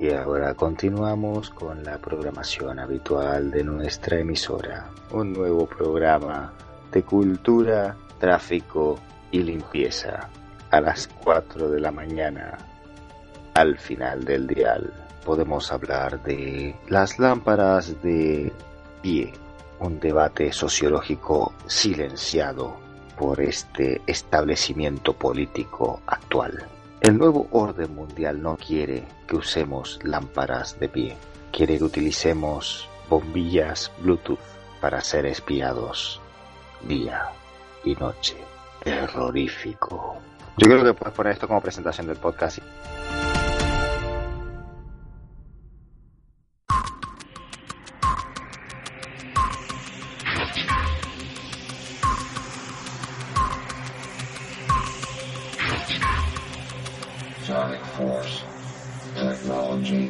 Y ahora continuamos con la programación habitual de nuestra emisora. Un nuevo programa de cultura, tráfico y limpieza. A las 4 de la mañana, al final del dial, podemos hablar de las lámparas de pie. Un debate sociológico silenciado por este establecimiento político actual. El nuevo orden mundial no quiere que usemos lámparas de pie. Quiere que utilicemos bombillas Bluetooth para ser espiados día y noche. Terrorífico. Yo creo que puedes poner esto como presentación del podcast. Sonic Force Technology.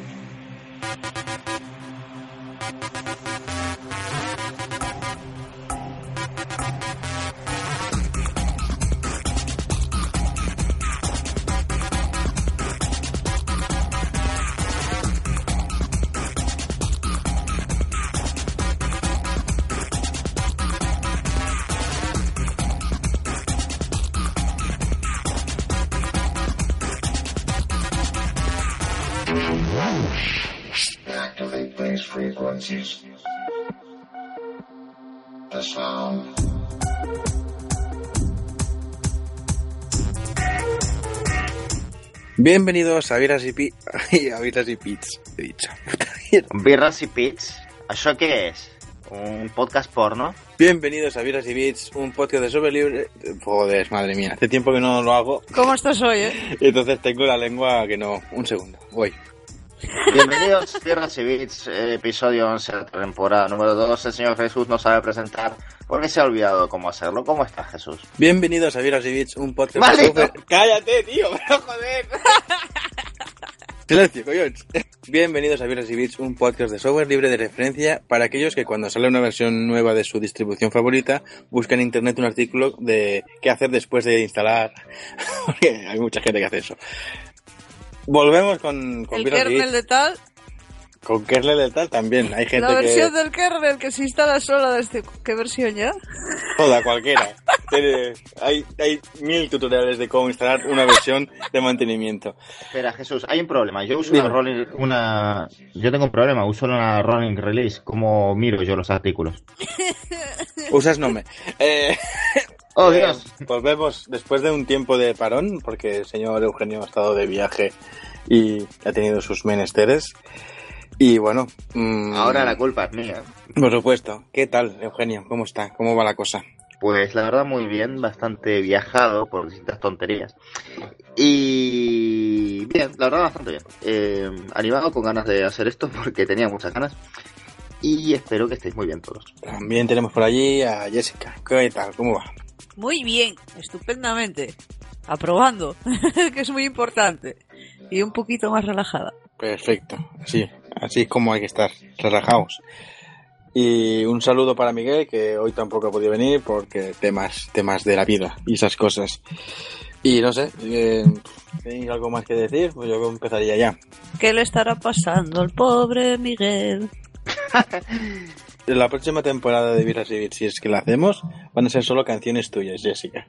Activate these frequencies. The sound. Bienvenidos a Birras y Pits, he dicho. Birras y Pits. ¿Eso qué es? ¿Un podcast porno? Bienvenidos a Birras y Bits, un podcast de software libre. Joder, madre mía, hace tiempo que no lo hago. ¿Cómo estás hoy, Y entonces tengo la lengua que no. Un segundo, voy. Bienvenidos a Birras y Bits, episodio 11 de la temporada número 2. El señor Jesús no sabe presentar porque se ha olvidado cómo hacerlo. ¿Cómo estás, Jesús? Bienvenidos a Birras y Bits, un podcast ¡Maldito! de software... ¡Cállate, tío! ¡Pero joder! Silencio, coñones. Bienvenidos a Birras y Bits, un podcast de software libre de referencia para aquellos que cuando sale una versión nueva de su distribución favorita buscan en internet un artículo de qué hacer después de instalar. Porque hay mucha gente que hace eso. Volvemos con el Birras y kernel Bits. de tal, Con kernel de tal también. Hay gente la versión que... del kernel que se instala sola desde... ¿Qué versión ya? Toda, cualquiera. Hay 1000 tutoriales de cómo instalar una versión de mantenimiento. Espera, Jesús, hay un problema. Yo uso Dime. Yo tengo un problema, uso una rolling release. ¿Cómo miro yo los artículos? Usas Nome. ¡Oh, Dios! Volvemos después de un tiempo de parón, porque el señor Eugenio ha estado de viaje y ha tenido sus menesteres. Y bueno... Ahora la culpa es mía. Por supuesto. ¿Qué tal, Eugenio? ¿Cómo está? ¿Cómo va la cosa? Pues la verdad muy bien, bastante viajado por distintas tonterías. Y bien, la verdad bastante bien. Animado, con ganas de hacer esto porque tenía muchas ganas. Y espero que estéis muy bien todos. También tenemos por allí a Jessica. ¿Qué tal? ¿Cómo va? Muy bien, estupendamente. Aprobando, que es muy importante. Y un poquito más relajada. Perfecto. Sí, así es como hay que estar, relajados. Y un saludo para Miguel, que hoy tampoco ha podido venir porque temas de la vida y esas cosas. Y no sé, ¿tenéis algo más que decir? Pues yo empezaría ya. ¿Qué le estará pasando al pobre Miguel? En la próxima temporada de Birras y Bits, si es que la hacemos, van a ser solo canciones tuyas, Jessica.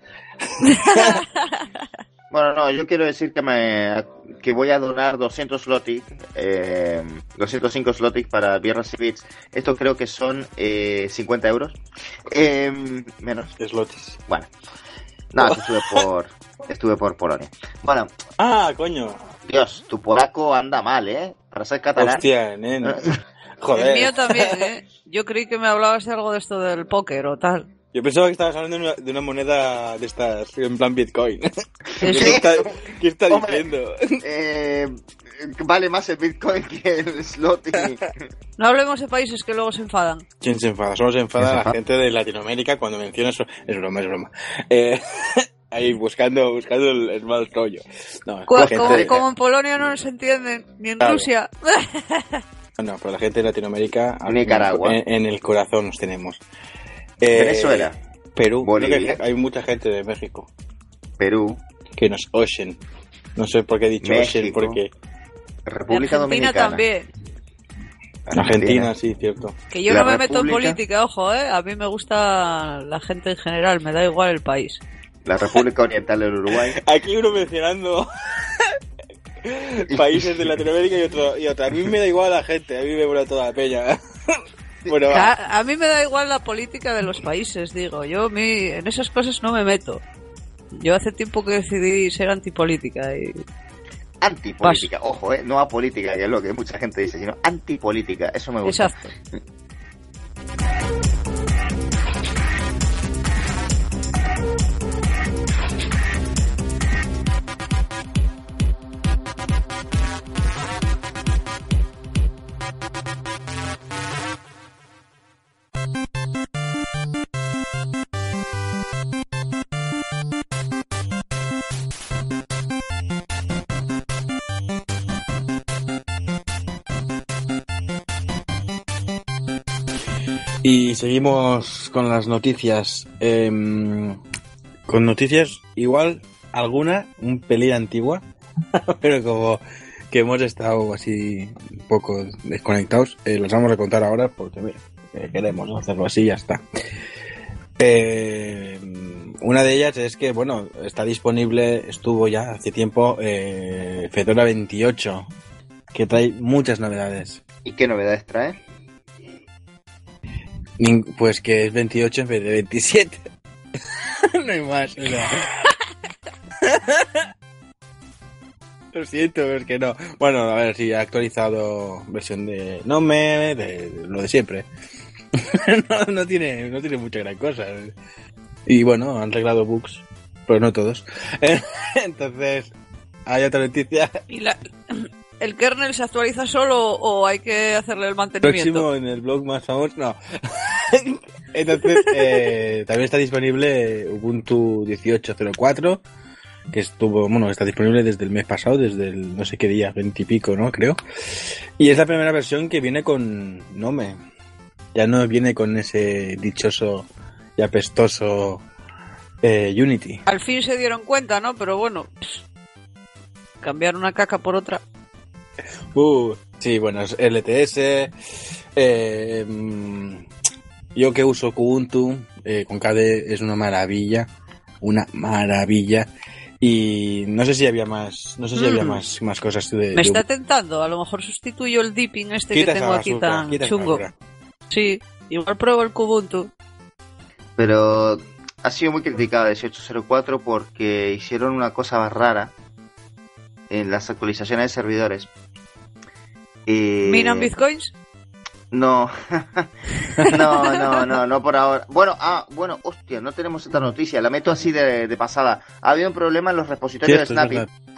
Bueno, no, yo quiero decir que voy a donar 200 Zloty, 205 Zloty para Birras y Bits. Esto creo que son 50 euros. Menos. Slotis. Bueno, nada, estuve por Polonia. Bueno, Coño. Dios, tu polaco anda mal, para ser catalán. Hostia, nene. El Joder. mío también, Yo creí que me hablabas de algo de esto del póker o tal. Yo pensaba que estabas hablando de una moneda de estas, en plan Bitcoin. ¿Sí? ¿Qué está Hombre, diciendo? Vale más el Bitcoin que el Zloty. No hablemos de países que luego se enfadan. ¿Quién se enfada? Solo se enfada ¿Quién se la enfada? gente de Latinoamérica cuando menciona eso. Es broma. Ahí buscando el mal rollo. No, la gente... Como en Polonia no nos entienden, ni en Claro. Rusia. No, pero la gente de Latinoamérica... Nicaragua. En el corazón nos tenemos. Venezuela. Perú. Bolivia. Creo que hay mucha gente de México Perú. que nos oyen. No sé por qué he dicho oyen, México. porque... República Argentina Dominicana. también. Argentina, sí, cierto. Que yo La no me meto en República- política, ojo, a mí me gusta la gente en general, me da igual el país. La República Oriental del Uruguay. Aquí uno mencionando países de Latinoamérica y otro. A mí me da igual la gente, a mí me mola toda la peña. Bueno, va. A mí me da igual la política de los países, digo. En esas cosas no me meto. Yo hace tiempo que decidí ser antipolítica y... Antipolítica, ojo, no a política, que es lo que mucha gente dice, sino antipolítica, eso me gusta. Exacto. Y seguimos con las noticias. Con noticias igual, alguna, un pelín antigua, pero como que hemos estado así un poco desconectados, las vamos a contar ahora porque mira, queremos hacerlo así y ya está. Una de ellas es que, bueno, está disponible, estuvo ya hace tiempo, Fedora 28, que trae muchas novedades. ¿Y qué novedades trae? Pues que es 28 en vez de 27. No hay más. O sea. Lo siento, es que no. Bueno, a ver, sí, ha actualizado versión de Nome, de lo de siempre. No tiene mucha gran cosa. Y bueno, han arreglado bugs, pero no todos. Entonces, hay otra noticia. ¿Y el kernel se actualiza solo o hay que hacerle el mantenimiento? Próximo en el blog más famoso, no. Entonces, también está disponible Ubuntu 18.04, que está disponible desde el mes pasado, desde el no sé qué día, 20 y pico, ¿no? Creo. Y es la primera versión que viene con Nome. Ya no viene con ese dichoso y apestoso Unity. Al fin se dieron cuenta, ¿no? Pero bueno, cambiar una caca por otra. Sí, bueno, es LTS. Yo que uso Kubuntu con KDE es una maravilla. Y no sé si había más, más cosas Me está tentando, a lo mejor sustituyo el dipping que tengo aquí tan chungo. Sí, igual pruebo el Kubuntu. Pero ha sido muy criticada 18.04 porque hicieron una cosa rara en las actualizaciones de servidores. ¿Minan bitcoins? No. no por ahora. Bueno, hostia, no tenemos esta noticia, la meto así de pasada. Ha habido un problema en los repositorios de Snappy.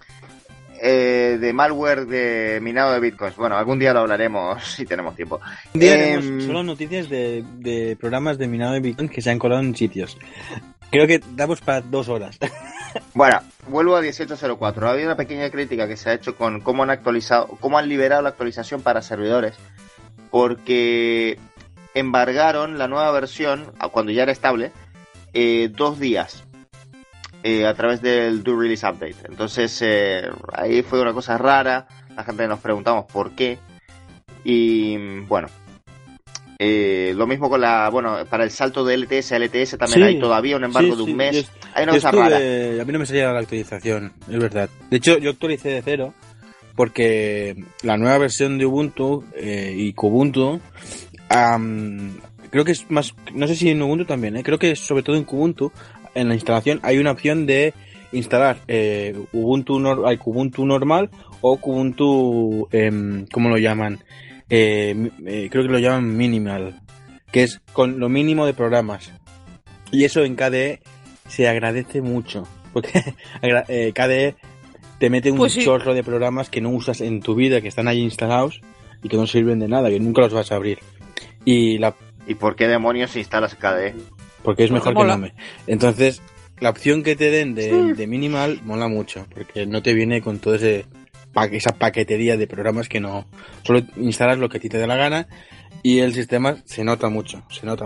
De malware de minado de bitcoins. Bueno, algún día lo hablaremos si tenemos tiempo. Un día haremos solo noticias de programas de minado de bitcoins que se han colado en sitios. Creo que damos para 2 horas. Bueno, vuelvo a 18.04. Ha habido una pequeña crítica que se ha hecho con cómo han liberado la actualización para servidores, porque embargaron la nueva versión cuando ya era estable 2 días. A través del Do Release Update. Entonces ahí fue una cosa rara. La gente nos preguntamos por qué. Y bueno, lo mismo con para el salto de LTS a LTS también hay todavía un embargo de un mes. Hay una cosa rara. A mí no me salía la actualización, es verdad. De hecho, yo actualicé de 0 porque la nueva versión de Ubuntu y Kubuntu, creo que es más, no sé si en Ubuntu también, creo que sobre todo en Kubuntu, en la instalación hay una opción de instalar Kubuntu normal o Kubuntu, ¿cómo lo llaman? Creo que lo llaman minimal, que es con lo mínimo de programas. Y eso en KDE se agradece mucho, porque KDE te mete un chorro de programas que no usas en tu vida, que están ahí instalados y que no sirven de nada, que nunca los vas a abrir. ¿Y por qué demonios instalas KDE? Porque es mejor que Nome. Entonces, la opción que te den de minimal mola mucho, porque no te viene con todo esa paquetería de programas que no... Solo instalas lo que a ti te dé la gana y el sistema se nota mucho.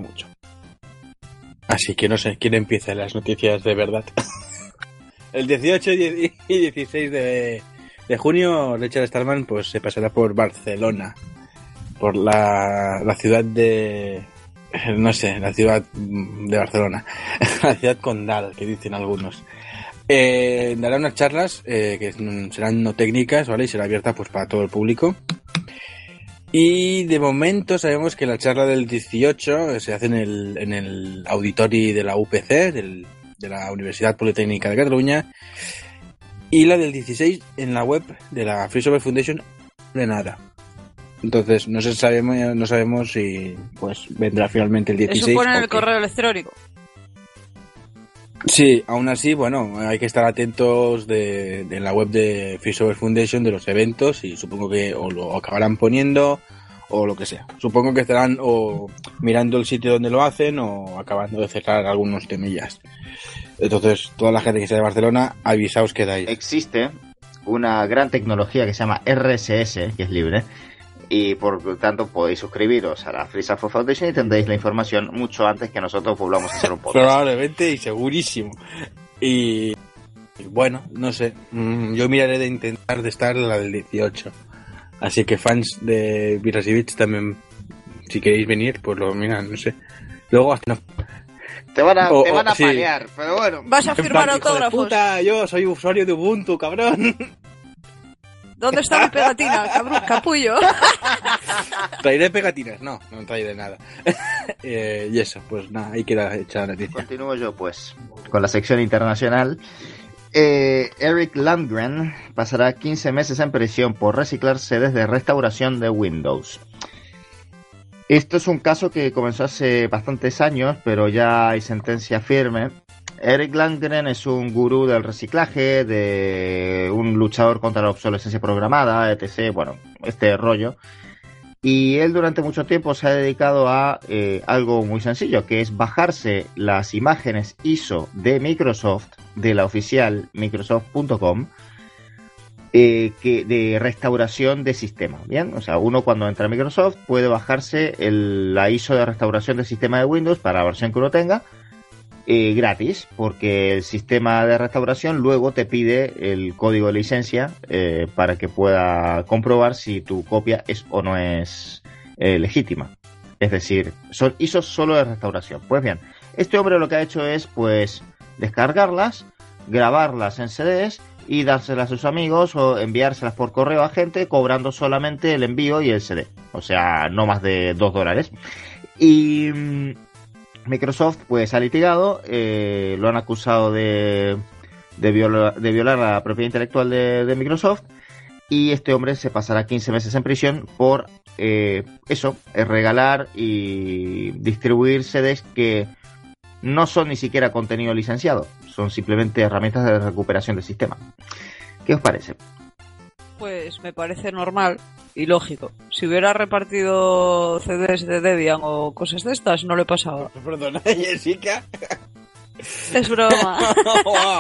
Así que no sé, ¿quién empieza las noticias de verdad? El 18 y 16 de de junio Richard Stallman pues se pasará por Barcelona, por la ciudad de... no sé, la ciudad de Barcelona, la ciudad condal, que dicen algunos. Dará unas charlas que serán no técnicas, ¿vale? Y será abierta pues para todo el público. Y de momento sabemos que la charla del 18 se hace en el auditori de la UPC, de la Universidad Politécnica de Cataluña, y la del 16 en la web de la Free Software Foundation de nada. Entonces no sabemos si pues vendrá finalmente el 16. Eso pone en el correo electrónico. Sí, aún así, bueno, hay que estar atentos de la web de Free Software Foundation de los eventos y supongo que o lo acabarán poniendo o lo que sea. Supongo que estarán o mirando el sitio donde lo hacen o acabando de cerrar algunos temillas. Entonces, toda la gente que sea de Barcelona, avisaos que dais. Existe una gran tecnología que se llama RSS, que es libre, y por lo tanto podéis suscribiros a la Free Software Foundation y tendréis la información mucho antes que nosotros volvamos a hacer un podcast. Probablemente y segurísimo. Y bueno, no sé, yo miraré de intentar de estar en la del 18. Así que fans de Birras y Bits también, si queréis venir, pues lo miran, no sé. Luego hasta no. Te van a sí. paliar, pero bueno. Vas a firmar autógrafos. Puta, yo soy usuario de Ubuntu, cabrón. ¿Dónde está mi pegatina, cabrón, capullo? ¿Traeré pegatinas? No traeré nada. Y eso, pues nada, ahí queda hecha la noticia. Continúo yo, pues, con la sección internacional. Eric Landgren pasará 15 meses en prisión por reciclar sedes de restauración de Windows. Esto es un caso que comenzó hace bastantes años, pero ya hay sentencia firme. Eric Landgren es un gurú del reciclaje, de un luchador contra la obsolescencia programada, etc. Bueno, este rollo. Y él durante mucho tiempo se ha dedicado a algo muy sencillo, que es bajarse las imágenes ISO de Microsoft, de la oficial Microsoft.com, de restauración de sistema. Bien, o sea, uno cuando entra a Microsoft puede bajarse la ISO de restauración del sistema de Windows para la versión que uno tenga, gratis, porque el sistema de restauración luego te pide el código de licencia para que pueda comprobar si tu copia es o no es legítima. Es decir, son ISOs solo de restauración. Pues bien, este hombre lo que ha hecho es pues descargarlas, grabarlas en CDs y dárselas a sus amigos o enviárselas por correo a gente cobrando solamente el envío y el CD. O sea, no más de $2. Y Microsoft pues ha litigado, lo han acusado de violar la propiedad intelectual de Microsoft, y este hombre se pasará 15 meses en prisión por regalar y distribuir CDs que no son ni siquiera contenido licenciado, son simplemente herramientas de recuperación del sistema. ¿Qué os parece? Pues me parece normal y lógico. Si hubiera repartido CDs de Debian o cosas de estas, no le pasaba. Perdona, Jessica. Es broma. Wow.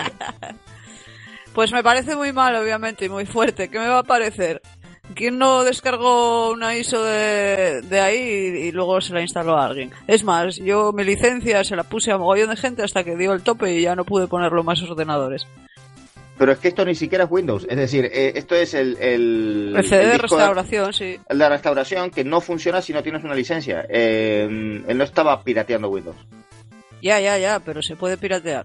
Pues me parece muy mal, obviamente, y muy fuerte. ¿Qué me va a parecer? ¿Quién no descargó una ISO de ahí y luego se la instaló a alguien? Es más, yo mi licencia se la puse a mogollón de gente hasta que dio el tope y ya no pude ponerlo en más ordenadores. Pero es que esto ni siquiera es Windows, es decir, esto es el CD de restauración, sí. El de restauración que no funciona si no tienes una licencia. Él no estaba pirateando Windows. Ya, pero se puede piratear.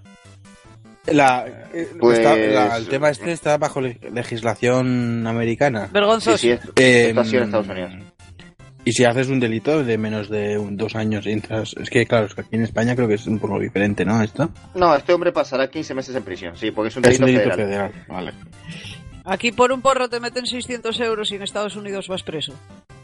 El tema está bajo legislación americana. Vergonzoso. Sí, esto ha sido en Estados Unidos. Y si haces un delito de menos de 2 años, entras... Es que, claro, es que aquí en España creo que es un poco diferente, ¿no? ¿Esto? No, este hombre pasará 15 meses en prisión, sí, porque es un delito federal. Vale. Aquí por un porro te meten 600 euros y en Estados Unidos vas preso.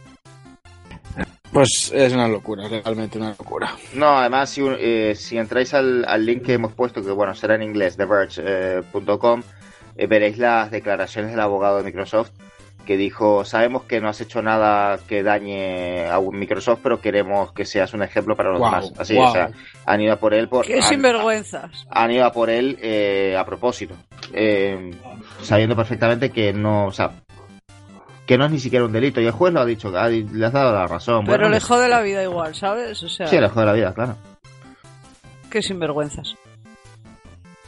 Pues es una locura, realmente una locura. No, además, si entráis al link que hemos puesto, que bueno, será en inglés, theverge.com, veréis las declaraciones del abogado de Microsoft, que dijo: sabemos que no has hecho nada que dañe a Microsoft, pero queremos que seas un ejemplo para los demás. Así, o sea, han ido a por él ¡qué sinvergüenzas! Han ido a por él a propósito, sabiendo perfectamente que no, o sea, que no es ni siquiera un delito, y el juez lo ha dicho, le has dado la razón. Pero bueno, le jode la vida igual, ¿sabes? O sea, sí, le jode la vida, claro. ¡qué sinvergüenzas!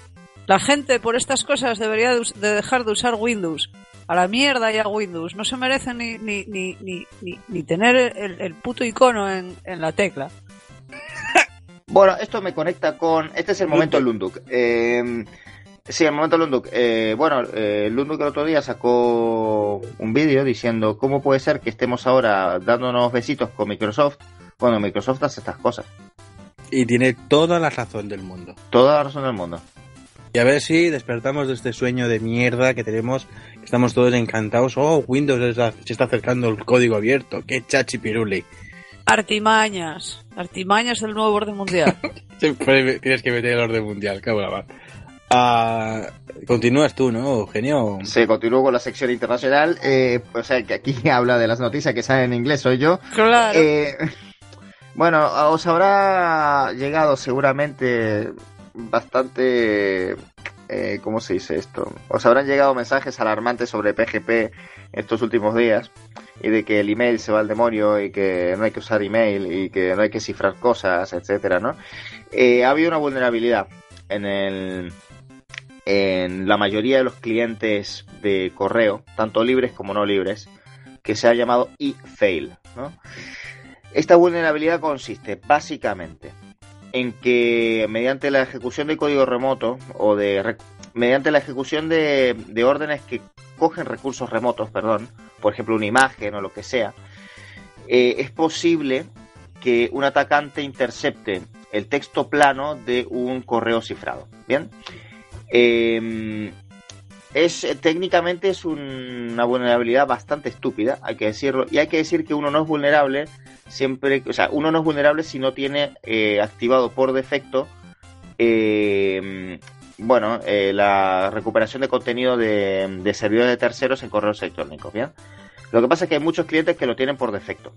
La gente por estas cosas debería de dejar de usar Windows. A la mierda ya Windows. No se merecen ni tener el puto icono en la tecla. Bueno, esto me conecta con... Este es el momento Lunduk. Sí, el momento Lunduk. Lunduk el otro día sacó un vídeo diciendo cómo puede ser que estemos ahora dándonos besitos con Microsoft cuando Microsoft hace estas cosas. Y tiene toda la razón del mundo. Toda la razón del mundo. Y a ver si despertamos de este sueño de mierda que tenemos. Estamos todos encantados. Oh, Windows se está acercando el código abierto. Qué chachipiruli. Artimañas del nuevo orden mundial. Siempre tienes que meter el orden mundial, cabrón. Continúas tú, ¿no, Eugenio? Sí, continúo con la sección internacional. O sea, que aquí habla de las noticias que salen en inglés, soy yo. Claro. Bueno, os habrá llegado seguramente bastante... ¿cómo se dice esto? Os habrán llegado mensajes alarmantes sobre PGP estos últimos días y de que el email se va al demonio y que no hay que usar email y que no hay que cifrar cosas, etcétera, ¿no? Ha habido una vulnerabilidad en la mayoría de los clientes de correo, tanto libres como no libres, que se ha llamado e-fail, ¿no? Esta vulnerabilidad consiste básicamente en que mediante la ejecución de código remoto o mediante la ejecución de órdenes que cogen recursos remotos, por ejemplo una imagen o lo que sea, es posible que un atacante intercepte el texto plano de un correo cifrado. Bien, técnicamente es una vulnerabilidad bastante estúpida, hay que decirlo, y hay que decir que uno no es vulnerable uno no es vulnerable si no tiene activado por defecto la recuperación de contenido de servidores de terceros en correos electrónicos. Bien, lo que pasa es que hay muchos clientes que lo tienen por defecto.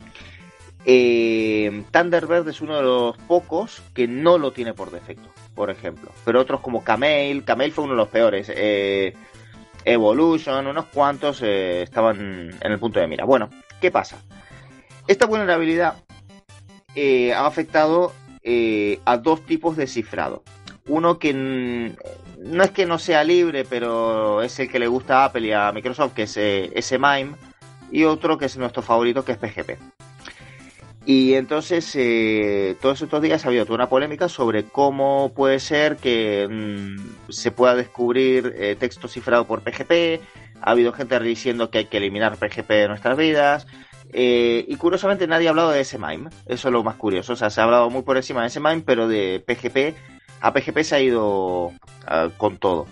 Thunderbird es uno de los pocos que no lo tiene por defecto, por ejemplo, pero otros como Kmail fue uno de los peores. Evolution, unos cuantos estaban en el punto de mira. Bueno, ¿qué pasa? Esta vulnerabilidad ha afectado a dos tipos de cifrado. Uno que no es que no sea libre, pero es el que le gusta a Apple y a Microsoft, que es MIME, y otro que es nuestro favorito, que es PGP. Y entonces, todos estos días ha habido toda una polémica sobre cómo puede ser que se pueda descubrir texto cifrado por PGP. Ha habido gente diciendo que hay que eliminar PGP de nuestras vidas. Y curiosamente nadie ha hablado de SMIME. Eso es lo más curioso. O sea, se ha hablado muy por encima de SMIME, pero de PGP, a PGP se ha ido con todo.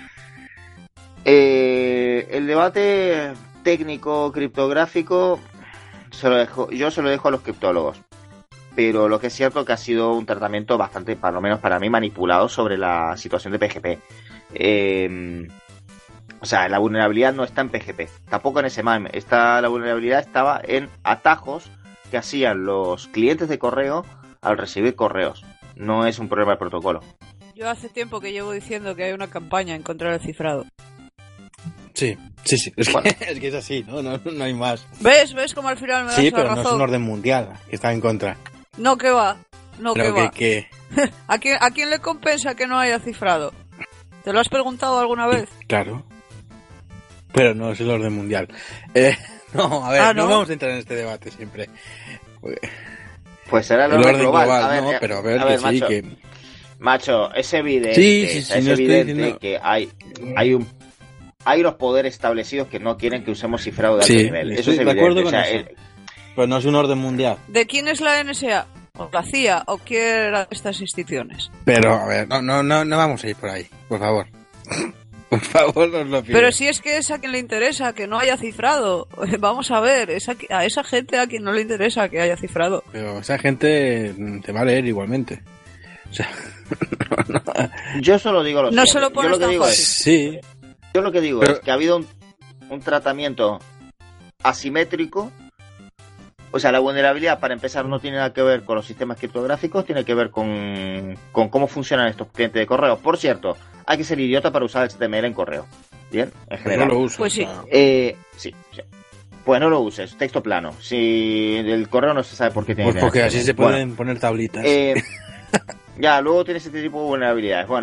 El debate técnico, criptográfico, yo se lo dejo a los criptólogos. Pero lo que es cierto es que ha sido un tratamiento bastante, por lo menos para mí, manipulado sobre la situación de PGP. O sea, la vulnerabilidad no está en PGP, tampoco en SMIME. La vulnerabilidad estaba en atajos que hacían los clientes de correo al recibir correos. No es un problema de protocolo. Yo hace tiempo que llevo diciendo que hay una campaña en contra del cifrado. Sí. Es que es así, no hay más. ¿Ves cómo al final me das la razón? Sí, pero no es un orden mundial que está en contra. No, que va. ¿Qué? ¿A quién le compensa que no haya cifrado? ¿Te lo has preguntado alguna vez? Claro. Pero no es el orden mundial. No, a ver, no vamos a entrar en este debate siempre. Pues será el orden global. Pero a ver, que macho, sí, que... Macho, es evidente, sí, es no evidente que hay los poderes establecidos que no quieren que usemos cifrado de alto nivel. Eso es evidente. De acuerdo con eso. Pero no es un orden mundial. ¿De quién es la NSA? ¿O la CIA? ¿O quién eran estas instituciones? Pero, a ver, no vamos a ir por ahí, por favor. Por favor, nos lo pido. Pero si es que es a quien le interesa que no haya cifrado. Vamos a ver, a esa gente a quien no le interesa que haya cifrado. Pero esa gente te va a leer igualmente. O sea, yo solo digo lo siguiente. No se lo pones tan fácil. Sí. Yo lo que digo es que ha habido un tratamiento asimétrico. O sea, la vulnerabilidad, para empezar, no tiene nada que ver con los sistemas criptográficos, tiene que ver con cómo funcionan estos clientes de correo. Por cierto, hay que ser idiota para usar HTML en correo. ¿Bien? En general. No lo uso. Pues sí. Sí. Pues no lo uses, texto plano. Si el correo no se sabe por qué tiene. Pues porque así se pueden poner tablitas. Ya, luego tienes este tipo de vulnerabilidades. Bueno,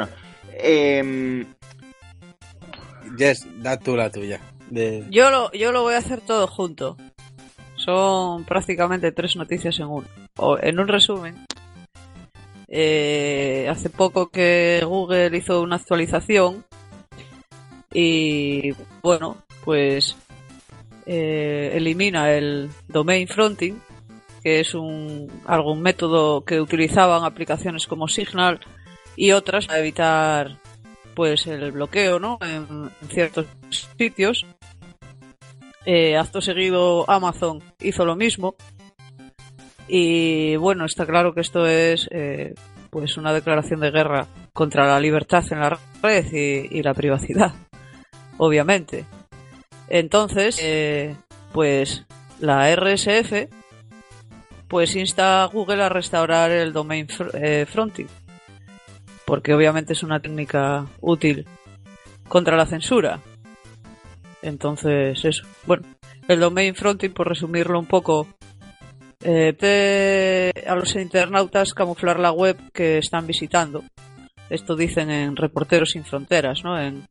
Jess, da tú la tuya. Yo lo voy a hacer todo junto. Son prácticamente 3 noticias en uno. O en un resumen. Hace poco que Google hizo una actualización y bueno, pues elimina el domain fronting, que es algún método que utilizaban aplicaciones como Signal y otras para evitar pues el bloqueo, ¿no? en ciertos sitios. Acto seguido Amazon hizo lo mismo y bueno, está claro que esto es pues una declaración de guerra contra la libertad en la red y la privacidad, obviamente. Entonces pues la RSF pues insta a Google a restaurar el domain fronting, porque obviamente es una técnica útil contra la censura. Entonces, eso. Bueno, el domain fronting, por resumirlo un poco, a los internautas camuflar la web que están visitando. Esto dicen en Reporteros Sin Fronteras, ¿no? En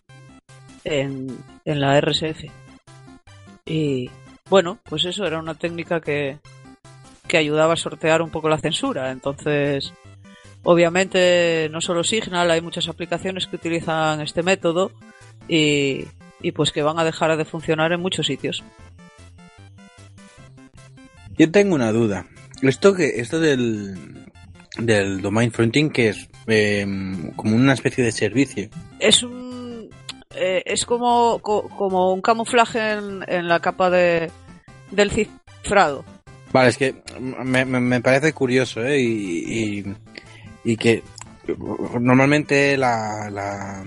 la RSF. Y bueno, pues eso era una técnica que ayudaba a sortear un poco la censura. Entonces, obviamente, no solo Signal, hay muchas aplicaciones que utilizan este método y pues que van a dejar de funcionar en muchos sitios. Yo tengo una duda. Esto del domain fronting, que es como una especie de servicio. Es como un camuflaje en la capa del cifrado. Vale, es que me parece curioso, y que normalmente la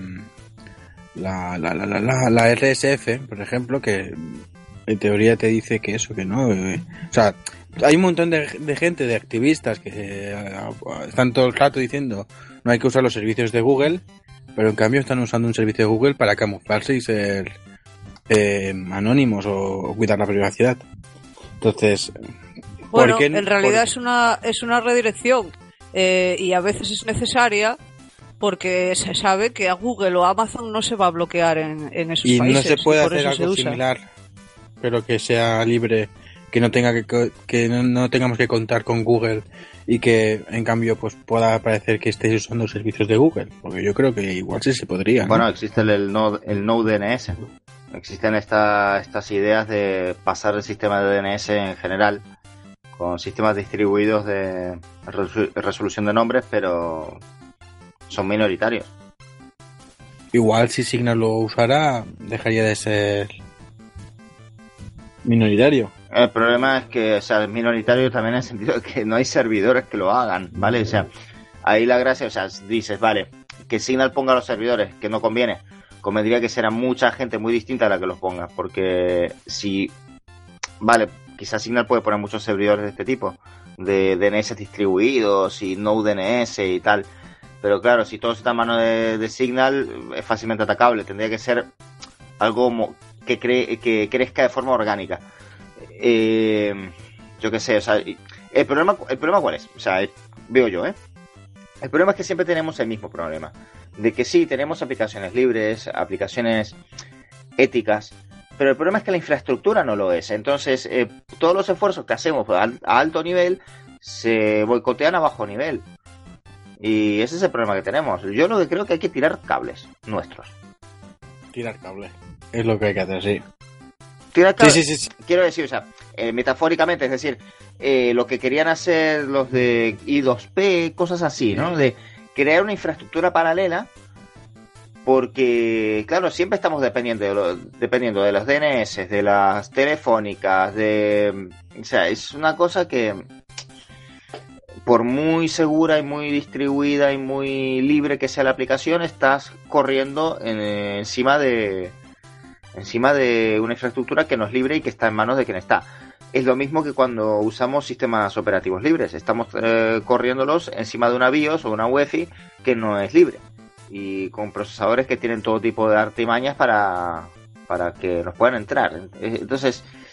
RSF, por ejemplo, que en teoría te dice que eso, que no. O sea, hay un montón de gente, de activistas que están todo el rato diciendo no hay que usar los servicios de Google, pero en cambio están usando un servicio de Google para camuflarse y ser anónimos o cuidar la privacidad. Entonces, bueno, en realidad es una redirección y a veces es necesaria, porque se sabe que a Google o a Amazon no se va a bloquear en esos países. Y no se puede hacer algo similar, pero que sea libre, que no tenga que no tengamos que contar con Google y que en cambio pues pueda parecer que estéis usando servicios de Google, porque yo creo que igual sí se podría, ¿no? Bueno, existe el no DNS. Existen estas ideas de pasar el sistema de DNS en general con sistemas distribuidos de resolución de nombres, pero son minoritarios. Igual si Signal lo usara, dejaría de ser minoritario. El problema es que, o sea, es minoritario también en el sentido de que no hay servidores que lo hagan, ¿vale? O sea, ahí la gracia, o sea, dices, vale, que Signal ponga los servidores, que no conviene. Convendría que será mucha gente muy distinta a la que los ponga, porque si, vale, quizás Signal puede poner muchos servidores de este tipo, de DNS distribuidos y no DNS y tal. Pero claro, si todo está en mano de Signal, es fácilmente atacable. Tendría que ser algo que crezca de forma orgánica. Yo qué sé, o sea, el problema ¿cuál es? O sea, veo yo, el problema es que siempre tenemos el mismo problema. De que sí, tenemos aplicaciones libres, aplicaciones éticas, pero el problema es que la infraestructura no lo es. Entonces, todos los esfuerzos que hacemos a alto nivel se boicotean a bajo nivel. Y ese es el problema que tenemos. Yo lo que creo que hay que tirar cables nuestros. Tirar cables. Es lo que hay que hacer, sí. Tirar cables. Sí. Quiero decir, o sea, metafóricamente, es decir, lo que querían hacer los de I2P, cosas así, ¿no? De crear una infraestructura paralela, porque, claro, siempre estamos dependiendo de los DNS, de las telefónicas, o sea, es una cosa que, por muy segura y muy distribuida y muy libre que sea la aplicación, estás corriendo encima de una infraestructura que no es libre y que está en manos de quien está. Es lo mismo que cuando usamos sistemas operativos libres. Estamos corriéndolos encima de una BIOS o una UEFI que no es libre. Y con procesadores que tienen todo tipo de artimañas para que nos puedan entrar. Entonces,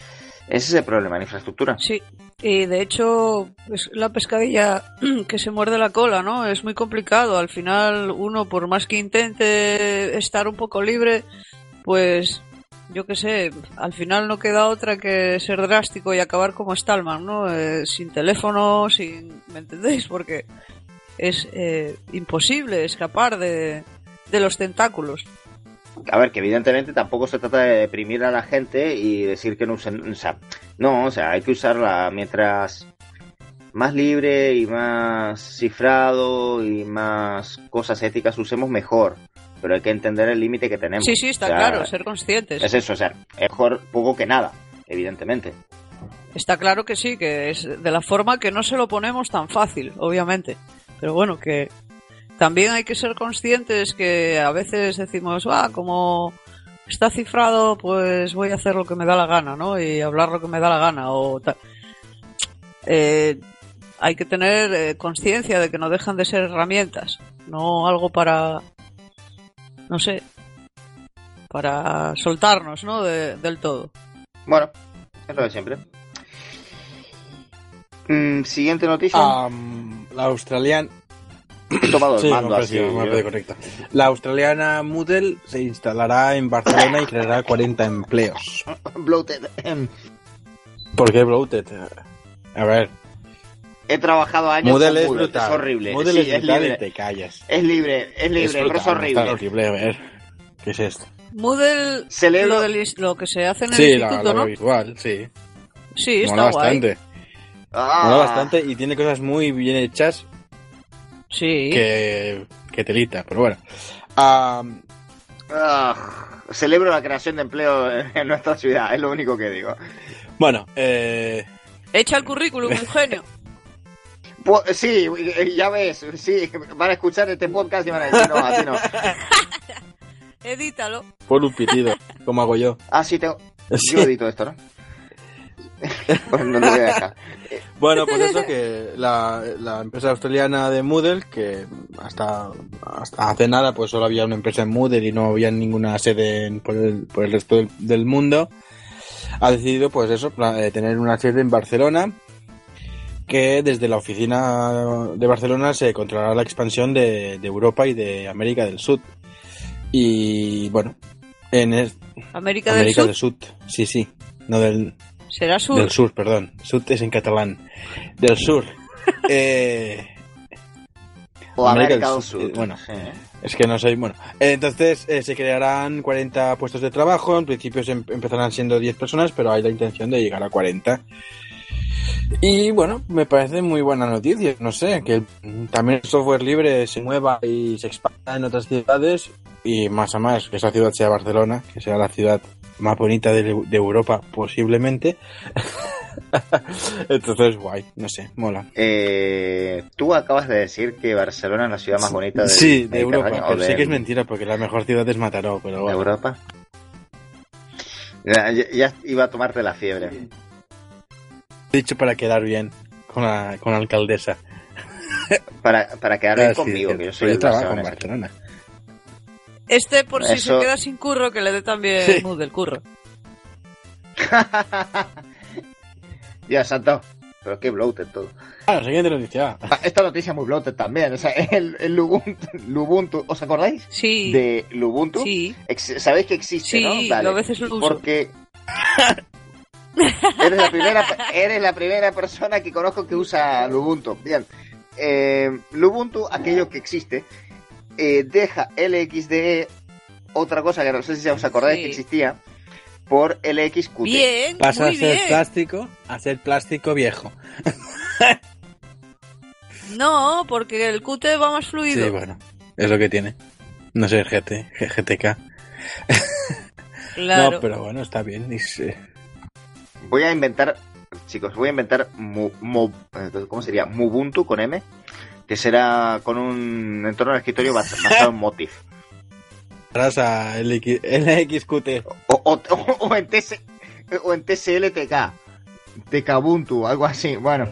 Ese es el problema, la infraestructura. Sí, y de hecho es la pescadilla que se muerde la cola, ¿no? Es muy complicado. Al final uno, por más que intente estar un poco libre, pues yo qué sé, al final no queda otra que ser drástico y acabar como Stallman, ¿no? Sin teléfono, sin... ¿Me entendéis? Porque es imposible escapar de los tentáculos. A ver, que evidentemente tampoco se trata de deprimir a la gente y decir que no usen... O sea, hay que usarla mientras más libre y más cifrado y más cosas éticas usemos, mejor. Pero hay que entender el límite que tenemos. Sí, está claro, ser conscientes. Es eso, o sea, es mejor poco que nada, evidentemente. Está claro que sí, que es de la forma que no se lo ponemos tan fácil, obviamente. Pero bueno, que también hay que ser conscientes que a veces decimos, como está cifrado, pues voy a hacer lo que me da la gana, ¿no? Y hablar lo que me da la gana. Hay que tener conciencia de que no dejan de ser herramientas, no algo para, no sé, para soltarnos, ¿no? Del todo. Bueno, es lo de siempre. Siguiente noticia. La australiana... He tomado el mando así. Correcto. La australiana Moodle se instalará en Barcelona y creará 40 empleos. Bloated. ¿Por qué bloated? A ver. He trabajado años Moodle con es Moodle. brutal. Es horrible. Moodle Sí, es brutal libre. y te callas. Es libre, pero es horrible. Está horrible, a ver. ¿Qué es esto? Moodle, Celebro... lo que se hace en el Sí, instituto, ¿no? visual, sí. Sí, está Mola guay. bastante. Mola bastante y tiene cosas muy bien hechas. Sí. Que telita, pero bueno. Celebro la creación de empleo en nuestra ciudad, es lo único que digo. Bueno, Echa el currículum, Eugenio. Sí, ya ves, sí, van a escuchar este podcast y van a decir, no, a ti no. Edítalo. Pon un pitido, como hago yo. Sí, tengo... Sí. Yo edito esto, ¿no? Pues no lo voy a dejar. Bueno, pues eso, que la empresa australiana de Moodle, que hasta hace nada pues solo había una empresa en Moodle y no había ninguna sede por el resto del mundo, ha decidido pues eso, tener una sede en Barcelona, que desde la oficina de Barcelona se controlará la expansión de Europa y de América del Sur. Y bueno, América del Sur. Sí, no del... ¿Será sur? Del sur, perdón. Sur es en catalán. Del sur. O América del Sur. Bueno, es que no soy... Bueno, entonces se crearán 40 puestos de trabajo. En principio empezarán siendo 10 personas, pero hay la intención de llegar a 40. Y bueno, me parece muy buena noticia. No sé, que también el software libre se mueva y se expanda en otras ciudades. Y más a más, que esa ciudad sea Barcelona, que sea la ciudad más bonita de Europa, posiblemente. Entonces, guay, no sé, mola. Tú acabas de decir que Barcelona es la ciudad más bonita de Europa, pero sí que es mentira, porque la mejor ciudad es Mataró, pero bueno. ¿De Europa? Ya iba a tomarte la fiebre. Dicho para quedar bien con la alcaldesa. Para quedar bien conmigo, que yo soy el trabajo en Barcelona. Por si se queda sin curro, que le dé también Moodle el curro. Ya, santo. Pero qué bloated todo. La siguiente noticia. Esta noticia es muy bloated también. O sea, el Lubuntu, ¿os acordáis? Sí. De Lubuntu. Sí. Sabéis que existe, sí, ¿no? Vale. A veces lo uso. Porque eres la primera persona que conozco que usa Lubuntu. Bien. Lubuntu, aquello que existe, deja LXDE, otra cosa que no sé si os acordáis que existía, por LXQT. Bien, pasa muy a ser bien. plástico a ser plástico viejo. No, porque el Qt va más fluido. Sí, bueno, es lo que tiene. No sé, GTK. Claro. No, pero bueno, está bien. Voy a inventar, chicos, ¿cómo sería? Mubuntu con M, que será con un entorno de escritorio basado en Motif. A LXQT. O en TCLTK. TKubuntu, algo así. Bueno.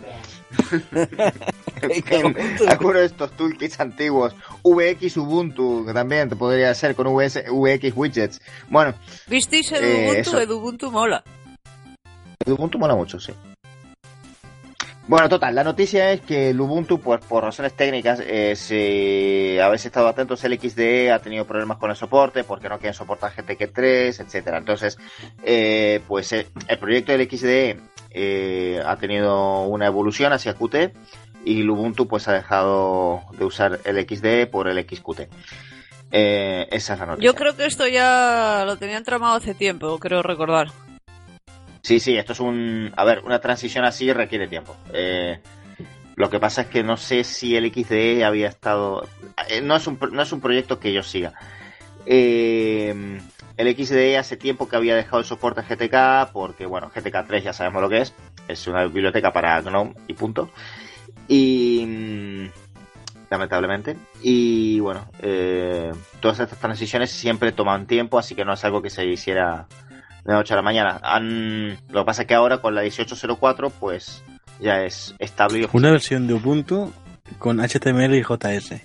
Alguno de estos toolkits antiguos. VX Ubuntu, que también te podría ser con VX Widgets. Bueno. ¿Visteis Edubuntu? Edubuntu mola. El Ubuntu mola mucho, sí. Bueno, total, la noticia es que el Ubuntu, pues por razones técnicas, si habéis estado atentos, el XDE ha tenido problemas con el soporte porque no quieren soportar GTK 3, etcétera. Entonces, pues el proyecto del XDE ha tenido una evolución hacia Qt y el Ubuntu pues ha dejado de usar el XDE por el XQt. Esa es la noticia. Yo creo que esto ya lo tenían tramado hace tiempo, creo recordar. Sí, esto es una transición así requiere tiempo. Lo que pasa es que no sé si el XDE había estado... no es un proyecto que yo siga. El XDE hace tiempo que había dejado el soporte a GTK, porque, bueno, GTK 3 ya sabemos lo que es una biblioteca para GNOME y punto. Y... lamentablemente. Y, bueno, todas estas transiciones siempre toman tiempo, así que no es algo que se hiciera de la noche a la mañana. Lo que pasa es que ahora con la 18.04 pues ya es estable y una versión de Ubuntu con HTML y JS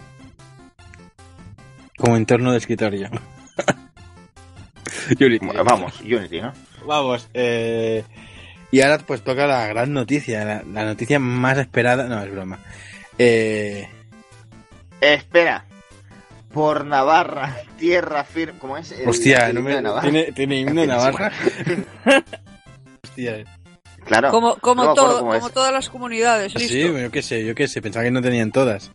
como entorno de escritorio. Unity. Vamos, Unity, ¿no? Vamos, y ahora pues toca la gran noticia, la noticia más esperada. No, es broma. Espera. Por Navarra, tierra firme. ¿Cómo es? Hostia, no me... ¿Tiene himno de Navarra? Hostia. Claro. Como todas las comunidades, ¿listo? Sí, yo qué sé, pensaba que no tenían todas.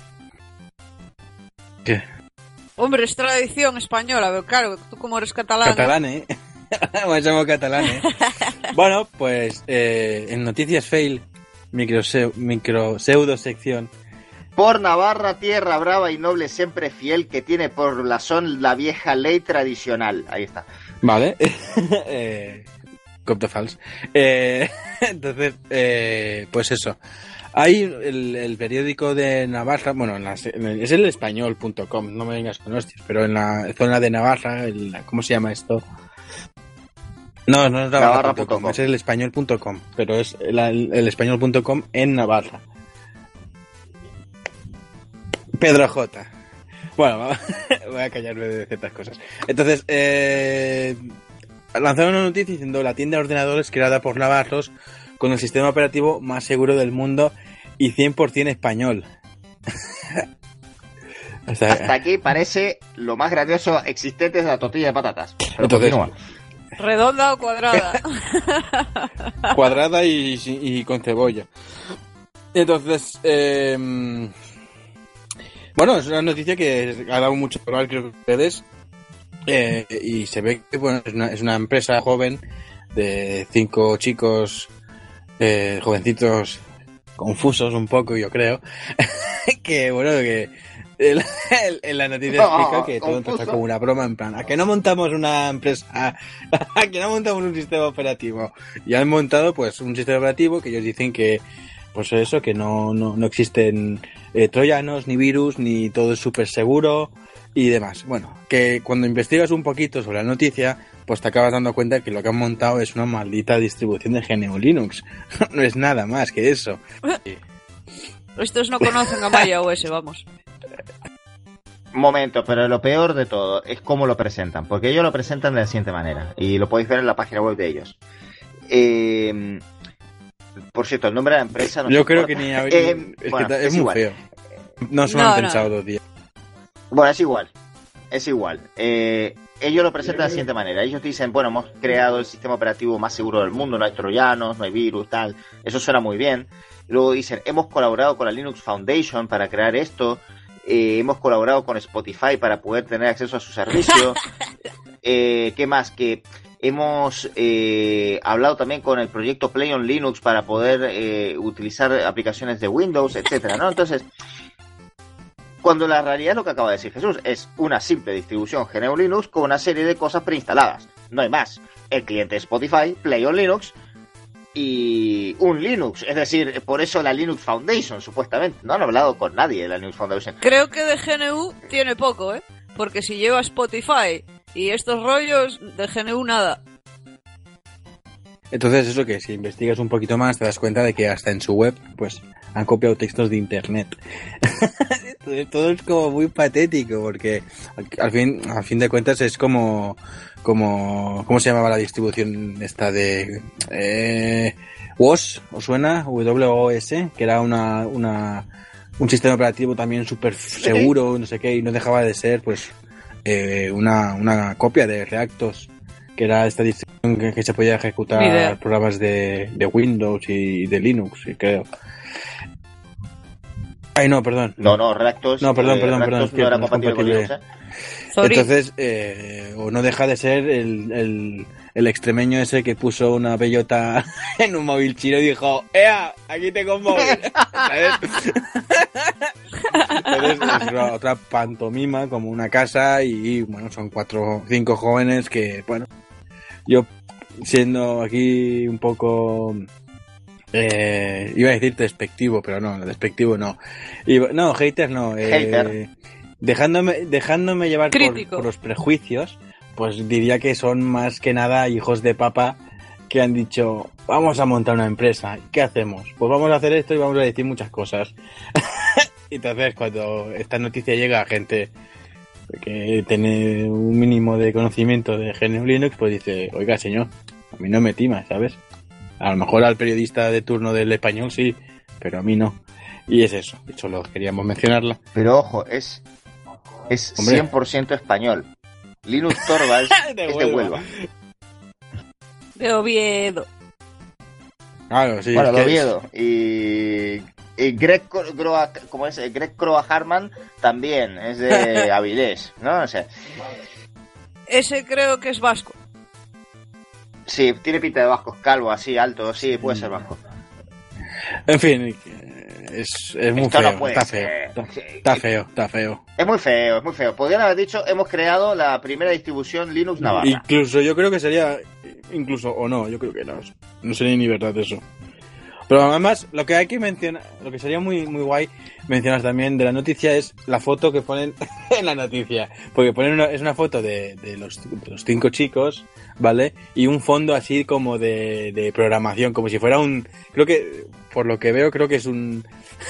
¿Qué? Hombre, es tradición española, pero claro, tú como eres catalán. Catalán, ¿eh? Me llamo catalán, ¿eh? Bueno, pues en Noticias Fail, micro pseudo sección. Por Navarra, tierra brava y noble, siempre fiel, que tiene por blasón la vieja ley tradicional. Ahí está. Vale. Copto fals. Entonces, pues eso. Hay el periódico de Navarra, bueno, es el español.com, no me vengas con hostias, pero en la zona de Navarra, ¿cómo se llama esto? No es Navarra.com, es el español.com, pero es el español.com en Navarra. Pedro J. Bueno, voy a callarme de ciertas cosas. Entonces, lanzaron una noticia diciendo: la tienda de ordenadores creada por navarros con el sistema operativo más seguro del mundo y 100% español. Hasta aquí parece lo más grandioso existente de la tortilla de patatas. Pero entonces, continúa. ¿Redonda o cuadrada? Cuadrada y con cebolla. Entonces, bueno, es una noticia que ha dado mucho que hablar, creo que ustedes, y se ve que bueno, es una empresa joven de 5 chicos jovencitos, confusos un poco, yo creo, que bueno, que en la noticia explica que todo empezó como una broma, en plan, ¿a que no montamos una empresa? ¿A que no montamos un sistema operativo? Y han montado pues un sistema operativo que ellos dicen que pues eso, que no existen troyanos, ni virus, ni todo es súper seguro y demás. Bueno, que cuando investigas un poquito sobre la noticia, pues te acabas dando cuenta que lo que han montado es una maldita distribución de GNU Linux. No es nada más que eso. Estos no conocen a Maya OS, vamos. Momento, pero lo peor de todo es cómo lo presentan, porque ellos lo presentan de la siguiente manera, y lo podéis ver en la página web de ellos. Por cierto, el nombre de la empresa no. Yo creo que ni es muy feo. No se lo han pensado 2 días. Bueno, es igual. Ellos lo presentan de la siguiente manera. Ellos dicen, bueno, hemos creado el sistema operativo más seguro del mundo, no hay troyanos, no hay virus, tal. Eso suena muy bien. Luego dicen, hemos colaborado con la Linux Foundation para crear esto. Hemos colaborado con Spotify para poder tener acceso a su servicio. ¿Qué más? Que hemos hablado también con el proyecto Play on Linux para poder utilizar aplicaciones de Windows, etcétera, ¿no? Entonces, cuando la realidad lo que acaba de decir Jesús es una simple distribución GNU Linux con una serie de cosas preinstaladas. No hay más. El cliente de Spotify, Play on Linux y un Linux. Es decir, por eso la Linux Foundation, supuestamente. No han hablado con nadie de la Linux Foundation. Creo que de GNU tiene poco, ¿eh? Porque si lleva Spotify y estos rollos, de GNU nada. Entonces eso que si investigas un poquito más te das cuenta de que hasta en su web pues han copiado textos de internet. Entonces, todo es como muy patético porque al fin de cuentas es como ¿cómo se llamaba la distribución esta de WOS? ¿Os suena? WOS, que era un sistema operativo también súper seguro, no sé qué, y no dejaba de ser pues una copia de ReactOS, que era esta distribución que se podía ejecutar programas de Windows y de Linux, creo. Ay, no, perdón. No, ReactOS. No, perdón. ReactOS no era compatible con Linux, ¿eh? Entonces, o no deja de ser el extremeño ese que puso una bellota en un móvil chino y dijo, ¡ea! Aquí tengo un móvil. ¿Sabes? Entonces, es otra pantomima, como una casa, y bueno, son 4 o 5 jóvenes que, bueno, yo siendo aquí un poco... iba a decir despectivo, pero no, despectivo no. No, hater no. Hater. Dejándome llevar por los prejuicios, pues diría que son más que nada hijos de papa que han dicho, vamos a montar una empresa, ¿qué hacemos? Pues vamos a hacer esto y vamos a decir muchas cosas. Entonces, cuando esta noticia llega a gente que tiene un mínimo de conocimiento de GNU Linux, pues dice, oiga señor, a mí no me tima, ¿sabes? A lo mejor al periodista de turno del Español sí, pero a mí no. Y es eso, solo queríamos mencionarla. Pero ojo, es 100% español. Linus Torvalds es de Huelva. De Oviedo. Claro, sí. Bueno, de Oviedo. Y Greg Croa Harman también es de Avilés, ¿no? O sea, ese creo que es vasco. Sí, tiene pinta de vasco, calvo, así, alto, sí, puede ser vasco. En fin, es muy esto feo, no puede está ser. feo. Está feo. Es muy feo. Podrían haber dicho, hemos creado la primera distribución Linux Navarra. Incluso yo creo que sería, o no, yo creo que no sería ni verdad eso. Pero además, lo que hay que mencionar, lo que sería muy muy guay mencionar también de la noticia es la foto que ponen en la noticia. Porque ponen es una foto de los 5 chicos, ¿vale? Y un fondo así como de programación, como si fuera creo que, por lo que veo, creo que es un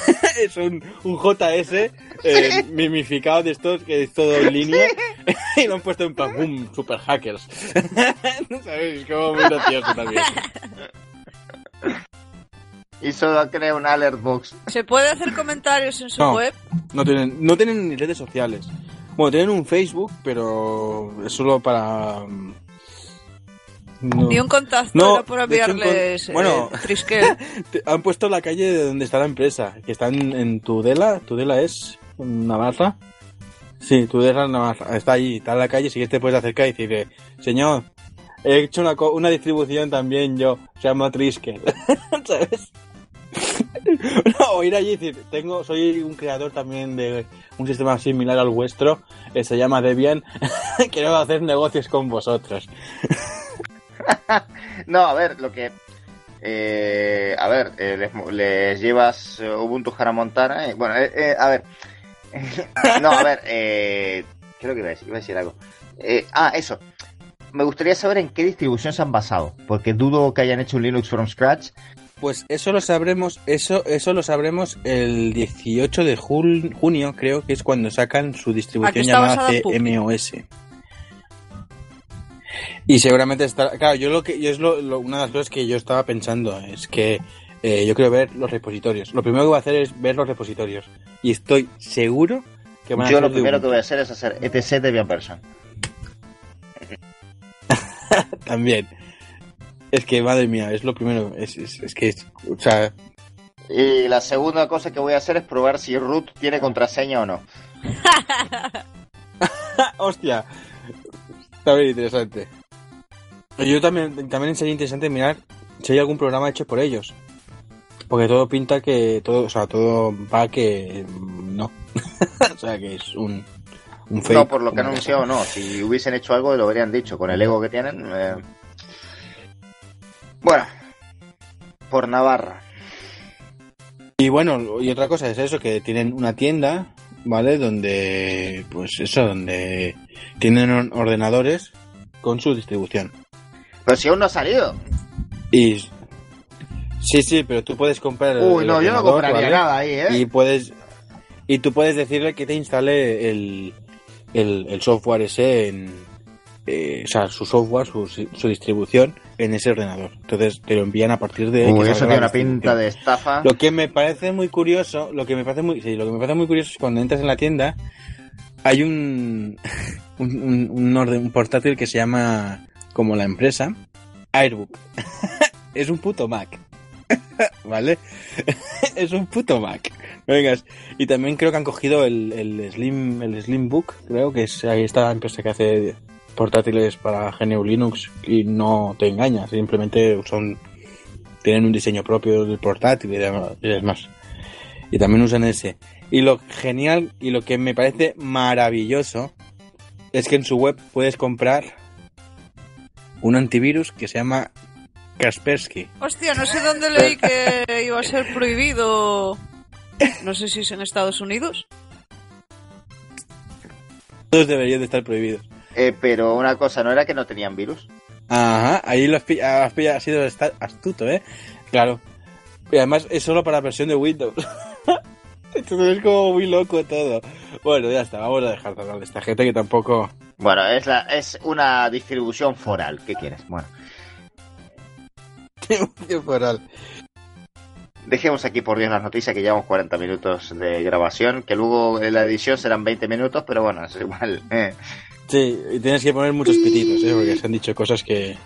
JS mimificado de estos, que es todo en línea, y lo han puesto en plan, boom, super hackers. ¿Sabes? Es como muy gracioso también. Y solo crea un alert box. ¿Se puede hacer comentarios en su web? No tienen ni redes sociales. Bueno, tienen un Facebook, pero es solo para... Ni un contacto era por enviarles Triskel. Han puesto la calle de donde está la empresa, que está en Tudela. ¿Tudela es Navarra? Sí, Tudela, Navarra. Está ahí, está en la calle. Si quieres te puedes acercar y decirle, señor, he hecho una distribución también yo, se llama Triskel. ¿Sabes? No, o ir allí y decir, soy un creador también de un sistema similar al vuestro, se llama Debian, quiero hacer negocios con vosotros. No, a ver, lo que... les llevas Ubuntu Hana Montana. Bueno, a ver... no, a ver, creo que iba a decir algo. Eso. Me gustaría saber en qué distribución se han basado, porque dudo que hayan hecho un Linux from scratch. Pues eso lo sabremos el 18 de junio, creo que es cuando sacan su distribución llamada CMOS. Y seguramente está, claro, una de las cosas que yo estaba pensando es que yo quiero ver los repositorios. Lo primero que voy a hacer es ver los repositorios y estoy seguro que van a Yo lo primero que voy a hacer es hacer etc Debian version. También. Es que, madre mía, es lo primero. Es que, o sea... Y la segunda cosa que voy a hacer es probar si root tiene contraseña o no. Hostia. Está bien interesante. Yo también sería interesante mirar si hay algún programa hecho por ellos. Porque todo pinta que... todo va que... no. O sea, que es un fake. No, por lo que han anunciado, no. Si hubiesen hecho algo, lo habrían dicho. Con el ego que tienen... Bueno, por Navarra. Y bueno, y otra cosa es eso, que tienen una tienda, ¿vale? Donde tienen ordenadores con su distribución. Pero si aún no ha salido. Y sí, pero tú puedes comprar Uy, el no, yo no ordenador, compraría ¿vale? nada ahí, Y tú puedes decirle que te instale el software ese o sea, su software, su distribución en ese ordenador. Entonces te lo envían a partir de Uy, que eso salga tiene la una pinta distribución. de estafa. Lo que me parece muy curioso, lo que me parece muy curioso es cuando entras en la tienda hay un un portátil que se llama como la empresa Airbook. Es un puto Mac. ¿Vale? Es un puto Mac. No vengas. Y también creo que han cogido el Slim Book, creo que es ahí esta empresa que hace portátiles para GNU Linux y no te engaña, simplemente tienen un diseño propio del portátil y demás. Y también usan ese. Y lo genial y lo que me parece maravilloso es que en su web puedes comprar un antivirus que se llama Kaspersky. Hostia, no sé dónde leí que iba a ser prohibido. No sé si es en Estados Unidos. Todos deberían de estar prohibidos. Pero una cosa, ¿no era que no tenían virus? Ajá, ahí lo has pillado, has sido astuto, ¿eh? Claro. Y además es solo para la versión de Windows. Entonces es como muy loco todo. Bueno, ya está, vamos a dejar de hablar de esta gente que tampoco... Bueno, es una distribución foral. ¿Qué quieres? Bueno. Qué foral. Dejemos aquí por Dios las noticias, que llevamos 40 minutos de grabación, que luego en la edición serán 20 minutos, pero bueno, es igual. Sí, y tienes que poner muchos pititos, porque se han dicho cosas que...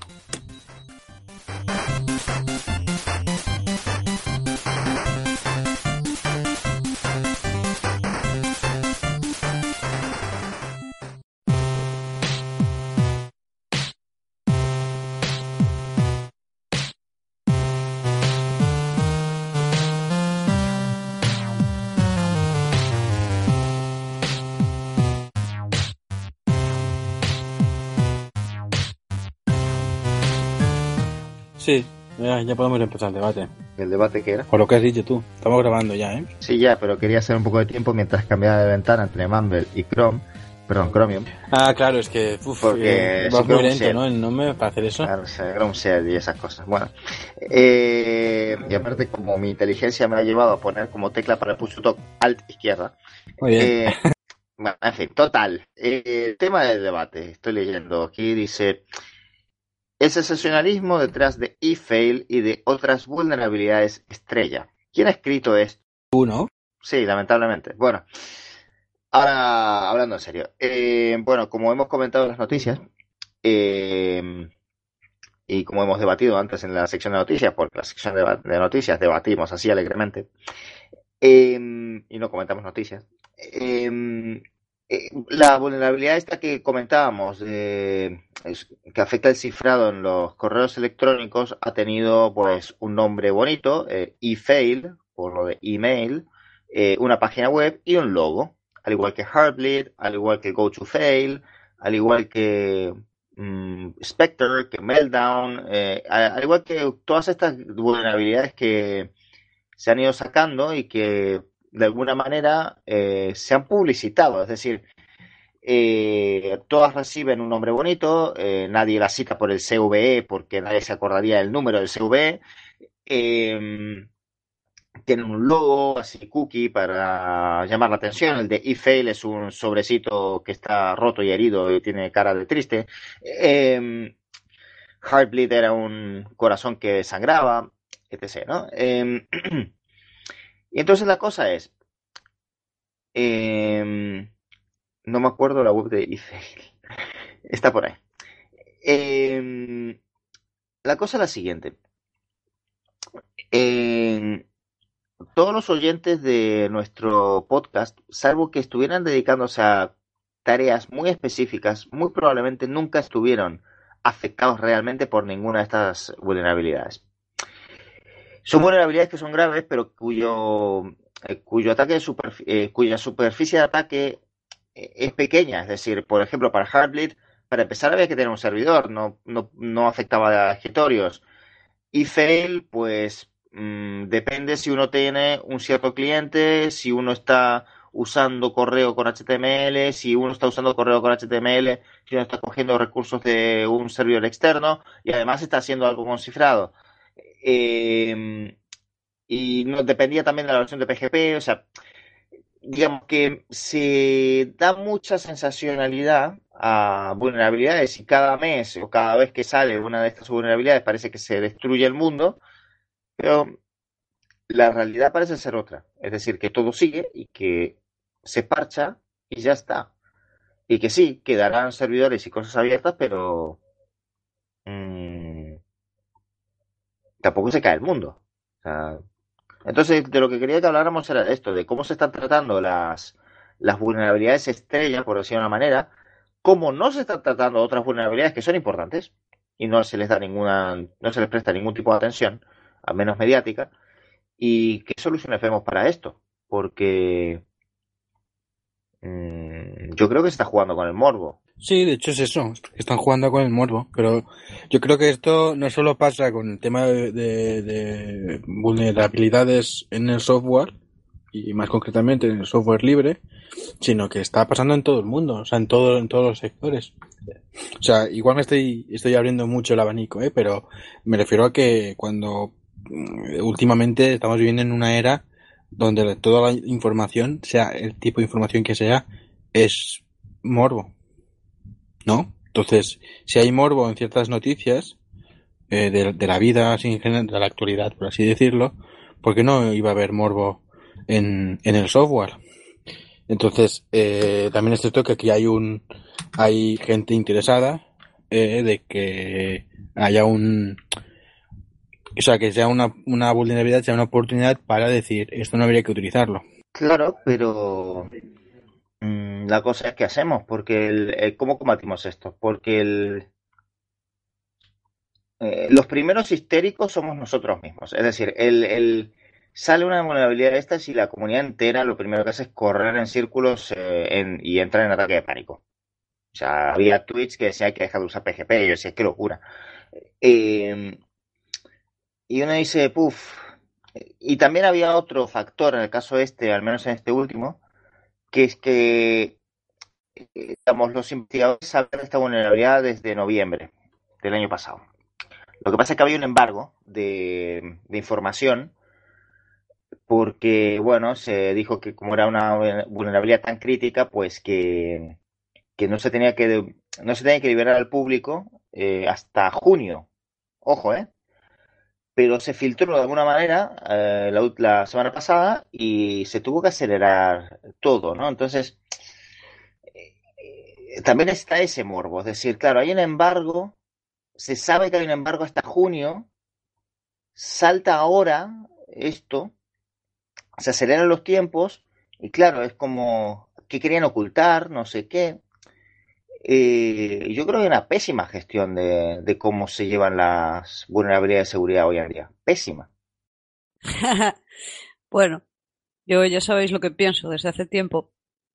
Sí, ya podemos empezar el debate. ¿El debate qué era? Por lo que has dicho tú. Estamos grabando ya, ¿eh? Sí, ya, pero quería hacer un poco de tiempo mientras cambiaba de ventana entre Mumble y Chromium. Ah, claro, es que Porque va sí, muy Chrome lento, Share. ¿no? El nombre para hacer eso. Claro, Chrome Share y esas cosas. Bueno, y aparte, como mi inteligencia me ha llevado a poner como tecla para el push to talk Alt izquierda. Muy bien. Bueno, en fin, total. Tema del debate. Estoy leyendo aquí, dice: el sensacionalismo detrás de eFail y de otras vulnerabilidades estrella. ¿Quién ha escrito esto? ¿Tú, no? Sí, lamentablemente. Bueno, ahora hablando en serio. Bueno, como hemos comentado en las noticias, y como hemos debatido antes en la sección de noticias, porque la sección de noticias debatimos así alegremente, y no comentamos noticias, la vulnerabilidad esta que comentábamos, que afecta el cifrado en los correos electrónicos, ha tenido pues un nombre bonito, eFail, por lo de email, una página web y un logo, al igual que Heartbleed, al igual que GoToFail, al igual que Spectre, que Meltdown, al igual que todas estas vulnerabilidades que se han ido sacando y que de alguna manera se han publicitado, es decir, todas reciben un nombre bonito, nadie las cita por el CVE porque nadie se acordaría del número del CVE, tienen un logo así cookie para llamar la atención, el de eFail es un sobrecito que está roto y herido y tiene cara de triste, Heartbleed era un corazón que sangraba, etc., ¿no? Y entonces la cosa es, no me acuerdo la web de eFail, está por ahí. La cosa es la siguiente. Todos los oyentes de nuestro podcast, salvo que estuvieran dedicándose a tareas muy específicas, muy probablemente nunca estuvieron afectados realmente por ninguna de estas vulnerabilidades. Son vulnerabilidades que son graves, pero cuya superficie de ataque es pequeña. Es decir, por ejemplo, para Heartbleed, para empezar había que tener un servidor, no afectaba a escritorios. eFail, pues depende si uno tiene un cierto cliente, si uno está usando correo con HTML, si uno está usando correo con HTML, si uno está cogiendo recursos de un servidor externo y además está haciendo algo con cifrado. y no dependía también de la versión de PGP, o sea, digamos que se da mucha sensacionalidad a vulnerabilidades y cada mes o cada vez que sale una de estas vulnerabilidades parece que se destruye el mundo, pero la realidad parece ser otra. Es decir, que todo sigue y que se parcha y ya está. Y que sí, quedarán servidores y cosas abiertas, pero tampoco se cae el mundo. O sea, entonces, de lo que quería que habláramos era de esto, de cómo se están tratando las vulnerabilidades estrella, por decirlo de una manera, cómo no se están tratando otras vulnerabilidades que son importantes y no se les da no se les presta ningún tipo de atención, al menos mediática, y qué soluciones vemos para esto, porque yo creo que se está jugando con el morbo. Sí, de hecho es eso, están jugando con el morbo, pero yo creo que esto no solo pasa con el tema de vulnerabilidades en el software, y más concretamente en el software libre, sino que está pasando en todo el mundo, o sea, en todos los sectores. O sea, igual estoy abriendo mucho el abanico, pero me refiero a que cuando últimamente estamos viviendo en una era donde toda la información, sea el tipo de información que sea, es morbo, ¿no? Entonces, si hay morbo en ciertas noticias de la vida, así en general, de la actualidad, por así decirlo, ¿por qué no iba a haber morbo en el software? Entonces, también es cierto que aquí hay gente interesada de que haya o sea, que sea una vulnerabilidad, sea una oportunidad para decir, esto no habría que utilizarlo. Claro, pero la cosa es qué hacemos, porque ¿cómo combatimos esto? Porque los primeros histéricos somos nosotros mismos. Es decir, sale una vulnerabilidad de estas y la comunidad entera lo primero que hace es correr en círculos y entrar en ataque de pánico. O sea, había tweets que decían que deja de usar PGP y yo decía, qué locura. Y uno dice, puff. Y también había otro factor en el caso este, al menos en este último, que es que, digamos, los investigadores saben de esta vulnerabilidad desde noviembre del año pasado. Lo que pasa es que había un embargo de información porque, bueno, se dijo que como era una vulnerabilidad tan crítica, pues que no se tenía que liberar al público hasta junio. Ojo, ¿eh? Pero se filtró de alguna manera la semana pasada y se tuvo que acelerar todo, ¿no? Entonces, también está ese morbo, es decir, claro, hay un embargo, se sabe que hay un embargo hasta junio, salta ahora esto, se aceleran los tiempos y claro, es como que querían ocultar, no sé qué. Yo creo que hay una pésima gestión de cómo se llevan las vulnerabilidades de seguridad hoy en día. Pésima. Bueno, yo ya sabéis lo que pienso desde hace tiempo.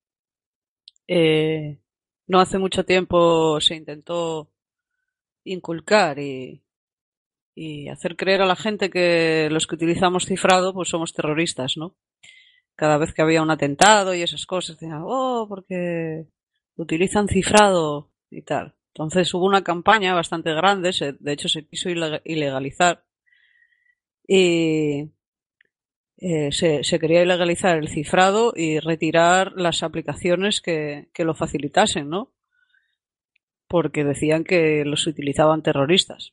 No hace mucho tiempo se intentó inculcar y hacer creer a la gente que los que utilizamos cifrado pues somos terroristas, ¿no? Cada vez que había un atentado y esas cosas, decían, oh, porque utilizan cifrado y tal. Entonces hubo una campaña bastante grande, de hecho se quiso ilegalizar y se quería ilegalizar el cifrado y retirar las aplicaciones que lo facilitasen, ¿no? Porque decían que los utilizaban terroristas.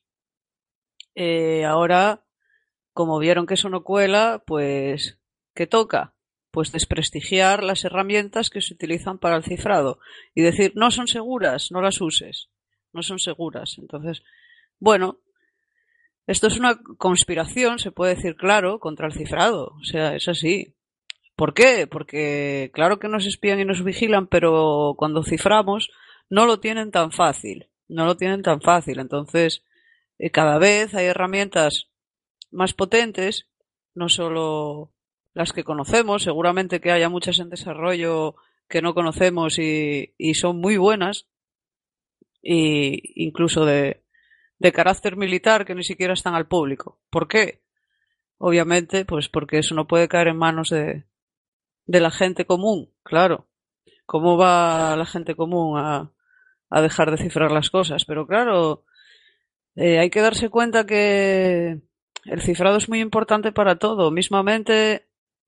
Ahora, como vieron que eso no cuela, pues, ¿qué toca? Pues desprestigiar las herramientas que se utilizan para el cifrado y decir, no son seguras, no las uses, no son seguras. Entonces, bueno, esto es una conspiración, se puede decir claro, contra el cifrado, o sea, es así. ¿Por qué? Porque claro que nos espían y nos vigilan, pero cuando ciframos no lo tienen tan fácil, no lo tienen tan fácil. Entonces, cada vez hay herramientas más potentes, no solo las que conocemos, seguramente que haya muchas en desarrollo que no conocemos y son muy buenas, e incluso de carácter militar que ni siquiera están al público. ¿Por qué? Obviamente, pues porque eso no puede caer en manos de la gente común, claro. ¿Cómo va la gente común a dejar de cifrar las cosas? Pero claro, hay que darse cuenta que el cifrado es muy importante para todo. Mismamente,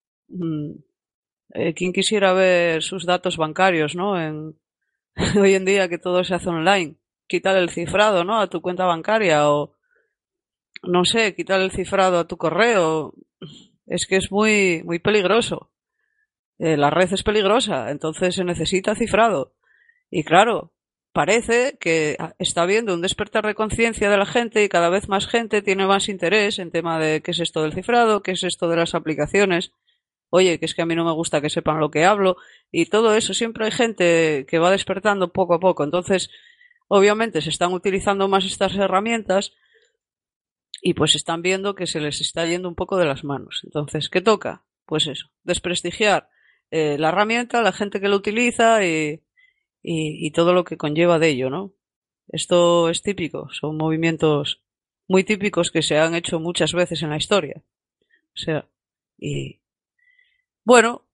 ¿quién quisiera ver sus datos bancarios, ¿no? Hoy en día que todo se hace online. Quitar el cifrado, ¿no? A tu cuenta bancaria o, no sé, quitar el cifrado a tu correo. Es que es muy, muy peligroso. La red es peligrosa, entonces se necesita cifrado. Y claro, parece que está habiendo un despertar de conciencia de la gente y cada vez más gente tiene más interés en tema de qué es esto del cifrado, qué es esto de las aplicaciones. Oye, que es que a mí no me gusta que sepan lo que hablo y todo eso. Siempre hay gente que va despertando poco a poco. Entonces, obviamente se están utilizando más estas herramientas y pues están viendo que se les está yendo un poco de las manos. Entonces, ¿qué toca? Pues eso, desprestigiar la herramienta, la gente que lo utiliza y todo lo que conlleva de ello, ¿no? Esto es típico, son movimientos muy típicos que se han hecho muchas veces en la historia. O sea, y bueno,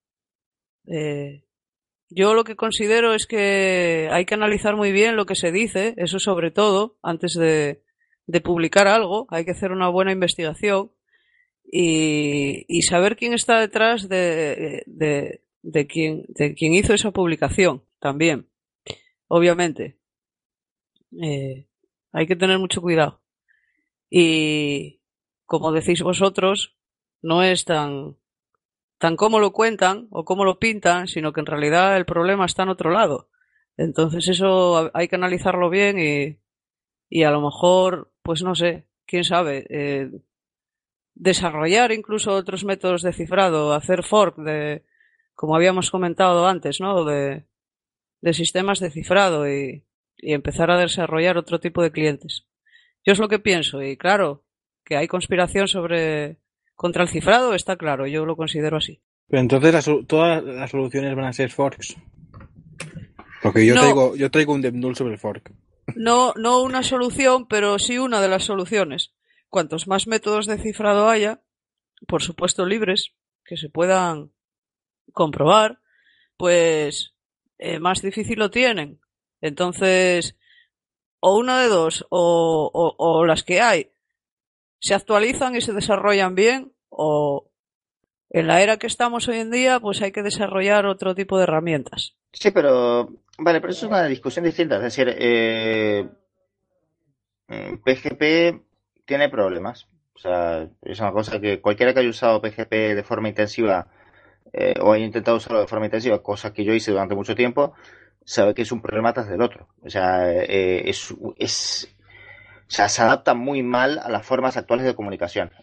yo lo que considero es que hay que analizar muy bien lo que se dice, eso sobre todo, antes de publicar algo, hay que hacer una buena investigación y saber quién está detrás de quién hizo esa publicación también. Obviamente, hay que tener mucho cuidado. Y como decís vosotros, no es tan como lo cuentan o como lo pintan, sino que en realidad el problema está en otro lado. Entonces eso hay que analizarlo bien y a lo mejor, pues no sé, quién sabe, desarrollar incluso otros métodos de cifrado, hacer fork de, como habíamos comentado antes, ¿no? De sistemas de cifrado y empezar a desarrollar otro tipo de clientes. Yo es lo que pienso y claro, que hay conspiración contra el cifrado, está claro, yo lo considero así. Pero entonces todas las soluciones van a ser forks. Porque yo traigo un DevNull sobre el fork. No una solución, pero sí una de las soluciones. Cuantos más métodos de cifrado haya, por supuesto libres, que se puedan comprobar, pues más difícil lo tienen. Entonces, o una de dos, o las que hay se actualizan y se desarrollan bien, o en la era que estamos hoy en día, pues hay que desarrollar otro tipo de herramientas. Sí, pero vale, pero eso es una discusión distinta. Es decir, PGP tiene problemas. O sea, es una cosa que cualquiera que haya usado PGP de forma intensiva o haya intentado usarlo de forma intensiva, cosa que yo hice durante mucho tiempo, sabe que es un problema tras del otro. O sea, o sea, se adapta muy mal a las formas actuales de comunicación.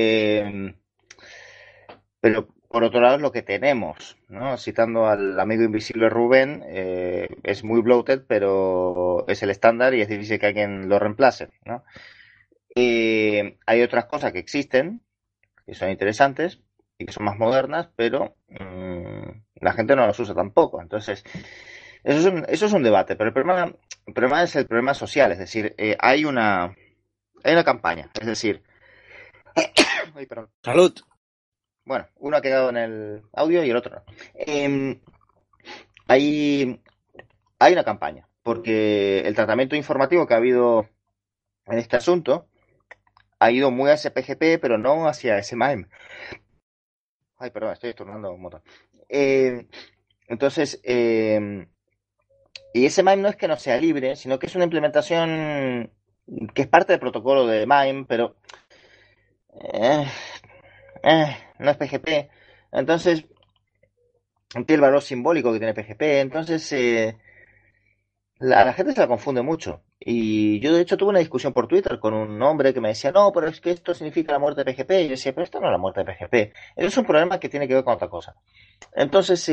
Pero por otro lado es lo que tenemos, ¿no? Citando al amigo invisible Rubén, es muy bloated, pero es el estándar y es difícil que alguien lo reemplace, ¿no? Hay otras cosas que existen, que son interesantes y que son más modernas, pero la gente no las usa tampoco. Entonces, eso es un debate, pero el problema es el problema social, es decir, hay una campaña, es decir... Ay, perdón. ¡Salud! Bueno, uno ha quedado en el audio y el otro no. Hay una campaña, porque el tratamiento informativo que ha habido en este asunto ha ido muy hacia PGP, pero no hacia SMIME. Ay, perdón, estoy estornudando un montón. Entonces, y SMIME no es que no sea libre, sino que es una implementación que es parte del protocolo de MIME, pero no es PGP. Entonces, tiene el valor simbólico que tiene PGP. Entonces, la gente se la confunde mucho. Y yo, de hecho, tuve una discusión por Twitter con un hombre que me decía, no, pero es que esto significa la muerte de PGP. Y yo decía, pero esto no es la muerte de PGP. Eso es un problema que tiene que ver con otra cosa. Entonces,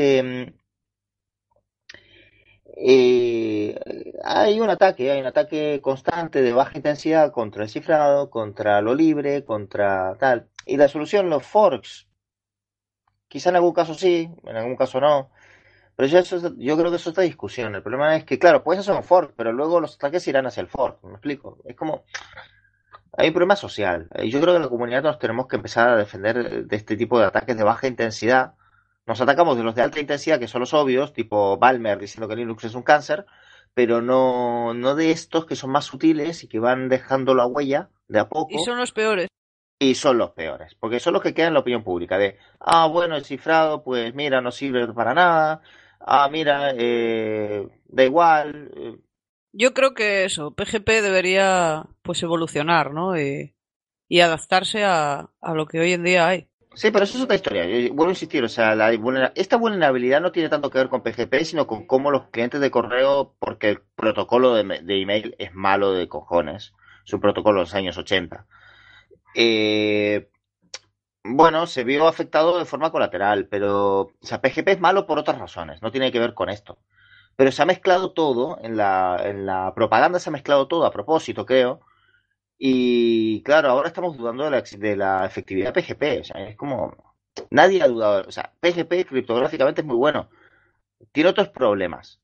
hay un ataque constante de baja intensidad contra el cifrado, contra lo libre, contra tal. Y la solución, los forks. Quizá en algún caso sí, en algún caso no. Pero yo creo que eso es otra discusión. El problema es que, claro, puedes hacer un fork, pero luego los ataques irán hacia el fork. ¿Me explico? Es como... Hay un problema social. Y yo creo que en la comunidad nos tenemos que empezar a defender de este tipo de ataques de baja intensidad. Nos atacamos de los de alta intensidad, que son los obvios, tipo Balmer diciendo que Linux es un cáncer, pero no de estos que son más sutiles y que van dejando la huella de a poco. Y son los peores. y son los peores, porque son los que quedan en la opinión pública de, bueno, el cifrado, pues mira, no sirve para nada, mira, da igual. Yo creo que eso, PGP debería pues evolucionar, ¿no? Y adaptarse a lo que hoy en día hay. Sí, pero eso es otra historia. Yo vuelvo a insistir, o sea, esta vulnerabilidad no tiene tanto que ver con PGP, sino con cómo los clientes de correo, porque el protocolo de email es malo de cojones, es un protocolo de los años 80. Bueno, se vio afectado de forma colateral, pero, o sea, PGP es malo por otras razones, no tiene que ver con esto. Pero se ha mezclado todo, en la propaganda se ha mezclado todo a propósito, creo. Y claro, ahora estamos dudando de la efectividad de PGP. O sea, es como. Nadie ha dudado. O sea, PGP criptográficamente es muy bueno. Tiene otros problemas.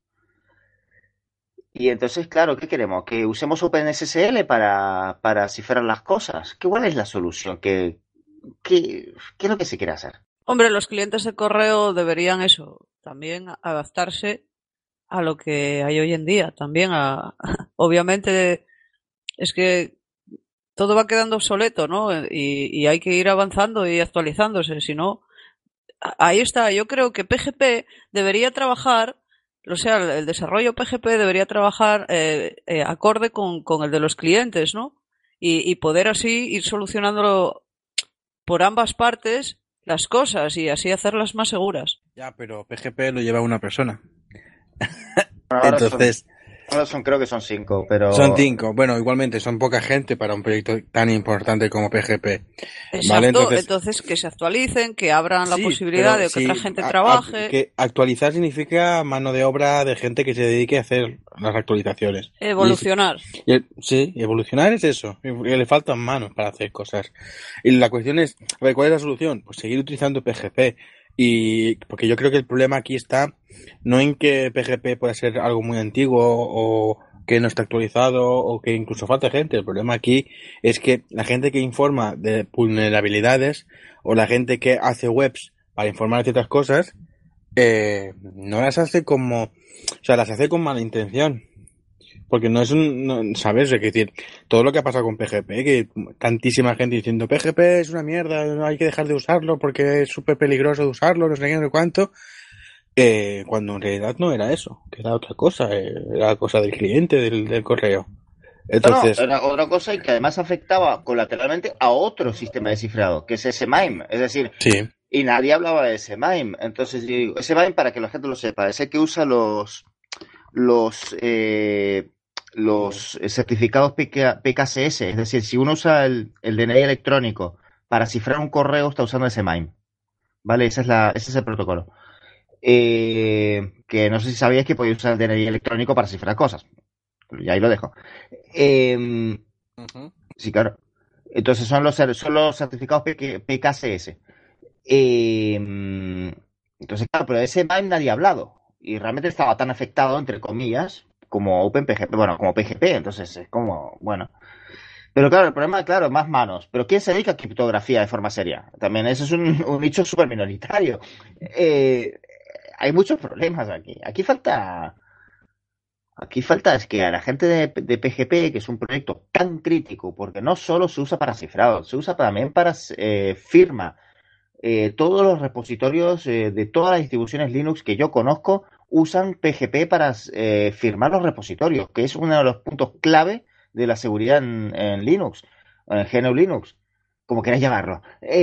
Y entonces, claro, ¿qué queremos? ¿Que usemos OpenSSL para cifrar las cosas? ¿Cuál es la solución? ¿Qué es lo que se quiere hacer? Hombre, los clientes de correo deberían eso, también adaptarse a lo que hay hoy en día. También obviamente es que todo va quedando obsoleto, ¿no? Y hay que ir avanzando y actualizándose, si no, ahí está. Yo creo que PGP debería trabajar, o sea, el desarrollo PGP debería trabajar acorde con el de los clientes, ¿no? Y poder así ir solucionándolo por ambas partes las cosas y así hacerlas más seguras. Ya, pero PGP lo lleva una persona. Bueno, Entonces, creo que son 5, pero. son 5. Bueno, igualmente son poca gente para un proyecto tan importante como PGP. Exacto, ¿Vale? entonces que se actualicen, que abran la Sí, posibilidad pero de que sí, otra gente trabaje. que actualizar significa mano de obra de gente que se dedique a hacer las actualizaciones. Evolucionar. Sí, evolucionar es eso. Que le faltan manos para hacer cosas. Y la cuestión es, a ver, ¿cuál es la solución? Pues seguir utilizando PGP. Y porque yo creo que el problema aquí está no en que PGP pueda ser algo muy antiguo o que no está actualizado o que incluso falta gente. El problema aquí es que la gente que informa de vulnerabilidades o la gente que hace webs para informar de ciertas cosas no las hace como, o sea, las hace con mala intención. Porque no es ¿sabes? Es decir, todo lo que ha pasado con PGP, que tantísima gente diciendo PGP es una mierda, no hay que dejar de usarlo porque es súper peligroso de usarlo, no sé qué, no sé cuánto, cuando en realidad no era eso, que era otra cosa, era cosa del cliente, del correo. Entonces, No, era otra cosa y que además afectaba colateralmente a otro sistema de cifrado, que es SMIME. Es decir, sí, y nadie hablaba de SMIME. Entonces, yo digo, SMIME, para que la gente lo sepa, es el que usa los certificados PKCS. Es decir, si uno usa el DNI electrónico para cifrar un correo, está usando SMIME. ¿Vale? Ese es el protocolo. Que no sé si sabíais que podéis usar el DNI electrónico para cifrar cosas. Y ahí lo dejo. Sí, claro. Entonces son los certificados PKCS. Entonces, claro, pero de ese MIME nadie ha hablado. Y realmente estaba tan afectado, entre comillas, como OpenPGP, bueno, como PGP. Entonces es como, bueno. Pero claro, el problema, claro, más manos. Pero ¿quién se dedica a criptografía de forma seria? También eso es un nicho súper minoritario. Hay muchos problemas aquí. Aquí falta es que a la gente de PGP, que es un proyecto tan crítico, porque no solo se usa para cifrado, se usa también para firma. Todos los repositorios de todas las distribuciones Linux que yo conozco usan PGP para firmar los repositorios, que es uno de los puntos clave de la seguridad en Linux, en GNU Linux, como queráis llamarlo.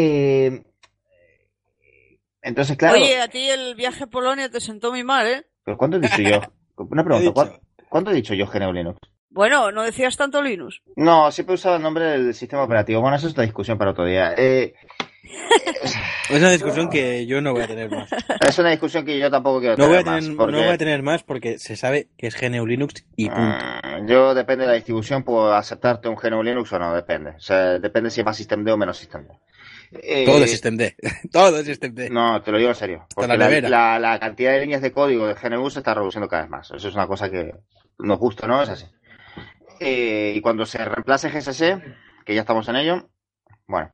Entonces, claro. Oye, a ti el viaje a Polonia te sentó muy mal, ¿eh? ¿Pero cuándo he dicho yo? Una pregunta, ¿cuándo he dicho yo GNU Linux? Bueno, no decías tanto Linux. No, siempre usaba el nombre del sistema operativo. Bueno, eso es otra discusión para otro día. es una discusión que yo no voy a tener más. Es una discusión que yo tampoco quiero No tener voy a tener, más. Porque, no voy a tener más porque se sabe que es GNU Linux y punto. Yo, depende de la distribución, puedo aceptarte un GNU Linux o no, depende. O sea, depende si es más Systemd o menos Systemd. Todo es Systemd. Todo es Systemd. No, te lo digo en serio. Porque la cantidad de líneas de código de GNU se está reduciendo cada vez más. Eso es una cosa que no es justo, ¿no? Es así. Y cuando se reemplace GCC, que ya estamos en ello, bueno.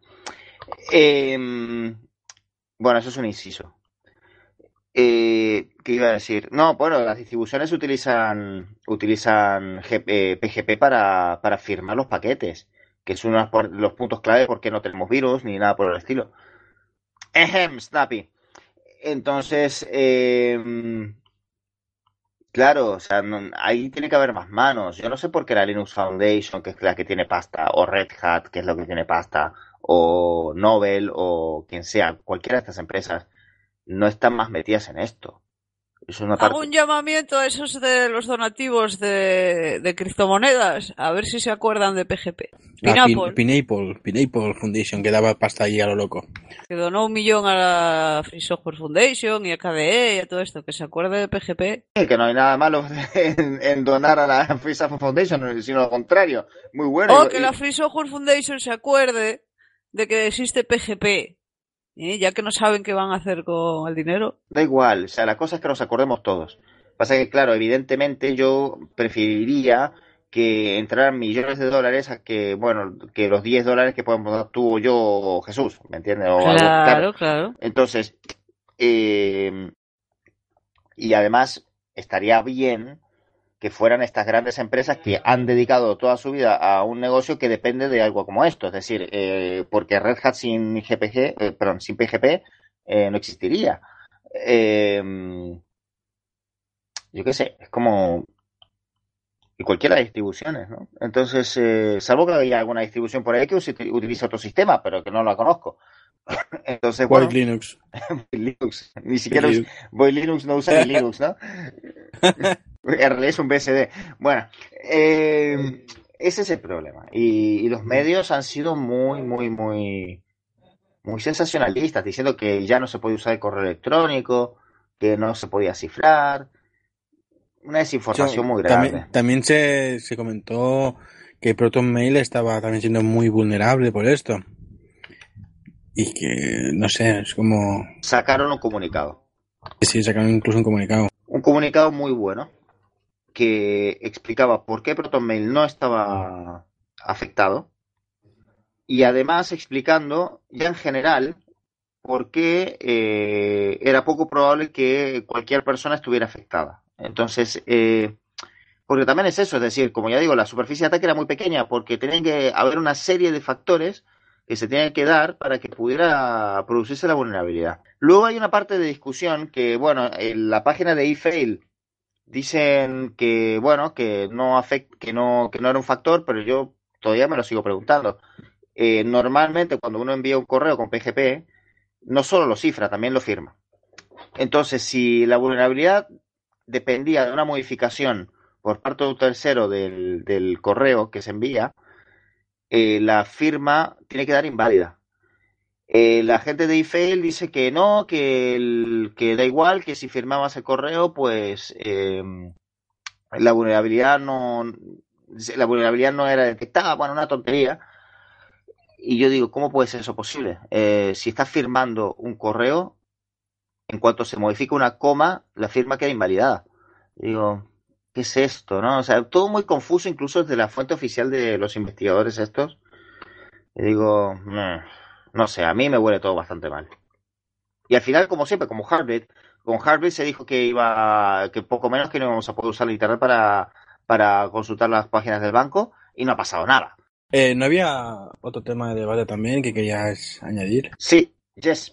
Bueno, eso es un inciso. ¿Qué iba a decir? No, bueno, las distribuciones utilizan PGP para firmar los paquetes. que es uno de los puntos clave porque no tenemos virus ni nada por el estilo. Snappy. Entonces, claro, o sea, ahí tiene que haber más manos. Yo no sé por qué la Linux Foundation, que es la que tiene pasta, o Red Hat, que es lo que tiene pasta, o Nobel, o quien sea, cualquiera de estas empresas, no están más metidas en esto. Es una parte... Hago un llamamiento a esos de los donativos de criptomonedas, a ver si se acuerdan de PGP. Pineapple Foundation, que daba pasta ahí a lo loco. Que donó 1 millón a la Free Software Foundation y a KDE y a todo esto, que se acuerde de PGP. Que no hay nada malo en donar a la Free Software Foundation, sino lo contrario. Muy bueno. O que la Free Software Foundation se acuerde de que existe PGP. Ya que no saben qué van a hacer con el dinero. Da igual, o sea, la cosa es que nos acordemos todos. Pasa que, claro, evidentemente yo preferiría que entraran millones de dólares a que, bueno, que los $10 que podemos dar tú o yo o Jesús, ¿me entiendes? O claro, algo, claro. Entonces, y además estaría bien que fueran estas grandes empresas que han dedicado toda su vida a un negocio que depende de algo como esto. Es decir, porque Red Hat sin sin PGP no existiría. Yo qué sé, es como... Y cualquiera de distribuciones, ¿no? Entonces, salvo que haya alguna distribución por ahí que utilice otro sistema, pero que no la conozco. Entonces, bueno... Linux. Linux. Ni siquiera Void Linux no usa ni Linux, ¿no? RLE es un BSD. Bueno, ese es el problema. Y los medios han sido muy sensacionalistas, diciendo que ya no se puede usar el correo electrónico, que no se podía cifrar. Una desinformación muy grande. También se comentó que ProtonMail estaba también siendo muy vulnerable por esto. Y que, no sé, es como... Sacaron un comunicado. Sí, sacaron incluso un comunicado. Un comunicado muy bueno que explicaba por qué ProtonMail no estaba afectado y además explicando ya en general por qué era poco probable que cualquier persona estuviera afectada. Entonces, porque también es eso, es decir, como ya digo, la superficie de ataque era muy pequeña porque tenían que haber una serie de factores que se tenían que dar para que pudiera producirse la vulnerabilidad. Luego hay una parte de discusión que, bueno, en la página de eFail dicen que, bueno, que no era un factor, pero yo todavía me lo sigo preguntando. Normalmente cuando uno envía un correo con PGP, no solo lo cifra, también lo firma. Entonces, si la vulnerabilidad dependía de una modificación por parte de un tercero del correo que se envía, la firma tiene que dar inválida. La gente de eFail dice que no, que da igual, que si firmabas el correo, pues la vulnerabilidad no era detectada, bueno, una tontería. Y yo digo, ¿cómo puede ser eso posible? Si estás firmando un correo, en cuanto se modifica una coma, la firma queda invalidada. Digo, ¿qué es esto, no? O sea, todo muy confuso, incluso desde la fuente oficial de los investigadores estos. Y digo, no sé, a mí me huele todo bastante mal. Y al final, como siempre, con Heartbleed se dijo que poco menos que no íbamos a poder usar el internet para consultar las páginas del banco y no ha pasado nada. ¿No había otro tema de debate también que querías añadir? Sí, Jess.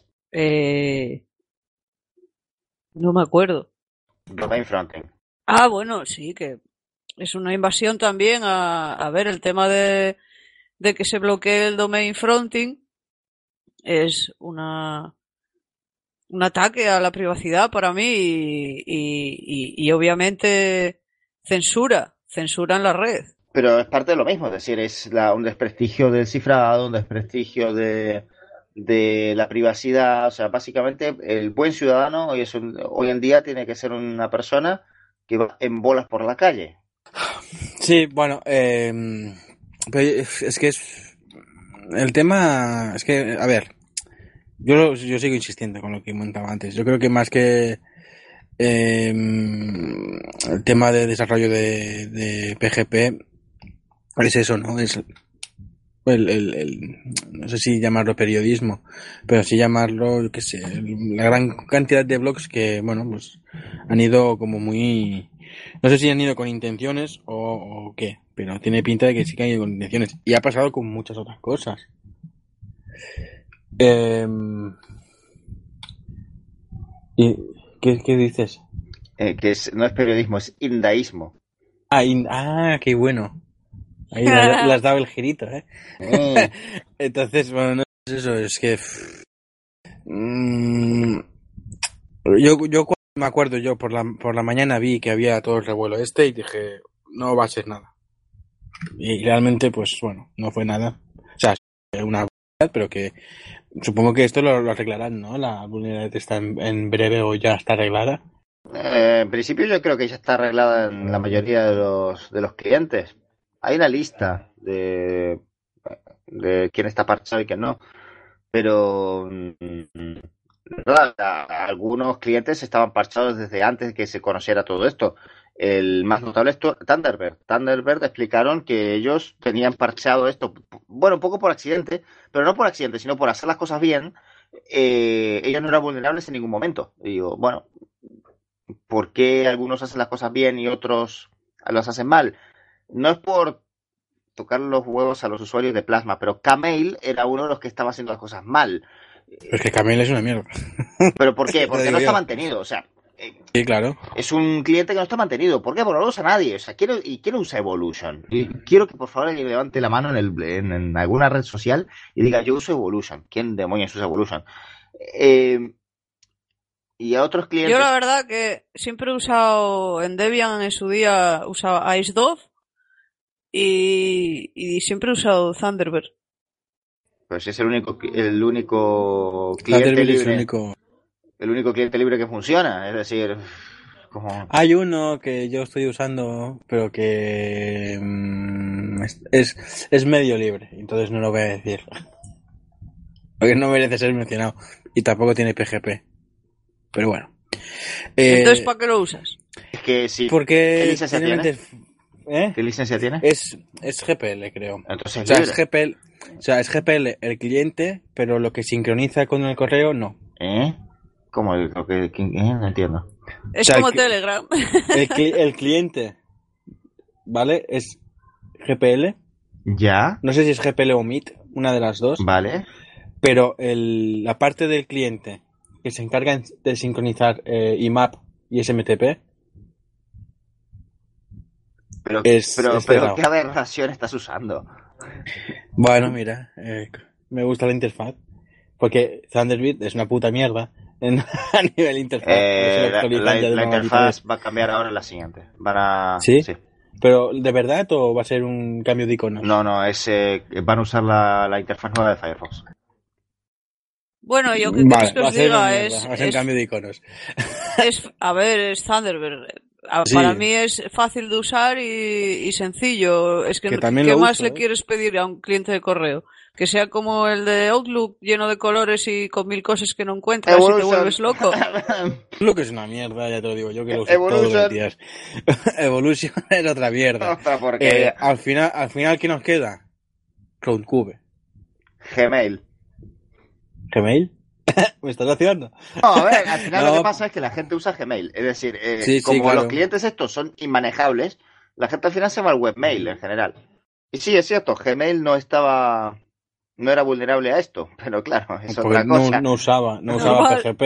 No me acuerdo. Domain fronting. Ah, bueno, sí, que es una invasión también a ver, el tema de que se bloquee el domain fronting es un ataque a la privacidad para mí y obviamente censuran la red. Pero es parte de lo mismo, es decir, es un desprestigio del cifrado, un desprestigio de la privacidad. O sea, básicamente el buen ciudadano hoy en día tiene que ser una persona que va en bolas por la calle. Sí, bueno, es que el tema es que, a ver, yo sigo insistiendo con lo que comentaba antes. Yo creo que más que el tema de desarrollo de PGP es eso, ¿no? Es no sé si llamarlo periodismo, pero sí llamarlo, yo qué sé, la gran cantidad de blogs que, bueno, pues han ido como muy No sé si han ido con intenciones o qué, pero tiene pinta de que sí que han ido con intenciones. Y ha pasado con muchas otras cosas. ¿Y qué dices? No es periodismo, es indaísmo. Qué bueno. Ahí le has dado el girito, ¿eh? Mm. Entonces, bueno, no es eso, es que... yo me acuerdo, yo por la mañana vi que había todo el revuelo y dije, no va a ser nada. Y realmente, pues bueno, no fue nada. O sea, una vulnerabilidad, pero que supongo que esto lo arreglarán, ¿no? La vulnerabilidad está en breve o ya está arreglada. En principio yo creo que ya está arreglada en la mayoría de los clientes. Hay una lista de quién está parchado y quién no. Pero nada, algunos clientes estaban parchados desde antes de que se conociera todo esto. El más notable es Thunderbird. Thunderbird explicaron que ellos tenían parchado esto, bueno, un poco por accidente, pero no por accidente, sino por hacer las cosas bien. Ellos no eran vulnerables en ningún momento. Y digo, bueno, ¿por qué algunos hacen las cosas bien y otros las hacen mal? No es por tocar los huevos a los usuarios de Plasma, pero Kmail era uno de los que estaba haciendo las cosas mal. Es que Camille es una mierda. ¿Pero por qué? Te Porque digo no está yo. mantenido, o sea, Sí, claro. es un cliente que no está mantenido. ¿Por qué? Porque no lo usa nadie. O sea, quiero usar Evolution. Y quiero que por favor alguien levante la mano en alguna red social y diga, yo uso Evolution. ¿Quién demonios usa Evolution? Y a otros Yo clientes... la verdad que siempre he usado en Debian, en su día usaba IceDove y siempre he usado Thunderbird. Pues es el único cliente Thunderbird es libre. El único cliente libre que funciona. Es decir, como... Hay uno que yo estoy usando, pero que es medio libre, entonces no lo voy a decir. Porque no merece ser mencionado. Y tampoco tiene PGP. Pero bueno. Entonces, ¿para qué lo usas? Es que sí. Porque ¿Qué licencia tiene? ¿Eh? ¿Qué licencia tiene? Es GPL, creo. Entonces O sea, libre. es GPL, o sea, es GPL el cliente, pero lo que sincroniza con el correo no. ¿Cómo? No entiendo. Es O sea, como Telegram. El cliente, ¿vale? Es GPL. ¿Ya? No sé si es GPL o MIT, una de las dos. Vale. Pero la parte del cliente que se encarga de sincronizar IMAP y SMTP Pero es cerrado. ¿qué aberración estás usando? Bueno, mira, me gusta la interfaz. Porque Thunderbird es una puta mierda a nivel interfaz. La interfaz va a cambiar ahora en la siguiente. ¿Sí? ¿Pero de verdad o va a ser un cambio de iconos? No, van a usar la interfaz nueva de Firefox. Bueno, yo que vale, que va a os ser diga una mierda, va a ser un cambio de iconos. Es Thunderbird. Sí. Para mí es fácil de usar y sencillo. Es que también ¿qué lo más uso, le quieres pedir a un cliente de correo? Que sea como el de Outlook, lleno de colores y con 1000 cosas que no encuentras y te vuelves loco. Lo que es una mierda, ya te lo digo yo, que lo uso todos los días. Evolution es otra mierda. Al final, ¿qué nos queda? Roundcube. Gmail. ¿Gmail? ¿Me estás haciendo? No, a ver, al final lo que pasa es que la gente usa Gmail. Es decir, como claro. los clientes estos son inmanejables, la gente al final se va al webmail en general. Y sí, es cierto, Gmail no era vulnerable a esto, pero claro, es porque otra cosa. No usaba PGP.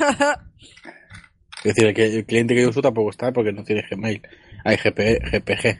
Es decir, el cliente que yo uso tampoco está porque no tiene Gmail. Hay GPG.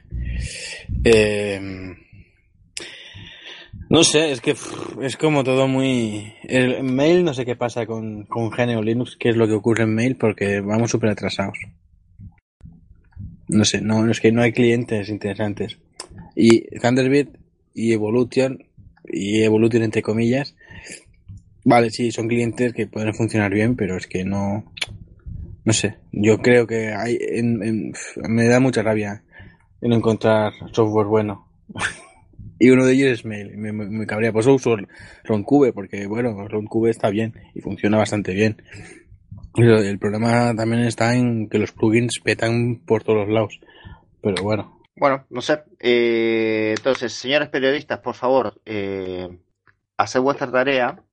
No sé, es que es como todo muy... El mail, no sé qué pasa con GNU Linux, qué es lo que ocurre en mail, porque vamos súper atrasados. No sé, no, es que no hay clientes interesantes. Y Thunderbird y Evolution entre comillas, vale, sí, son clientes que pueden funcionar bien, pero es que no sé, yo creo que hay me da mucha rabia en encontrar software bueno. Y uno de ellos es Mail, me cabrea. Pues uso Roundcube, porque bueno, Roundcube está bien y funciona bastante bien. Pero el problema también está en que los plugins petan por todos los lados. Pero bueno. Bueno, no sé. Entonces, señores periodistas, por favor, haced vuestra tarea,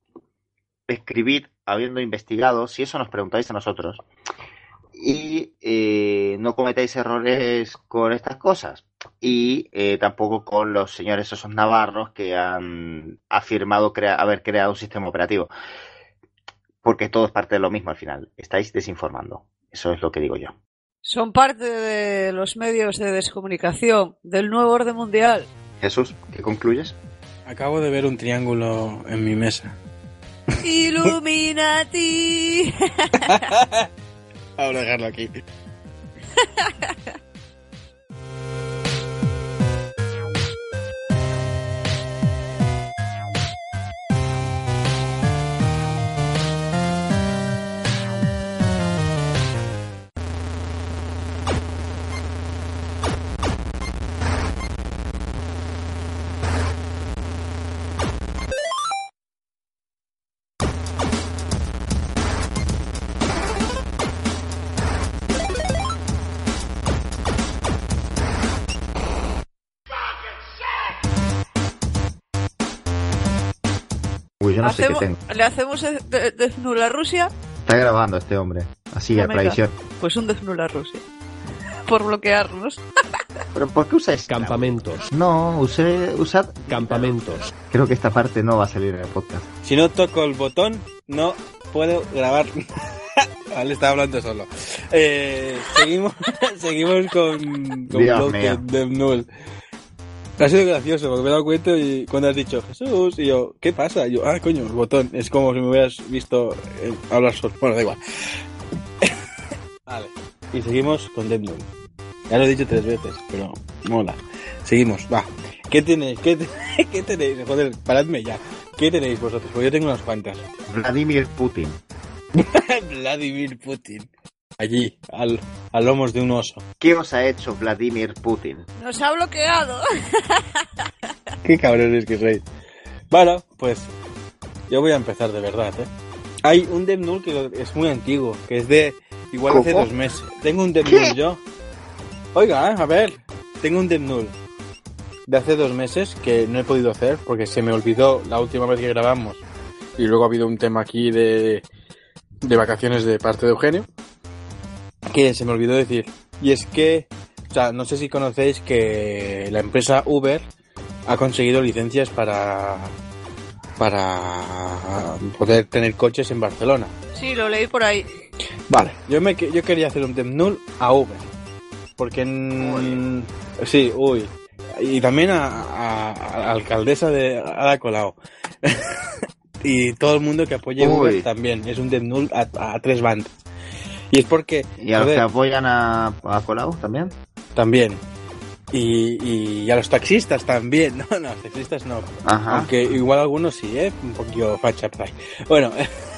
escribid habiendo investigado, si eso nos preguntáis a nosotros, y no cometáis errores con estas cosas. Y tampoco con los señores esos navarros que han afirmado haber creado un sistema operativo. Porque todo es parte de lo mismo al final. Estáis desinformando. Eso es lo que digo yo. Son parte de los medios de descomunicación del nuevo orden mundial. Jesús, ¿qué concluyes? Acabo de ver un triángulo en mi mesa. Illuminati. Vamos a dejarlo aquí. Uy, yo no sé qué tengo. ¿Le hacemos Death Null a Rusia? Está grabando este hombre. Así, a tradición. Pues un Death Null a Rusia. Por bloquearnos. ¿Pero por qué usáis Campamentos. No, usad Campamentos. Creo que esta parte no va a salir en el podcast. Si no toco el botón, no puedo grabar. Vale, estaba hablando solo. Seguimos con Dios mío. Death Null. Ha sido gracioso porque me he dado cuenta y cuando has dicho Jesús y yo, ¿qué pasa? Y yo, coño, el botón. Es como si me hubieras visto hablar solo. Bueno, da igual. Vale. Y seguimos con Death Null. Ya lo he dicho 3 veces, pero mola. Seguimos, va. ¿Qué tenéis? ¿Qué tenéis? Joder, paradme ya. ¿Qué tenéis vosotros? Pues yo tengo unas cuantas. Vladimir Putin. Vladimir Putin. Allí, al lomos de un oso. ¿Qué os ha hecho Vladimir Putin? Nos ha bloqueado. Qué cabrones que sois. Bueno, pues yo voy a empezar de verdad, Hay un Death Null que es muy antiguo, que es de igual hace 2 meses. Tengo un Death Null yo. Oiga, a ver, tengo un Death Null de hace 2 meses que no he podido hacer porque se me olvidó la última vez que grabamos y luego ha habido un tema aquí de vacaciones de parte de Eugenio que se me olvidó decir. Y es que, o sea, no sé si conocéis que la empresa Uber ha conseguido licencias para poder tener coches en Barcelona. Sí, lo leí por ahí. Vale, yo quería hacer un Death Null a Uber. Porque sí, y también a la alcaldesa de Ada Colau. Y todo el mundo que apoye Uber también. Es un Death Null a 3 bandas. Y es porque... ¿Y a los que apoyan a Colau también? También. Y a los taxistas también. No, los taxistas no. Ajá. Aunque igual algunos sí, un poquillo facha por ahí. Bueno...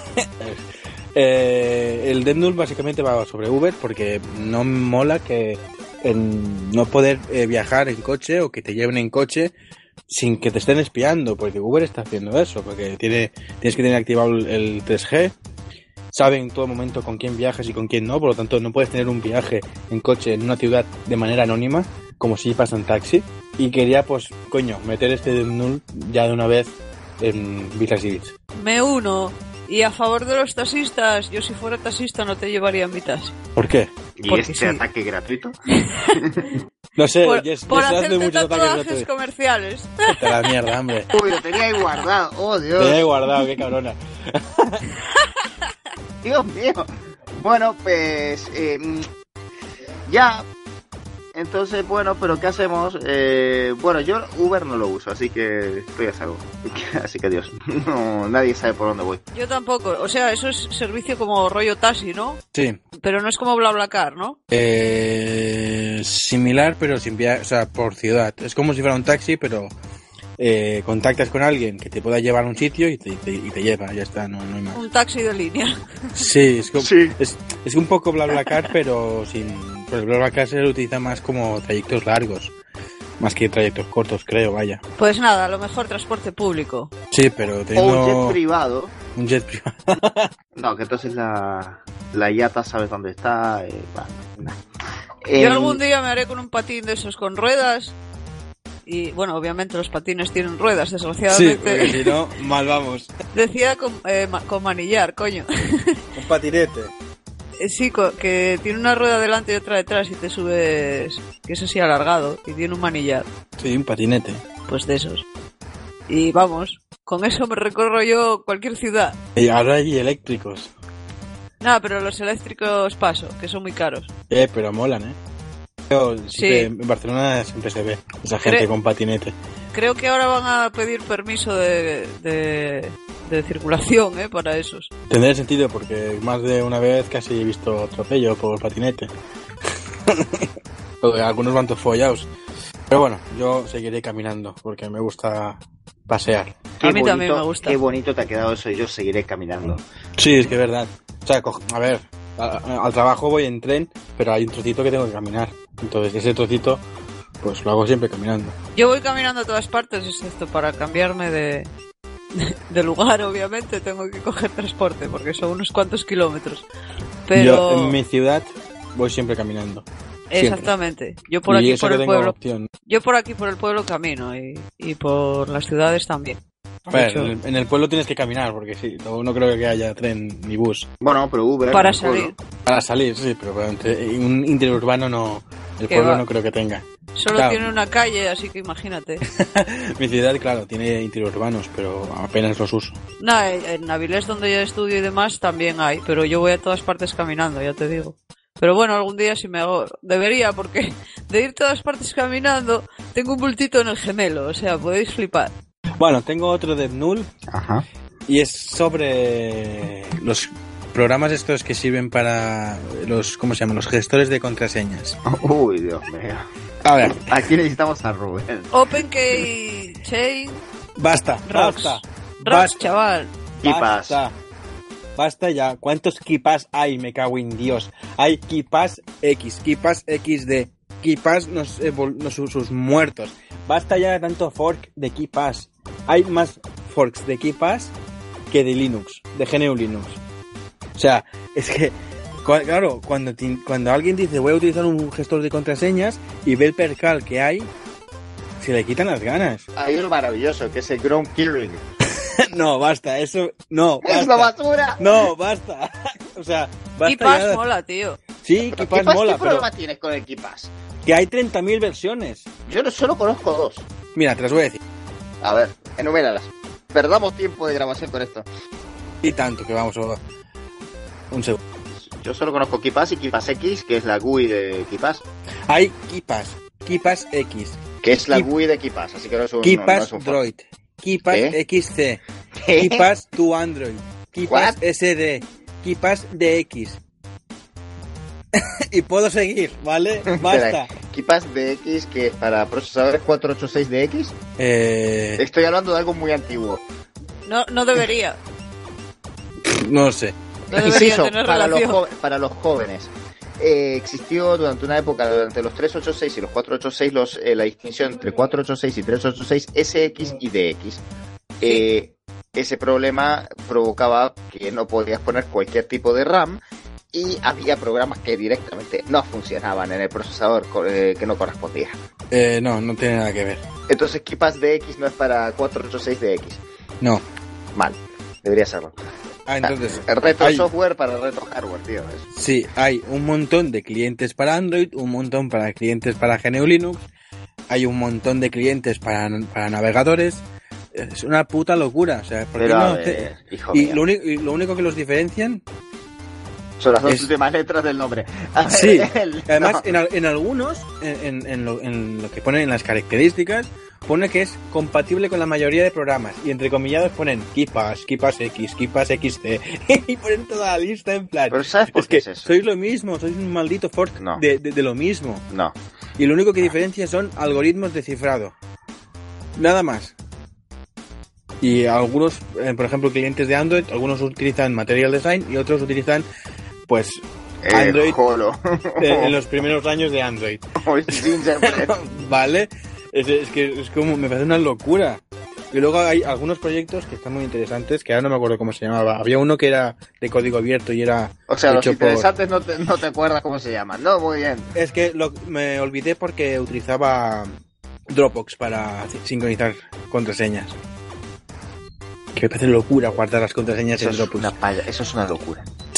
el Death Null básicamente va sobre Uber porque no mola que no poder viajar en coche o que te lleven en coche sin que te estén espiando, porque Uber está haciendo eso, porque tienes que tener activado el 3G, saben en todo momento con quién viajas y con quién no, por lo tanto no puedes tener un viaje en coche en una ciudad de manera anónima como si pasa en taxi. Y quería pues meter este Death Null ya de una vez en Vilas y Bits. Me uno. Y a favor de los taxistas, yo si fuera taxista no te llevaría en mi taxi. ¿Por qué? ¿Y porque este ataque gratuito? No sé, por hacerte tatuajes comerciales. Vete a la mierda, hombre. Uy, lo tenía ahí guardado. Oh, Dios. Lo tenía ahí guardado, qué cabrona. Dios mío. Bueno, pues... ya... Entonces, bueno, pero ¿qué hacemos? Bueno, yo Uber no lo uso, así que estoy a salvo. Así que Dios, no, nadie sabe por dónde voy. Yo tampoco, o sea, eso es servicio como rollo taxi, ¿no? Sí. Pero no es como BlaBlaCar, ¿no? Similar, pero sin viaje, o sea, por ciudad. Es como si fuera un taxi, pero contactas con alguien que te pueda llevar a un sitio y te lleva, ya está, no hay más. Un taxi de línea. Sí, es como, sí. Es un poco BlaBlaCar, pero sin... Pues BlaBlaCar se utiliza más como trayectos largos, más que trayectos cortos, creo, vaya. Pues nada, a lo mejor transporte público. Sí, pero O un jet privado. Un jet privado. No, que entonces la yata sabes dónde está. Yo algún día me haré con un patín de esos con ruedas. Y bueno, obviamente los patines tienen ruedas, desgraciadamente. Sí, porque si no, mal vamos. Decía con manillar, coño. Un patinete. Sí, que tiene una rueda delante y otra detrás y te subes, que es así alargado y tiene un manillar. Sí, un patinete. Pues de esos. Y vamos, con eso me recorro yo cualquier ciudad. Y ahora hay eléctricos. Nada, pero los eléctricos paso, que son muy caros. Pero molan, ¿eh? Pero Sí. En Barcelona siempre se ve esa gente con patinete. Creo que ahora van a pedir permiso de circulación, para esos. Tendría sentido porque más de una vez casi he visto atropello por patinete. Algunos van todos follados. Pero bueno, yo seguiré caminando porque me gusta pasear. A mí también me gusta. Qué bonito te ha quedado eso y yo seguiré caminando. Sí, es que es verdad. O sea, a ver, al trabajo voy en tren, pero hay un trocito que tengo que caminar. Entonces ese trocito, pues lo hago siempre caminando. Yo voy caminando a todas partes, excepto para cambiarme de lugar, obviamente. Tengo que coger transporte porque son unos cuantos kilómetros. Pero Yo en mi ciudad voy siempre caminando. exactamente. Yo por Y aquí eso por que el tengo pueblo. opción. Yo por aquí por el pueblo camino y por las ciudades también. A ver, De hecho, en el pueblo tienes que caminar porque sí, no creo que haya tren ni bus. Bueno, pero Uber. para en el pueblo. salir. Para salir, sí, pero un interurbano no. El ¿Qué pueblo va? no creo que tenga. Solo Claro. tiene una calle, así que imagínate. Mi ciudad, claro, tiene interurbanos, pero apenas los uso. Nada, en Avilés, donde yo estudio y demás, también hay, pero yo voy a todas partes caminando, ya te digo. Pero bueno, algún día si me hago... Debería, porque de ir todas partes caminando, tengo un bultito en el gemelo, o sea, podéis flipar. Bueno, tengo otro de Null Ajá. y es sobre los programas estos que sirven para los, ¿cómo se llaman? Los gestores de contraseñas. Uy, Dios mío. A ver, Aquí necesitamos a Rubén. OpenKey Chain basta, Rocks. basta, Rocks, basta, chaval. Kipas. basta ya. ¿Cuántos kipas hay? Me cago en Dios. Hay kipas X, kipas XD, kipas sus muertos. Basta ya de tanto fork de kipas. Hay más forks de kipas que de Linux, de GNU Linux. O sea, es que, claro, cuando alguien dice voy a utilizar un gestor de contraseñas y ve el percal que hay, se le quitan las ganas. Hay uno maravilloso que es el Ground Killing. No, basta, eso, no, basta. ¡Es una basura! No, basta. O sea, basta Kipas ya. mola, tío. Sí, Pero Kipas mola, ¿qué pero problema tienes con el Kipas? que hay 30.000 versiones. Yo solo conozco dos. Mira, te las voy a decir. A ver, enuméralas. Perdamos tiempo de grabación con esto. Y tanto que vamos a... Un segundo. Yo solo conozco Kipas y Kipas X, que es la GUI de Kipas. Hay Kipas X, Que es la Kip- GUI de Kipas, así que no es un... no Kipas es un Droid, Kipas ¿Qué? XC, ¿Qué? Kipas to Android, Kipas What? SD, Kipas DX. Y puedo seguir, ¿vale? Basta. Kipas DX, que es para procesadores 486DX. Estoy hablando de algo muy antiguo. No debería. No sé. No debería Inciso, tener para relación. para los jóvenes. Existió durante una época, durante los 386 y los 486, la distinción entre 486 y 386, SX y DX. Ese problema provocaba que no podías poner cualquier tipo de RAM y había programas que directamente no funcionaban en el procesador que no correspondía. No tiene nada que ver. Entonces, Kipas DX no es para 486DX. No. Mal, debería serlo. Entonces, Retro hay- software para retro hardware, tío. sí, hay un montón de clientes para Android, un montón para clientes para GNU Linux, hay un montón de clientes para navegadores. Es una puta locura, o sea, ¿por qué Pero no a ver, hijo y mío. lo único que los diferencian, Son las dos es- últimas letras del nombre. A ver, sí, el- además no. en algunos, en lo que ponen en las características, pone que es compatible con la mayoría de programas, y entre comillados ponen Kipas X, Kipas XC, y ponen toda la lista en plan. Pero ¿sabes por Es qué que es eso? sois lo mismo, sois un maldito fork No. de lo mismo. No. Y lo único que diferencia son algoritmos de cifrado. Nada más. Y algunos, por ejemplo, clientes de Android, algunos utilizan Material Design y otros utilizan, pues, Android Jolo. en los primeros años de Android. Gingerbread. ¿Vale? Es que es como, me parece una locura. Y luego hay algunos proyectos que están muy interesantes, que ahora no me acuerdo cómo se llamaba. Había uno que era de código abierto y era O sea, los hecho por... interesantes no te acuerdas cómo se llaman. No, muy bien. Es que me olvidé porque utilizaba Dropbox para sincronizar contraseñas. Que me parece locura guardar las contraseñas Eso en es, Dropbox. eso es una locura. Sí,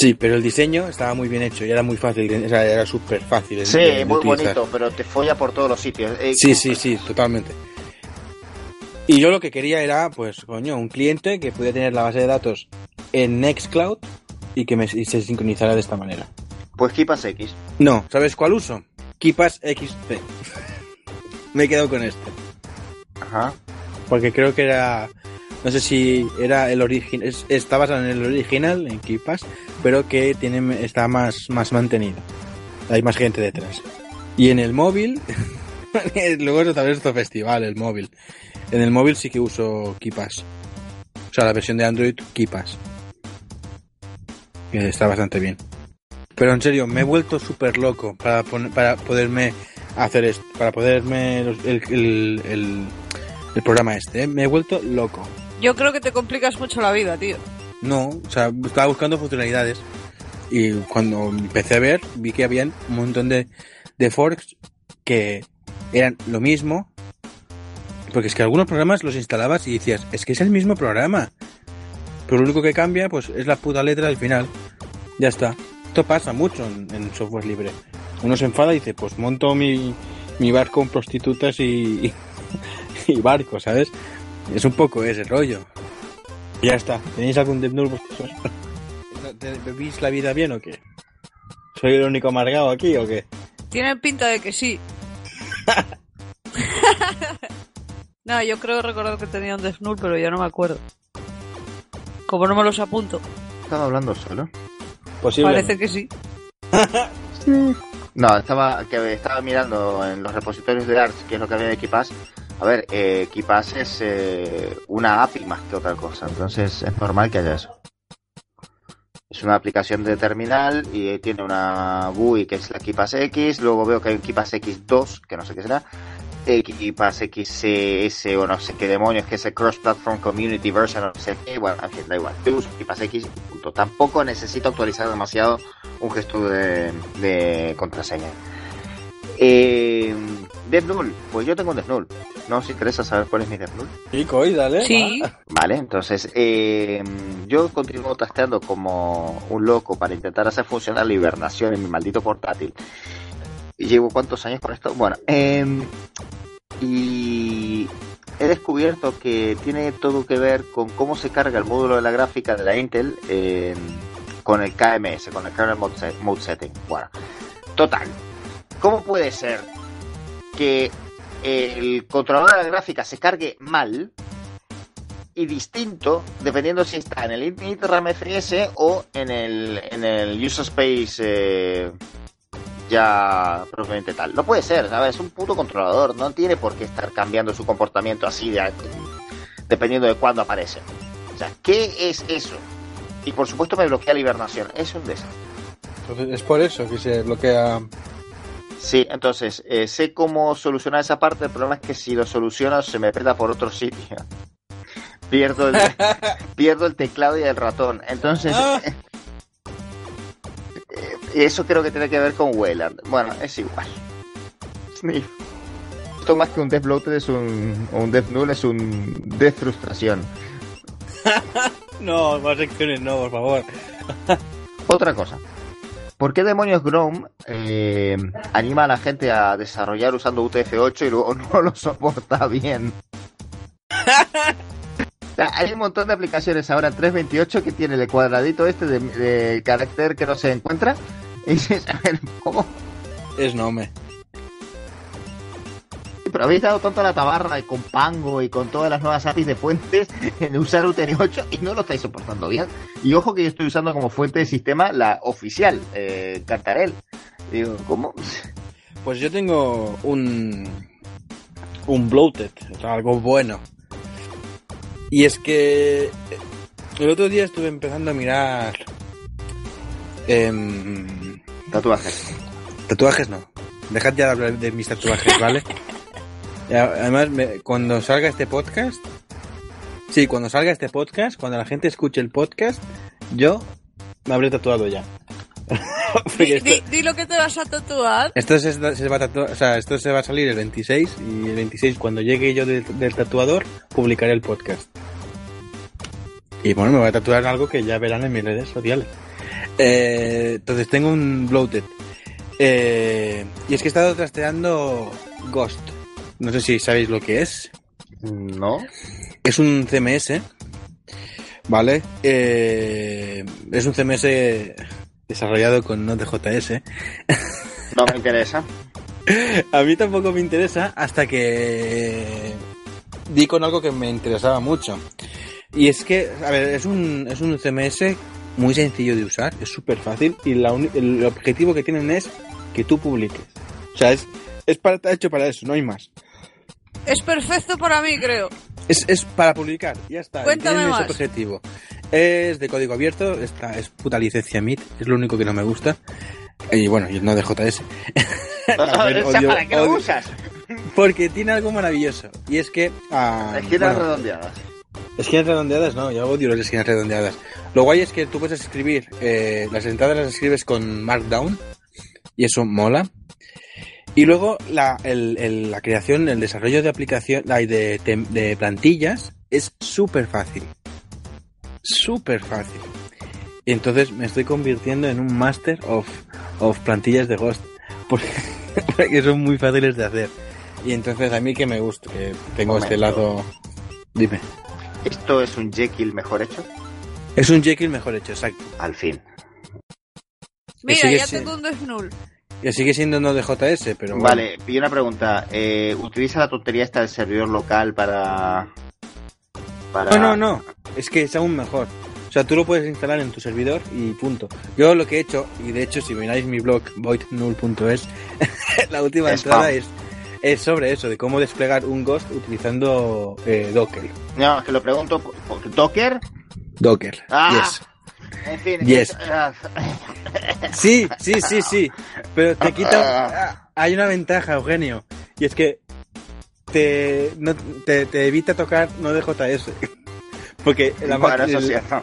Sí, pero el diseño estaba muy bien hecho y era muy fácil, o sea, era súper fácil. Sí, de muy utilizar. bonito, pero te folla por todos los sitios. Sí, totalmente. Y yo lo que quería era, pues, coño, un cliente que pudiera tener la base de datos en Nextcloud y que y se sincronizara de esta manera. Pues Keepass X. No, ¿sabes cuál uso? Keepass XP. Me he quedado con este. Ajá. Porque creo que era... No sé si era el original... Está basado en el original, en Keepass, pero que está más mantenido. Hay más gente detrás. Y en el móvil... Luego es otra vez otro festival, el móvil. En el móvil sí que uso Keepass. O sea, la versión de Android Keepass. Que está bastante bien. Pero en serio, me he vuelto súper loco para poderme hacer esto. Para poderme... El programa este, ¿eh? Me he vuelto loco. Yo creo que te complicas mucho la vida, tío. No, o sea, estaba buscando funcionalidades. Y cuando empecé a ver, vi que habían un montón de forks que eran lo mismo. Porque es que algunos programas los instalabas y decías, es que es el mismo programa. Pero lo único que cambia, pues, es la puta letra al final. Ya está. Esto pasa mucho en software libre. Uno se enfada y dice, pues monto mi barco con prostitutas y barcos, ¿sabes? Es un poco ese rollo. Ya está. ¿Tenéis algún DevNull vosotros? ¿Vivís la vida bien o qué? ¿Soy el único amargado aquí o qué? Tienen pinta de que sí. No, yo creo recordar que tenía un DevNull, pero ya no me acuerdo. Como no me los apunto. ¿Estaba hablando solo? Posible. Parece que sí. No, estaba mirando en los repositorios de Arch, que es lo que había de Keepass. A ver, Keepass es una API más que otra cosa, entonces es normal que haya eso. Es una aplicación de terminal y tiene una GUI que es la Keepass X, luego veo que hay un Keepass X2, que no sé qué será, Keepass XS o no sé qué demonios, que es el Cross Platform Community Version, no sé qué, bueno, en fin, da igual. Yo uso Keepass X, punto. Tampoco necesito actualizar demasiado un gestor de contraseña. DevNull, pues yo tengo un DevNull. ¿No os interesa saber cuál es mi DevNull? Sí, Coy, dale. Sí. Vale, entonces yo continúo tasteando como un loco para intentar hacer funcionar la hibernación en mi maldito portátil. Y llevo ¿cuántos años con esto? Bueno, y he descubierto que tiene todo que ver con cómo se carga el módulo de la gráfica de la Intel con el KMS, con el Kernel Mode Setting. Bueno, total. ¿Cómo puede ser que el controlador de la gráfica se cargue mal y distinto dependiendo si está en el Init RAM FS o en el User Space ya propiamente tal? No puede ser, ¿sabes? Es un puto controlador, no tiene por qué estar cambiando su comportamiento así dependiendo de cuándo aparece. O sea, ¿qué es eso? Y por supuesto me bloquea la hibernación, es un desastre. Entonces, es por eso que se bloquea. Sí, entonces, sé cómo solucionar esa parte. El problema es que si lo soluciono se me peta por otro sitio. Pierdo el teclado y el ratón. Entonces, eso creo que tiene que ver con Wayland. Bueno, es igual. Sniff. Esto más que un devbloated es un devnull, es un defrustración. No, más secciones no, por favor. Otra cosa. ¿Por qué demonios Gnome anima a la gente a desarrollar usando UTF-8 y luego no lo soporta bien? O sea, hay un montón de aplicaciones ahora en 3.28 que tiene el cuadradito este de carácter que no se encuentra. Y dices, a ver, ¿cómo? Es Gnome. Pero habéis dado tanto a la tabarra con Pango y con todas las nuevas APIs de fuentes en usar UTF-8 y no lo estáis soportando bien. Y ojo que yo estoy usando como fuente de sistema la oficial, Cartarel. Digo, ¿cómo? Pues yo tengo un bloated, o sea, algo bueno. Y es que el otro día estuve empezando a mirar Tatuajes. Tatuajes no. Dejad ya de hablar de mis tatuajes, ¿vale? Además, cuando salga este podcast, cuando la gente escuche el podcast, yo me habré tatuado ya. Di lo que te vas a tatuar. Esto se va a tatuar, o sea, esto se va a salir el 26 y el 26 cuando llegue yo del tatuador publicaré el podcast. Y bueno, me voy a tatuar algo que ya verán en mis redes sociales. Entonces tengo un bloated. Y es que he estado trasteando Ghost. No sé si sabéis lo que es. No. Es un CMS, ¿vale? Es un CMS desarrollado con Node.js. No me interesa. A mí tampoco me interesa hasta que di con algo que me interesaba mucho. Y es que, a ver, es un CMS muy sencillo de usar, es súper fácil y el objetivo que tienen es que tú publiques. O sea, está hecho para eso, no hay más. Es perfecto para mí, creo. Es para publicar, ya está. Cuéntame tienen más. ese objetivo. Es de código abierto, es puta licencia MIT, es lo único que no me gusta. Y bueno, y no de JS. O sea, ¿para qué lo usas? Porque tiene algo maravilloso. Y es que... Esquinas redondeadas. Esquinas redondeadas, no, yo odio las esquinas redondeadas. Lo guay es que tú puedes escribir, las entradas las escribes con Markdown, y eso mola. Y luego la creación, el desarrollo de aplicación, de plantillas, es súper fácil. Súper fácil. Y entonces me estoy convirtiendo en un master of plantillas de Ghost. Porque son muy fáciles de hacer. Y entonces a mí que me gusta, que tengo este lado... Dime. ¿Esto es un Jekyll mejor hecho? Es un Jekyll mejor hecho, exacto. Al fin. Mira, ya tengo un Death Null. Que sigue siendo no de JS, pero... Vale, y una pregunta. ¿Utiliza la tontería esta del servidor local para...? No. Es que es aún mejor. O sea, tú lo puedes instalar en tu servidor y punto. Yo lo que he hecho, y de hecho si miráis mi blog voidnull.es, la última entrada es sobre eso, de cómo desplegar un Ghost utilizando Docker. No, es que lo pregunto por ¿Docker? Docker, yes. En fin, yes. Sí. Pero te quita... Hay una ventaja, Eugenio, y es que te evita tocar no de JS. Porque la bueno, eso es cierto.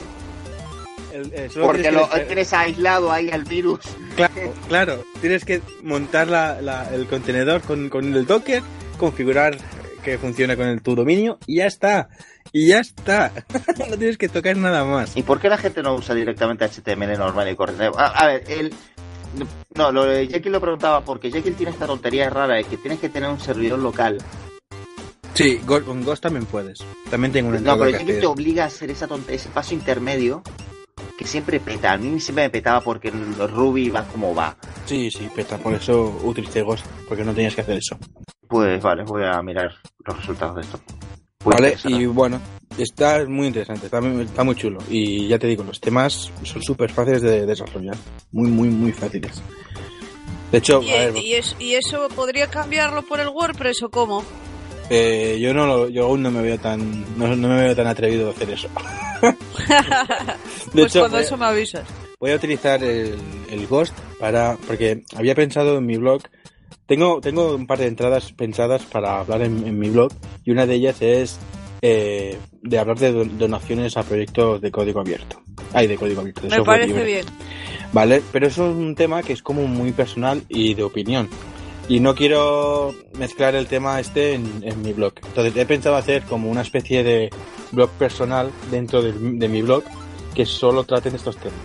Porque tienes aislado ahí al virus. Claro, tienes que montar el contenedor con el Docker, configurar que funcione con tu dominio y ya está. No tienes que tocar nada más. ¿Y por qué la gente no usa directamente HTML normal y corriente? A ver, lo de Jekyll lo preguntaba porque Jekyll tiene esta tontería rara de que tienes que tener un servidor local. Sí, con Ghost también puedes. También tengo una entrada. No, pero Jekyll te obliga a hacer ese paso intermedio que siempre peta. A mí siempre me petaba porque el Ruby va como va. Sí, peta. Por eso utilicé Ghost, porque no tenías que hacer eso. Pues vale, voy a mirar los resultados de esto. Vale, y bueno, está muy interesante, está muy chulo. Y ya te digo, los temas son súper fáciles de desarrollar. Muy fáciles. De hecho, ¿Y eso podría cambiarlo por el WordPress o cómo? Yo aún no me veo tan atrevido a hacer eso. Pues hecho, cuando eso me avisas. Voy a utilizar el Ghost porque había pensado en mi blog. Tengo un par de entradas pensadas para hablar en mi blog y una de ellas es de hablar de donaciones a proyectos de código abierto. De código abierto. De me parece libre. Bien. Vale, pero eso es un tema que es como muy personal y de opinión. Y no quiero mezclar el tema en mi blog. Entonces he pensado hacer como una especie de blog personal dentro de mi blog que solo traten estos temas.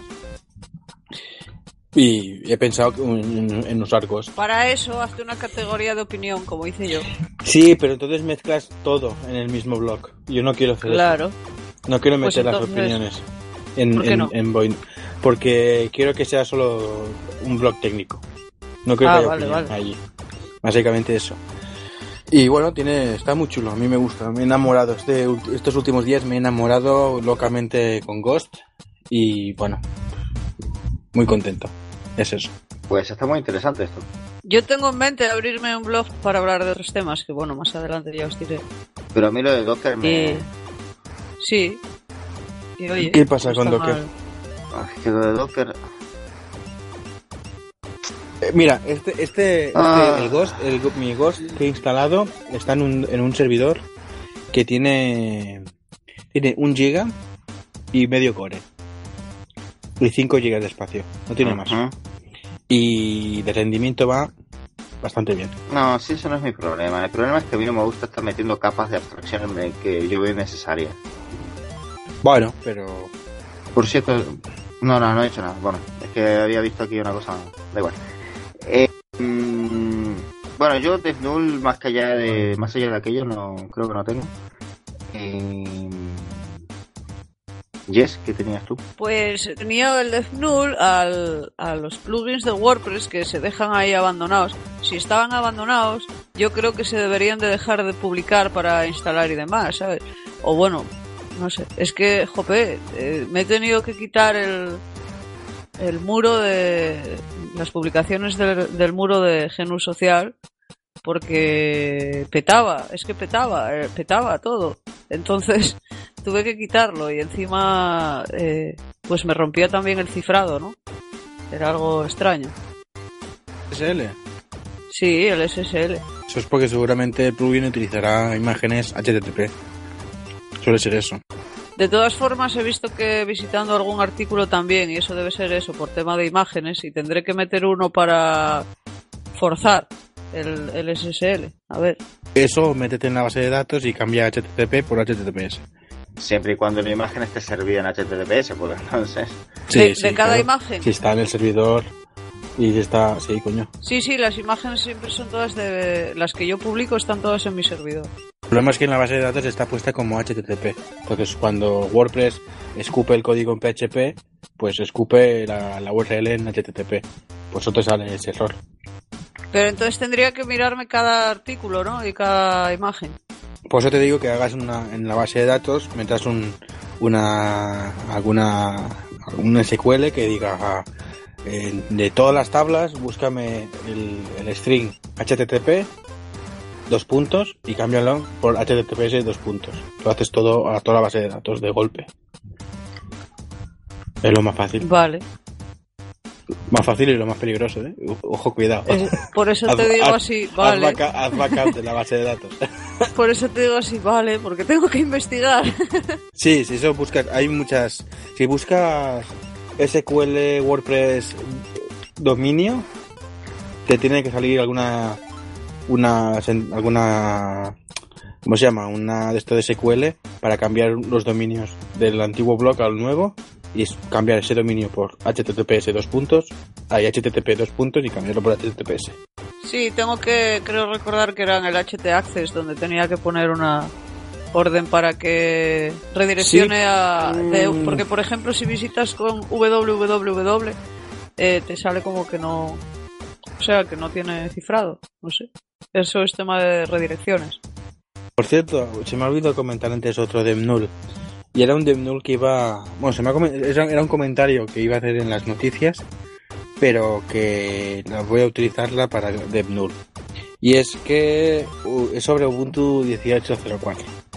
Y he pensado en usar Ghost. Para eso hazte una categoría de opinión, como hice yo. Sí, pero entonces mezclas todo en el mismo blog. Yo no quiero hacer eso. No quiero meter las opiniones en Void. Porque quiero que sea solo un blog técnico. No creo que haya opinión allí. Básicamente eso. Y bueno, está muy chulo. A mí me gusta. Me he enamorado. Estos últimos días me he enamorado locamente con Ghost. Y bueno, muy contento. Es eso. Pues está muy interesante esto. Yo tengo en mente abrirme un blog para hablar de otros temas que bueno, más adelante ya os diré. Pero a mí lo de Docker me... Sí. Y, oye, ¿qué pasa con Docker? Es que lo de Docker... Mira, el Ghost, mi Ghost que he instalado está en un servidor que tiene 1 giga y medio core y 5 gigas de espacio, no tiene más. Y de rendimiento va bastante bien. No, sí, eso no es mi problema. El problema es que a mí no me gusta estar metiendo capas de abstracción que yo veo necesarias. Bueno, pero... Por cierto, No he hecho nada. Bueno, es que había visto aquí una cosa. Da igual. Bueno, yo Death Null, más allá de aquello, no creo que no tengo. Jess, ¿qué tenías tú? Pues tenía el Death Null a los plugins de WordPress que se dejan ahí abandonados. Si estaban abandonados, yo creo que se deberían de dejar de publicar para instalar y demás, ¿sabes? O bueno, no sé. Es que, jope, me he tenido que quitar el muro de... las publicaciones del muro de GNU Social porque petaba todo. Entonces tuve que quitarlo y encima pues me rompía también el cifrado, ¿no? Era algo extraño. ¿SSL? Sí, el SSL. Eso es porque seguramente el plugin utilizará imágenes HTTP. Suele ser eso. De todas formas, he visto que visitando algún artículo también, y eso debe ser eso, por tema de imágenes, y tendré que meter uno para forzar el SSL. A ver. Eso, métete en la base de datos y cambia HTTP por HTTPS. Siempre y cuando la imagen esté servida en HTTPS, pues entonces... Sí, de cada imagen. Si está en el servidor y está... Sí, coño. Sí, las imágenes siempre son todas de... Las que yo publico están todas en mi servidor. El problema es que en la base de datos está puesta como HTTP. Entonces, cuando WordPress escupe el código en PHP, pues escupe la URL en HTTP. Pues eso te sale ese error. Pero entonces tendría que mirarme cada artículo, ¿no? Y cada imagen. Por eso te digo que hagas en la base de datos, metas alguna SQL que diga de todas las tablas, búscame el string HTTP 2 puntos y cámbialo por HTTPS 2 puntos. Lo haces todo a toda la base de datos de golpe. Es lo más fácil. Vale. Más fácil y lo más peligroso, ¿eh? Ojo, cuidado. Por eso te digo así, vale. Haz backup de la base de datos. Por eso te digo así, vale, porque tengo que investigar. Sí, si eso buscas, hay muchas. Si buscas SQL WordPress dominio, te tiene que salir alguna ¿cómo se llama? Una de esto de SQL para cambiar los dominios del antiguo blog al nuevo y cambiar ese dominio por HTTPS 2 puntos, hay HTTP 2 puntos y cambiarlo por HTTPS. Sí, creo recordar que era en el htaccess donde tenía que poner una orden para que redireccione sí. Porque por ejemplo si visitas con www te sale como que no, o sea que no tiene cifrado, no sé, eso es tema de redirecciones. Por cierto, se me ha olvidado comentar antes otro Death Null. Y era un Death Null que iba... Bueno, era un comentario que iba a hacer en las noticias, pero que voy a utilizarla para Death Null. Y es que es sobre Ubuntu 18.04.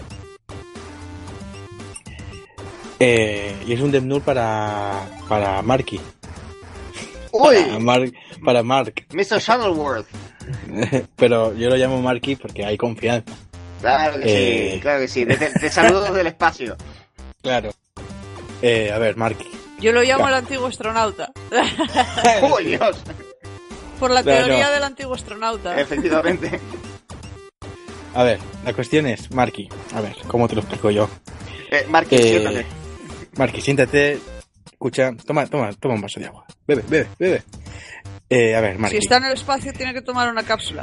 Y es un Death Null para Marky. ¡Uy! Para Mark. Mr. Shuttleworth. Pero yo lo llamo Marky porque hay confianza. Claro que sí. Te saludo desde el espacio. Claro. A ver, Marky. Yo lo llamo el antiguo astronauta. ¡Oh, Dios! Por la teoría del antiguo astronauta. Efectivamente. A ver, la cuestión es, Marky, a ver, ¿cómo te lo explico yo? Marky, siéntate. Marky, siéntate, escucha, toma un vaso de agua. Bebe. A ver, Marky. Si está en el espacio tiene que tomar una cápsula.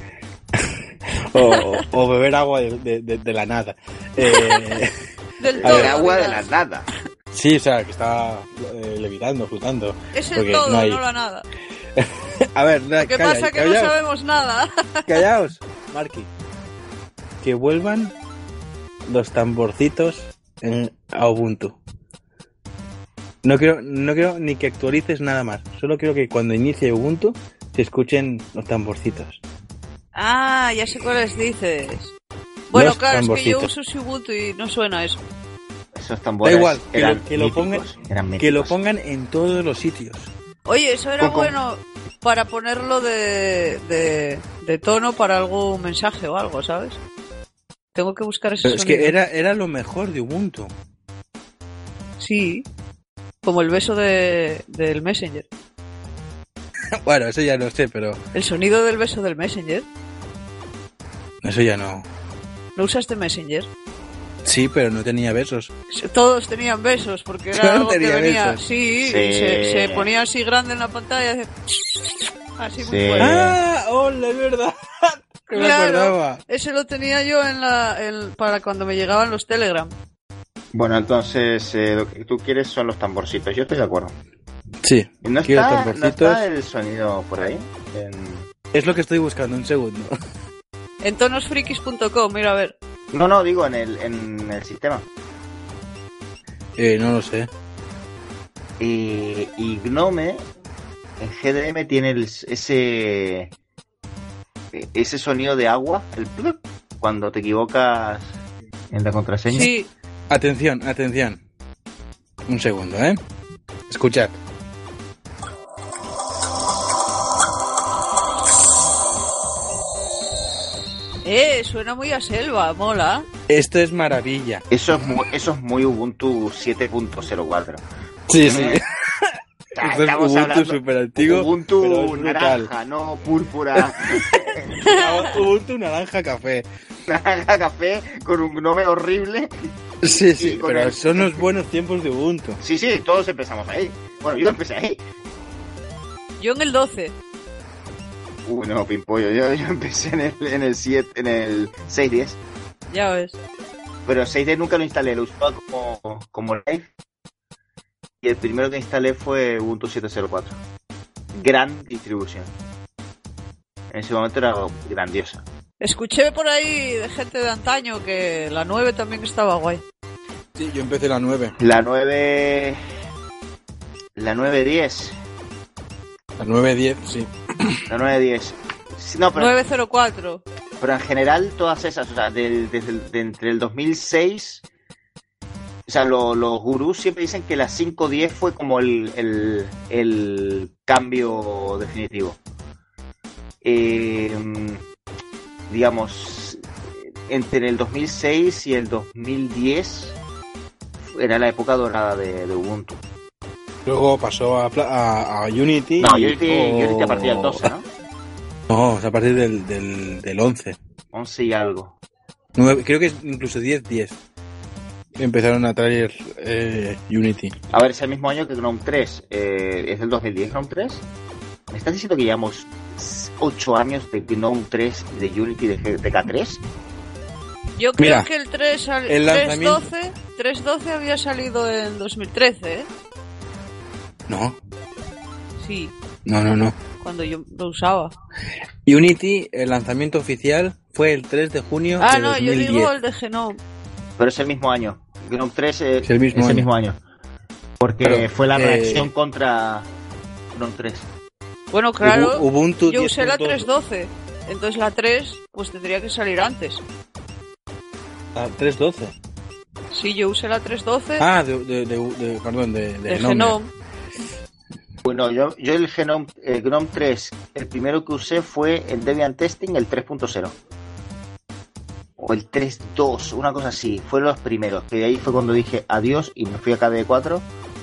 o beber agua de la nada. Del todo. Beber agua de la nada. Sí, o sea, que está levitando, flotando. Es el todo, no la nada. A ver, ¿Qué pasa? Que no sabemos nada. Callaos, Marky. Que vuelvan los tamborcitos a Ubuntu. No quiero ni que actualices nada más. Solo quiero que cuando inicie Ubuntu se escuchen los tamborcitos. Ah, ya sé cuáles dices. Bueno, los claro, es que yo uso Ubuntu y no suena eso. Esos tambores da igual, que lo míticos. pongan en todos los sitios. Oye, eso era bueno para ponerlo de tono para algún mensaje o algo, ¿sabes? Tengo que buscar ese Pero sonido. es que era lo mejor de Ubuntu. Sí, como el beso del Messenger. Bueno, eso ya no sé, pero... El sonido del beso del Messenger. Eso ya no... ¿No usaste Messenger? Sí, pero no tenía besos. Todos tenían besos, porque era Solo algo que tenía venía... besos. Sí, Sí. se ponía así grande en la pantalla y hacía... Así muy Sí. fuerte. ¡Ah! ¡Hola, es verdad! Que me acordaba. Ese lo tenía yo para cuando me llegaban los Telegram. Bueno, entonces lo que tú quieres son los tamborcitos. Yo estoy de acuerdo. Sí, ¿Y ¿No quiero está, ¿No tamborcitos. está el sonido por ahí? Es lo que estoy buscando, un segundo. En tonosfrikis.com, mira a ver. No, digo en el sistema. No lo sé. Y Gnome en GDM tiene ese sonido de agua, el plup, cuando te equivocas en la contraseña. Sí, Atención. Un segundo, ¿eh? Escuchad. suena muy a selva, mola. Esto es maravilla. Eso es muy Ubuntu 7.04. Sí, sí. Ah, Esto es estamos Ubuntu hablando súper antiguo. pero Ubuntu es brutal. naranja, no púrpura. Ubuntu naranja café. Naranja café con un Gnome horrible. Sí, Y sí, con pero el- son los buenos tiempos de Ubuntu. Sí, todos empezamos ahí. Bueno, yo empecé ahí. Yo en el 12. No, pimpollo, yo empecé en el 7, en el 6.10. Ya ves. Pero el 6.10 nunca lo instalé, lo usaba como live. Y el primero que instalé fue Ubuntu 7.04. Gran distribución. En ese momento era grandiosa. Escuché por ahí de gente de antaño que la 9 también estaba guay. Sí, yo empecé la 9. La 9... La 9.10. La 9.10, sí. La 9.10. Sí, no, pero, 904. pero en general todas esas, o sea, de entre el 2006... O sea, los gurús siempre dicen que la 5.10 fue como el cambio definitivo. Digamos, entre el 2006 y el 2010 era la época dorada de Ubuntu. Luego pasó a Unity. No, Unity a partir del 12, ¿no? No, a partir del 11. 11 y algo. 9, creo que es incluso 10. Empezaron a traer Unity. A ver, es el mismo año que GNOME 3. ¿Es del 2010 GNOME 3? ¿Me estás diciendo que llevamos 8 años de GNOME 3, de Unity, de K3? Yo creo Mira, que el 3 el lanzamiento- 3.12 había salido en 2013, ¿eh? No, Sí, no. cuando yo lo usaba. Unity, el lanzamiento oficial fue el 3 de junio Ah, de no, 2010. yo digo el de Genome. Pero es el mismo año. GNOME 3 Es el mismo año. Porque Pero, fue la reacción contra GNOME 3. Bueno, claro, Ubuntu yo usé la 10.2. 3.12. Entonces la 3 pues tendría que salir antes. Ah, 3.12. Sí, yo usé la 3.12 Ah, perdón, de de Gnome. Genome. Bueno, yo el GNOME 3, el primero que usé fue en Debian Testing, el 3.0. O el 3.2, una cosa así. Fueron los primeros. Que de ahí fue cuando dije adiós y me fui a KDE4.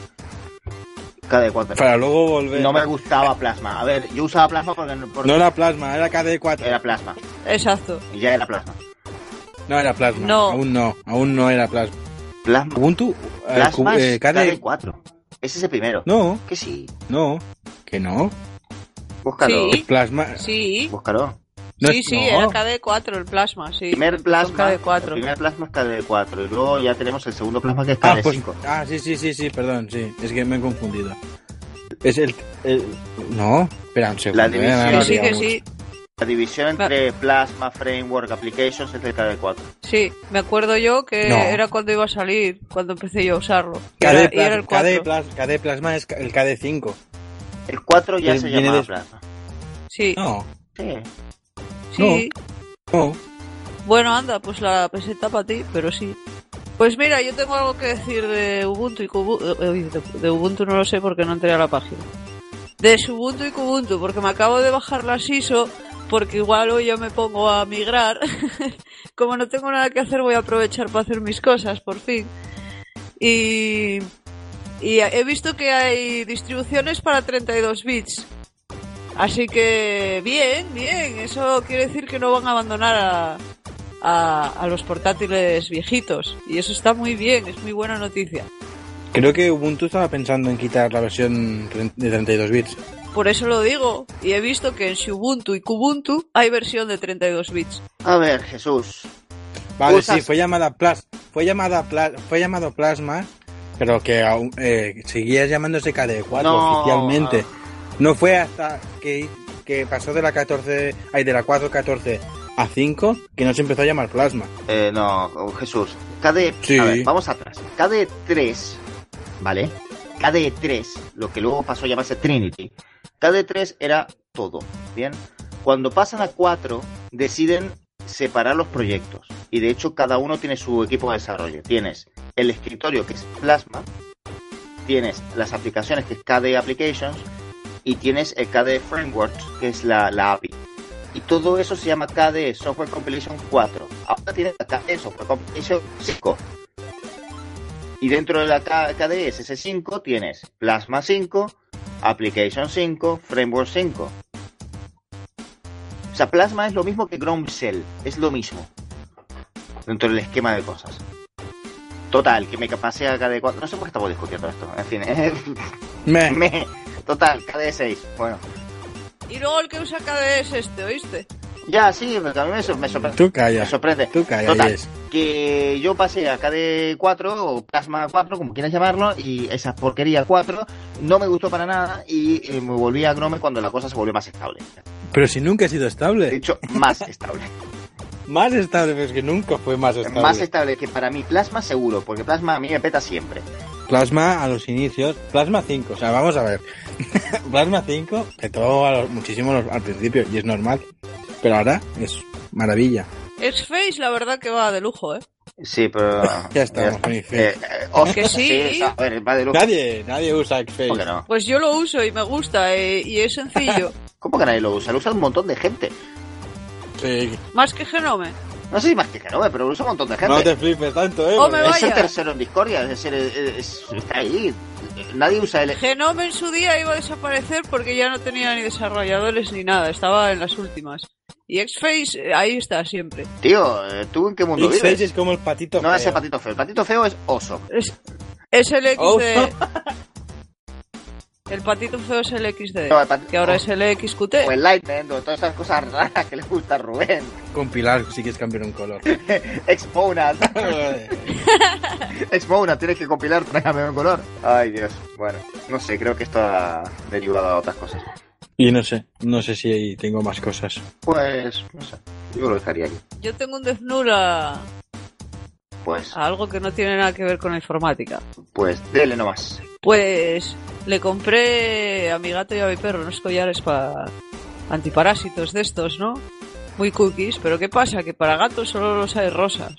KDE4. Para luego volver. No me gustaba Plasma. A ver, yo usaba Plasma porque No era Plasma, era KDE4. era Plasma. Exacto. Y ya era Plasma. No era Plasma. No. Aún no era Plasma. Plasma, Ubuntu, Plasma es KDE. KDE4. Ese es el primero. No, Que sí. que no. Búscalo. Sí. Plasma. Sí, Búscalo. No sí, es- sí, no. era KDE4 el plasma, sí. Primer Plasma. Con KDE4. El primer Plasma es KDE4. Y luego ya tenemos el segundo Plasma que es Ah, KDE5. pues, sí, perdón, sí. Es que me he confundido. Es el no, espera un segundo. La división. ahora Que sí, que digamos. sí. La división entre Plasma, Framework, Applications es del KDE4. Sí, me acuerdo yo que No. era cuando iba a salir, cuando empecé yo a usarlo. Y KDE era el 4. KDE Plasma es el KDE5. El 4 ya se Viene llamaba de- Plasma. Sí, No, Sí. sí. no. Bueno, anda, pues la peseta para ti, pero sí. Pues mira, yo tengo algo que decir de Ubuntu y Kubuntu. De Ubuntu no lo sé porque no entré a la página. De Ubuntu y Kubuntu, porque me acabo de bajar la ISO, porque igual hoy ya me pongo a migrar. Como no tengo nada que hacer, voy a aprovechar para hacer mis cosas, por fin. Y he visto que hay distribuciones para 32 bits. Así que bien, eso quiere decir que no van a abandonar a los portátiles viejitos. Y eso está muy bien, es muy buena noticia. Creo que Ubuntu estaba pensando en quitar la versión de 32 bits. Por eso lo digo, y he visto que en Xubuntu y Kubuntu hay versión de 32 bits. A ver, Jesús. Vale, Usas- sí, fue llamado Plasma, pero que aún seguía llamándose KDE4 No. oficialmente. No fue hasta que pasó de la 14, de la 4.14 a 5 que no se empezó a llamar Plasma. No, Jesús. KDE... Sí. A ver, vamos atrás. KDE3, ¿vale? KDE3, lo que luego pasó a llamarse Trinity. KDE3 era todo, ¿bien? Cuando pasan a 4, deciden separar los proyectos. Y de hecho, cada uno tiene su equipo de desarrollo. Tienes el escritorio, que es Plasma. Tienes las aplicaciones, que es KDE Applications. Y tienes el KDE Framework, que es la API. Y todo eso se llama KDE Software Compilation 4. Ahora tienes la KDE Software Compilation 5. Y dentro de la KDE SS5 tienes Plasma 5, Application 5, Framework 5. O sea, Plasma es lo mismo que Ground Shell. Es lo mismo. Dentro del esquema de cosas. Total, que me pasé a KDE 4. No sé por qué estamos discutiendo esto. En fin, Total, KDE 6. Bueno. Y luego el que usa KDE es este, ¿oíste? Ya, sí, porque a mí me sorprende. Tú calla. Me sorprende. Tú calla, Total, Yes. que yo pasé a KDE 4 o Plasma 4, como quieras llamarlo, y esa porquería 4 no me gustó para nada y me volví a Gnome cuando la cosa se volvió más estable. Pero si nunca ha sido De estable. hecho, más estable. Más estable, pero es que nunca fue más estable. Más estable que para mí Plasma seguro, porque Plasma a mí me peta siempre. Plasma a los inicios, Plasma 5, o sea, vamos a ver. Plasma 5 petó muchísimo al principio y es normal, pero ahora es maravilla. X-Face la verdad que va de lujo, ¿eh? Sí, pero... Ya estamos con X-Face. Que sí. A ver, va de lujo. Nadie usa X-Face. ¿Cómo que no? Pues yo lo uso y me gusta y es sencillo. ¿Cómo que nadie lo usa? Lo usa un montón de gente. Sí. Más que Genome. No sé si más que Gnome, pero lo usa un montón de gente. No te flipes tanto, Oh, porque- me Es el vaya. tercero en Discordia, es decir, está ahí. Nadie usa el... Genome en su día iba a desaparecer porque ya no tenía ni desarrolladores ni nada, estaba en las últimas. Y X-Face ahí está siempre. Tío, ¿tú en qué mundo X-Face vives? es como el patito No feo. es el patito feo. El patito feo es oso. Es el Oh. XD. El patito feo es el XD. No, el patito- Que ahora es el XQT. O el Lightning, o todas esas cosas raras que le gusta a Rubén. Compilar si quieres cambiar un color. Exponad. Exponad, tienes que compilar para cambiar un color. Ay, Dios. Bueno, no sé, creo que esto ha derivado a otras cosas. Y no sé si ahí tengo más cosas. Pues, no sé. Yo lo dejaría aquí. Yo tengo un Death Note a Pues, algo que no tiene nada que ver con la informática. pues, dele nomás. Pues le compré a mi gato y a mi perro unos collares para antiparásitos de estos, ¿no? Muy cookies, pero ¿qué pasa? Que para gatos solo los hay rosas.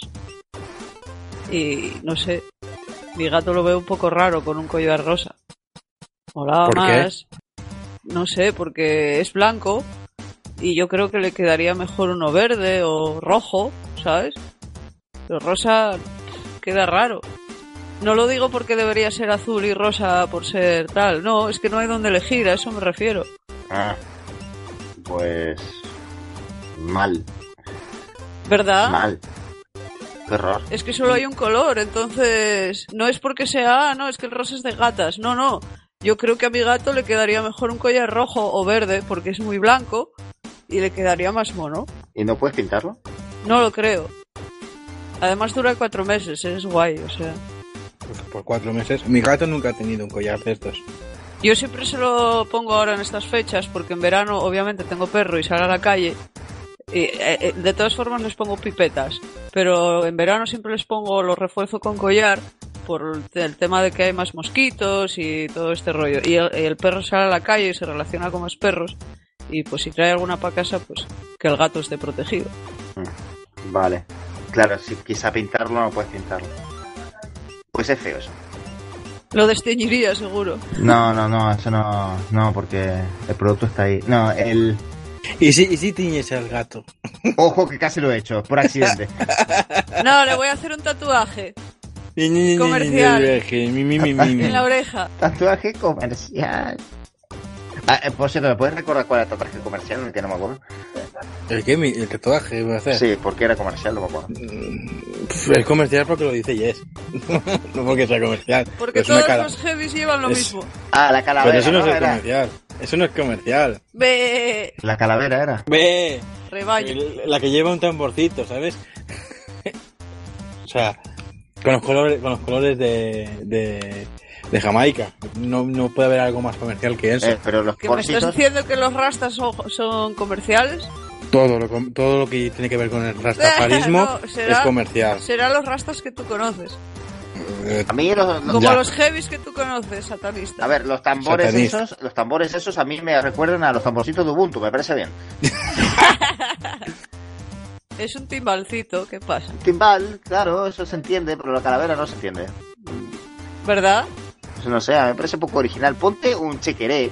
Y no sé, mi gato lo veo un poco raro con un collar rosa. Molaba ¿Por qué? más. No sé, porque es blanco y yo creo que le quedaría mejor uno verde o rojo, ¿sabes? Pero rosa queda raro. No lo digo porque debería ser azul y rosa por ser tal. No, es que no hay donde elegir, a eso me refiero. Ah, pues, mal, ¿Verdad? mal. Qué horror. Es que solo hay un color, entonces no es porque sea, no, es que el rosa es de gatas. No, no. Yo creo que a mi gato le quedaría mejor un collar rojo o verde porque es muy blanco y le quedaría más mono. ¿Y no puedes pintarlo? No lo creo. Además dura 4 meses, es guay, o sea. Pues por 4 meses. Mi gato nunca ha tenido un collar de estos. Yo siempre se lo pongo ahora en estas fechas porque en verano obviamente tengo perro y sale a la calle. Y, de todas formas les pongo pipetas, pero en verano siempre les pongo, los refuerzo con collar por el tema de que hay más mosquitos y todo este rollo. Y el perro sale a la calle y se relaciona con más perros y pues si trae alguna para casa, pues que el gato esté protegido. Vale. Claro, si quizá pintarlo no puedes pintarlo. Pues es feo eso. Lo desteñiría seguro. No, eso no, porque el producto está ahí. No, ¿Y si tiñes al gato? Ojo que casi lo he hecho, por accidente. No, le voy a hacer un tatuaje Comercial. en la oreja. Tatuaje comercial. Por cierto, ¿me puedes recordar cuál era el tatuaje comercial? Que no me acuerdo. ¿El qué? ¿El tatuaje voy a hacer? Sí, porque era comercial, no me acuerdo. Es comercial porque lo dice Yes. No porque sea comercial. Porque Es una todos cara- los heavies llevan lo mismo. Ah, la calavera, Pero eso no es Era. comercial. Eso no es comercial. Ve, La calavera era. Ve. rebaño. La que lleva un tamborcito, ¿sabes? O sea, con los colores de Jamaica. No puede haber algo más comercial que eso. Pero los ¿Que me estás porcitos... diciendo que los rastas son comerciales? Todo lo que tiene que ver con el rastafarismo No, será- es comercial. Serán los rastas que tú conoces. A mí Como Ya. los heavies que tú conoces, satanistas. A ver, los tambores Satanista. esos a mí me recuerdan a los tamborcitos de Ubuntu, me parece bien. Es un timbalcito, ¿qué pasa? Timbal, claro, eso se entiende, pero la calavera no se entiende. ¿Verdad? Eso no sé, me parece poco original. Ponte un chequeré.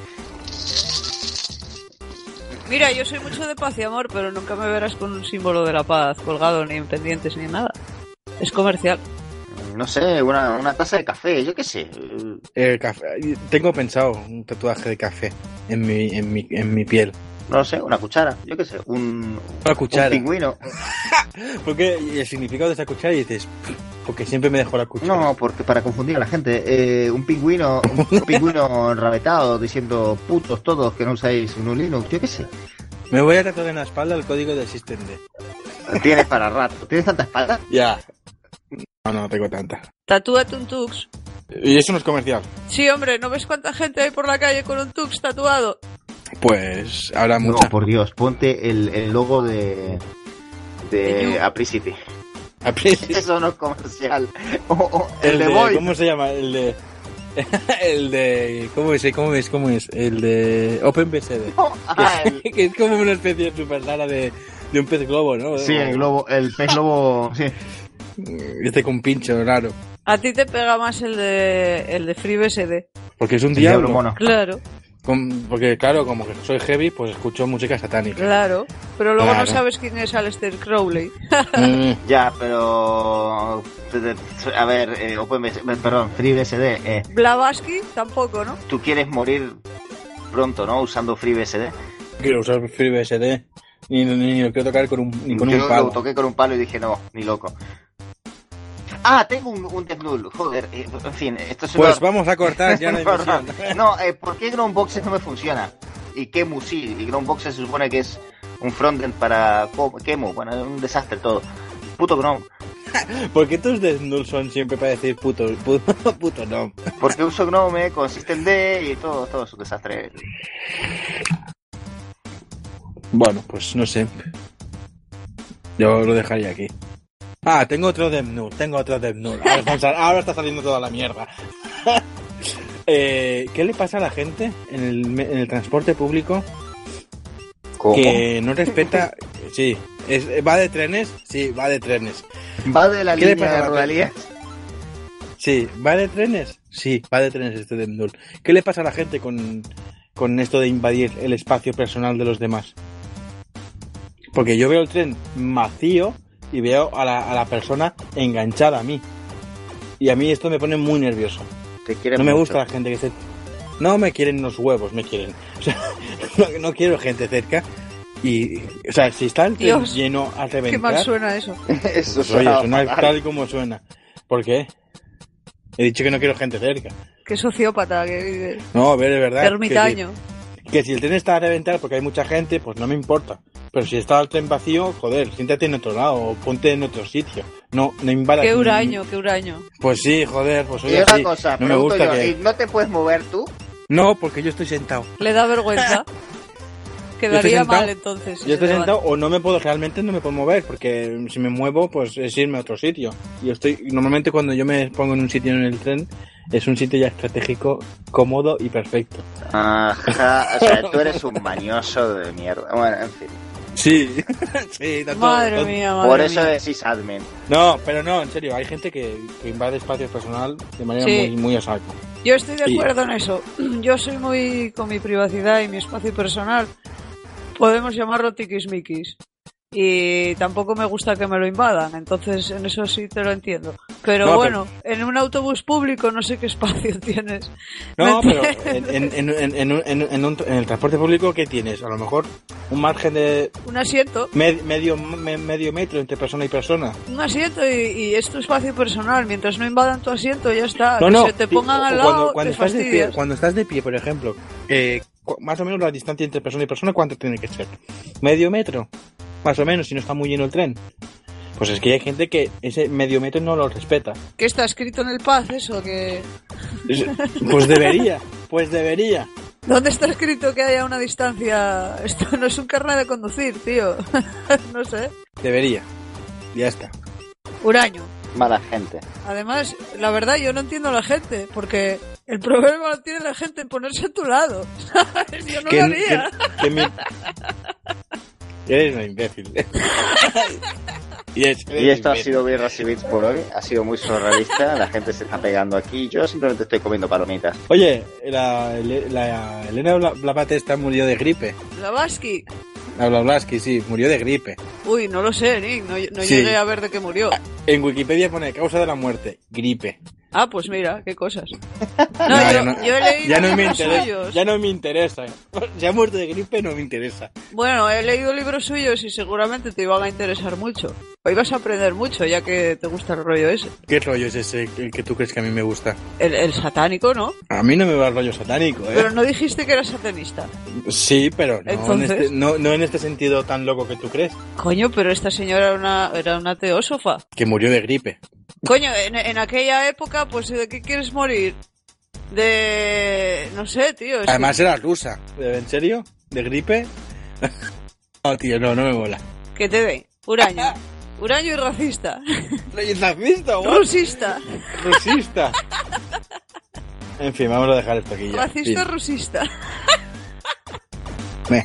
Mira, yo soy mucho de paz y amor, pero nunca me verás con un símbolo de la paz colgado, ni en pendientes, ni en nada. Es comercial. No sé, una taza de café, yo qué sé. El café. Tengo pensado un tatuaje de café en mi piel. No sé, una cuchara, yo qué sé. Un cuchara. Un pingüino. Porque el significado de esa cuchara y dices, porque siempre me dejó la cuchara. No, porque para confundir a la gente. Un pingüino enrabetado diciendo putos todos que no usáis un Linux, yo qué sé. Me voy a tatuar en la espalda el código del System D. Tienes para rato. ¿Tienes tanta espalda? Ya. No tengo tanta. Tatúate un tux. Y eso no es comercial. Sí, hombre, ¿no ves cuánta gente hay por la calle con un tux tatuado? Pues habrá No, mucha. por Dios, ponte el logo de Apricity. Eso no es comercial. El de Void. ¿Cómo se llama? El de ¿cómo es? El de OpenBSD. Que es como una especie de super rara de un pez globo, ¿no? Sí, el pez globo, sí. Este con pincho raro. A ti te pega más el de FreeBSD. Porque es un El diablo. mono. Claro, Porque claro, como que soy heavy, pues escucho música satánica. claro. Pero luego Claro. no sabes quién es Aleister Crowley. Ya, pero... A ver, FreeBSD. Blavatsky tampoco, ¿no? Tú quieres morir pronto, ¿no? Usando FreeBSD. Quiero usar FreeBSD. Ni lo quiero tocar con un Yo palo. lo toqué con un palo y dije, no, ni loco. Ah, tengo un Death Null, joder, en fin, esto es Pues vamos a cortar ya la emisión. No, ¿por qué Groundboxes no me funciona? Y Kemu sí, y Groundboxes se supone que es un frontend para Kemu, bueno, es un desastre todo. Puto Gnome. ¿Por qué tus Death Null son siempre para decir puto no? Porque uso Gnome con System D y todo es un desastre. Bueno, pues no sé. Yo lo dejaría aquí. Ah, tengo otro Death Null. Ahora está saliendo toda la mierda. ¿Qué le pasa a la gente en el transporte público? ¿Cómo? Que no respeta... Sí. ¿Va de trenes? Sí, va de trenes. ¿Va de la ¿Qué le línea pasa a de la Rodalías? Sí, ¿va de trenes? Sí, va de trenes este Death Null. ¿Qué le pasa a la gente con esto de invadir el espacio personal de los demás? Porque yo veo el tren vacío y veo a la persona enganchada a mí. Y a mí esto me pone muy nervioso. Te quiere No me mucho. gusta la gente que se... No me quieren los huevos, me quieren. O sea, no quiero gente cerca. Y, o sea, si está el tren Dios, lleno a Qué reventar... mal suena eso. Eso Pues, oye, suena fatal. tal y como suena. ¿Por qué? He dicho que no quiero gente cerca. Qué sociópata que vive. No, a ver, de verdad. Ermitaño. Que si el tren está a reventar porque hay mucha gente, pues no me importa. Pero si está el tren vacío, joder, siéntate en otro lado o ponte en otro sitio. No invadas. Qué huraño, qué huraño. Pues sí, joder, pues soy Y así. una cosa, No me pregunto gusta yo, que... ¿y no te puedes mover tú? No, porque yo estoy sentado. Le da vergüenza. Quedaría sentado. mal entonces. si Yo estoy se levanta. sentado o no me puedo, realmente no me puedo mover, porque si me muevo, pues es irme a otro sitio. Y yo estoy, normalmente cuando yo me pongo en un sitio en el tren, es un sitio ya estratégico, cómodo y perfecto. Ajá, o sea, tú eres un mañoso de mierda. Bueno, en fin. Sí, sí, tanto, Madre tanto- mía, madre Por eso mía. decís admin. No, pero no, en serio, hay gente que invade espacio personal de manera Sí. muy a saco. Yo estoy de Sí. acuerdo en eso. Yo soy muy con mi privacidad y mi espacio personal. Podemos llamarlo tiquismiquis. Y tampoco me gusta que me lo invadan. Entonces, en eso sí te lo entiendo. Pero No, bueno, en un autobús público no sé qué espacio tienes. No, ¿Me pero entiendes? en el transporte público, ¿qué tienes? A lo mejor un margen de Un asiento. medio metro entre persona y persona. Un asiento y es tu espacio personal. Mientras no invadan tu asiento, ya está. No, que no. se te pongan al lado, te estás de pie, fastidias. cuando estás de pie, por ejemplo, más o menos la distancia entre persona y persona, ¿cuánto tiene que ser? ¿Medio metro? Más o menos, si no está muy lleno el tren. Pues es que hay gente que ese medio metro no lo respeta. ¿Qué está escrito en el PAZ eso? Que... Pues debería, ¿Dónde está escrito que haya una distancia? Esto no es un carnet de conducir, tío. No sé. Debería. Ya está. Huraño. Mala gente. Además, la verdad, yo no entiendo a la gente, porque el problema lo tiene la gente en ponerse a tu lado. ¿Sabes? Yo no lo haría. Eres un imbécil. Y esto ha sido Birras y Bits por hoy. Ha sido muy surrealista. La gente se está pegando aquí. Yo simplemente estoy comiendo palomitas. Oye, la Elena Blavatsky murió de gripe. Blavatsky. La Blavatsky, sí, murió de gripe. Uy, no lo sé, Nick. No Sí. llegué a ver de qué murió. En Wikipedia pone causa de la muerte, gripe. Ah, pues mira, qué cosas. No, No, yo he leído ya no me libros interesa. suyos. Ya no me interesa. Si ha muerto de gripe, no me interesa. Bueno, he leído libros suyos y seguramente te iban a interesar mucho. O ibas a aprender mucho, ya que te gusta el rollo ese. ¿Qué rollo es ese el que tú crees que a mí me gusta? El satánico, ¿no? A mí no me va el rollo satánico, ¿eh? Pero no dijiste que eras satanista. Sí, pero no, Entonces. no en este sentido tan loco que tú crees. Coño, pero esta señora era una teósofa. Que murió de gripe. Coño, en aquella época, pues, ¿de qué quieres morir? No sé, tío. Además era rusa. ¿En serio? ¿De gripe? No, tío, no me mola. Que te den. Huraño. Huraño y racista. ¿Racista o Rusista. rusista? En fin, vamos a dejar esto aquí ya. Racista, Fin. rusista. Meh.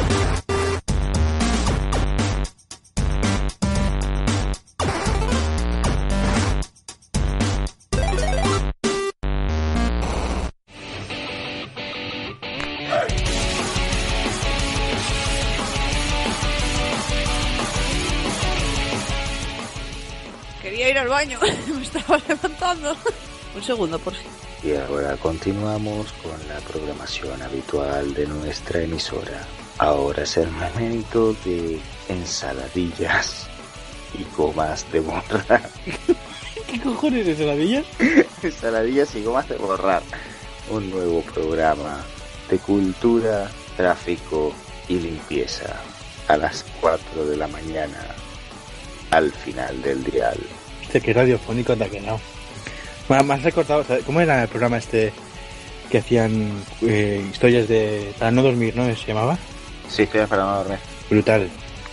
Quería ir al baño. Me estaba levantando. Un segundo, por fin. Y ahora continuamos con la programación habitual de nuestra emisora. Ahora es el momento de ensaladillas y gomas de borrar. ¿Qué cojones es heladillas? Ensaladillas y gomas de borrar. Un nuevo programa de cultura, tráfico y limpieza. A las 4 de la mañana. Al final del dial. Este que radiofónico anda que no. Me has recordado, ¿sabes? ¿Cómo era el programa este que hacían historias de... para no dormir, ¿no? ¿Se llamaba? Sí, estoy para no dormir. Brutal.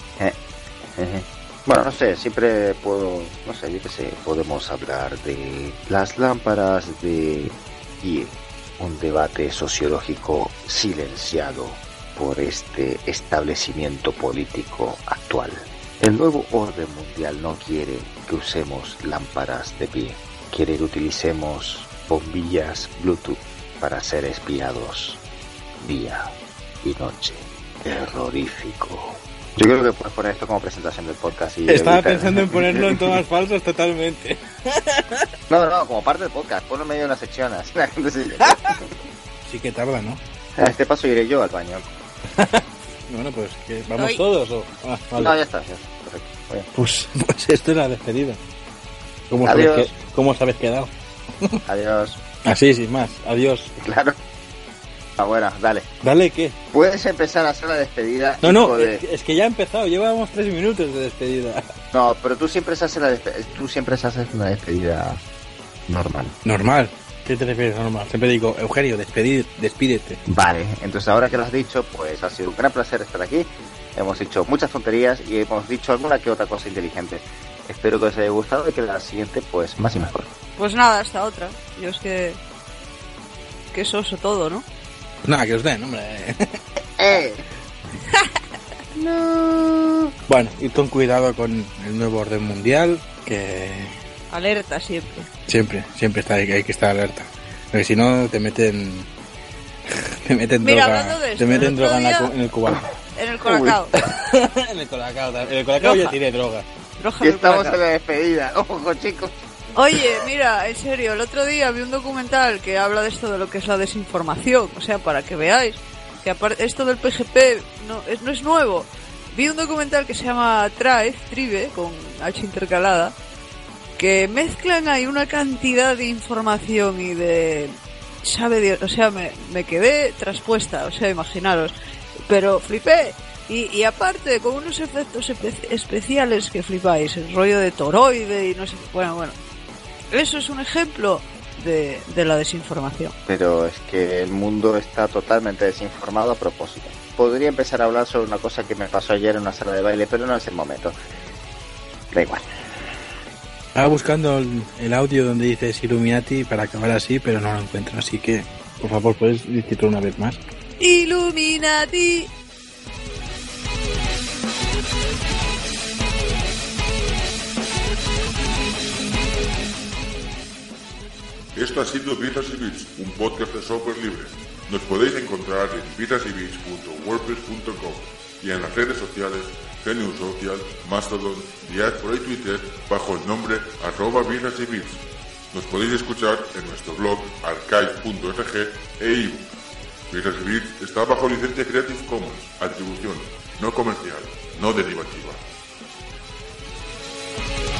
Bueno, no sé, siempre puedo, no sé, yo qué sé, podemos hablar de las lámparas de Kie, un debate sociológico silenciado por este establecimiento político actual. El nuevo orden mundial no quiere que usemos lámparas de pie, quiere que utilicemos bombillas Bluetooth para ser espiados día y noche. Terrorífico. Yo creo que puedes poner esto como presentación del podcast. Y Estaba evitar- pensando en ponerlo en tomas falsas totalmente. No, como parte del podcast, ponlo en medio de una sección, así la gente se... Sí que tarda, ¿no? A este paso iré yo al baño. Bueno, pues, ¿qué? ¿Vamos Ay. todos o...? Ah, vale. No, ya está, perfecto. Muy bien. Pues esto es la despedida. ¿Cómo Adiós. ¿Cómo os habéis quedado? Adiós. Así, sin más. Adiós. Claro. Ah, bueno, dale. Dale, ¿qué? Puedes empezar a hacer la despedida. No, no, hijo de- es que ya ha empezado. Llevábamos 3 minutos de despedida. No, pero tú siempre haces una despedida normal. Normal. ¿Qué te refieres a normal? Siempre digo, Eugenio, despídete. Vale, entonces ahora que lo has dicho, pues ha sido un gran placer estar aquí. Hemos hecho muchas tonterías y hemos dicho alguna que otra cosa inteligente. Espero que os haya gustado y que la siguiente, pues, más y mejor. Pues nada, hasta otra. Yo es que... Qué soso todo, ¿no? Nada, que os den, hombre. ¡Eh! Bueno, y con cuidado con el nuevo orden mundial, que Alerta siempre. siempre está, hay que estar alerta. Porque si no, te meten Mira, droga, hablando de esto, te meten el otro droga día- en el cubano. En el colacao. En el colacao ya Roja. tiene droga. Roja Y del estamos colacao. en la despedida. Ojo, chicos. Oye, mira, en serio, el otro día vi un documental que habla de esto de lo que es la desinformación, o sea, para que veáis que aparte esto del PGP no es nuevo. Vi un documental que se llama Tribe, con H intercalada, que mezclan ahí una cantidad de información y de... sabe Dios, o sea, me quedé traspuesta, o sea, imaginaros, pero flipé. Y aparte, con unos efectos especiales que flipáis, el rollo de toroide y no sé, bueno, eso es un ejemplo de la desinformación. Pero es que el mundo está totalmente desinformado a propósito. Podría empezar a hablar sobre una cosa que me pasó ayer en una sala de baile, pero no es el momento. Da igual. Estaba buscando el audio donde dices Illuminati para acabar así, pero no lo encuentro. Así que, por favor, ¿puedes decirlo una vez más? Illuminati. Esto ha sido Birras y Bits, un podcast de software libre. Nos podéis encontrar en birrasyBits.wordpress.com y en las redes sociales Genius Social, Mastodon, Diaspora y Twitter bajo el nombre @birrasyBits. Nos podéis escuchar en nuestro blog archive.org e iVoox. Birras y Bits está bajo licencia Creative Commons, atribución no comercial, no derivativa.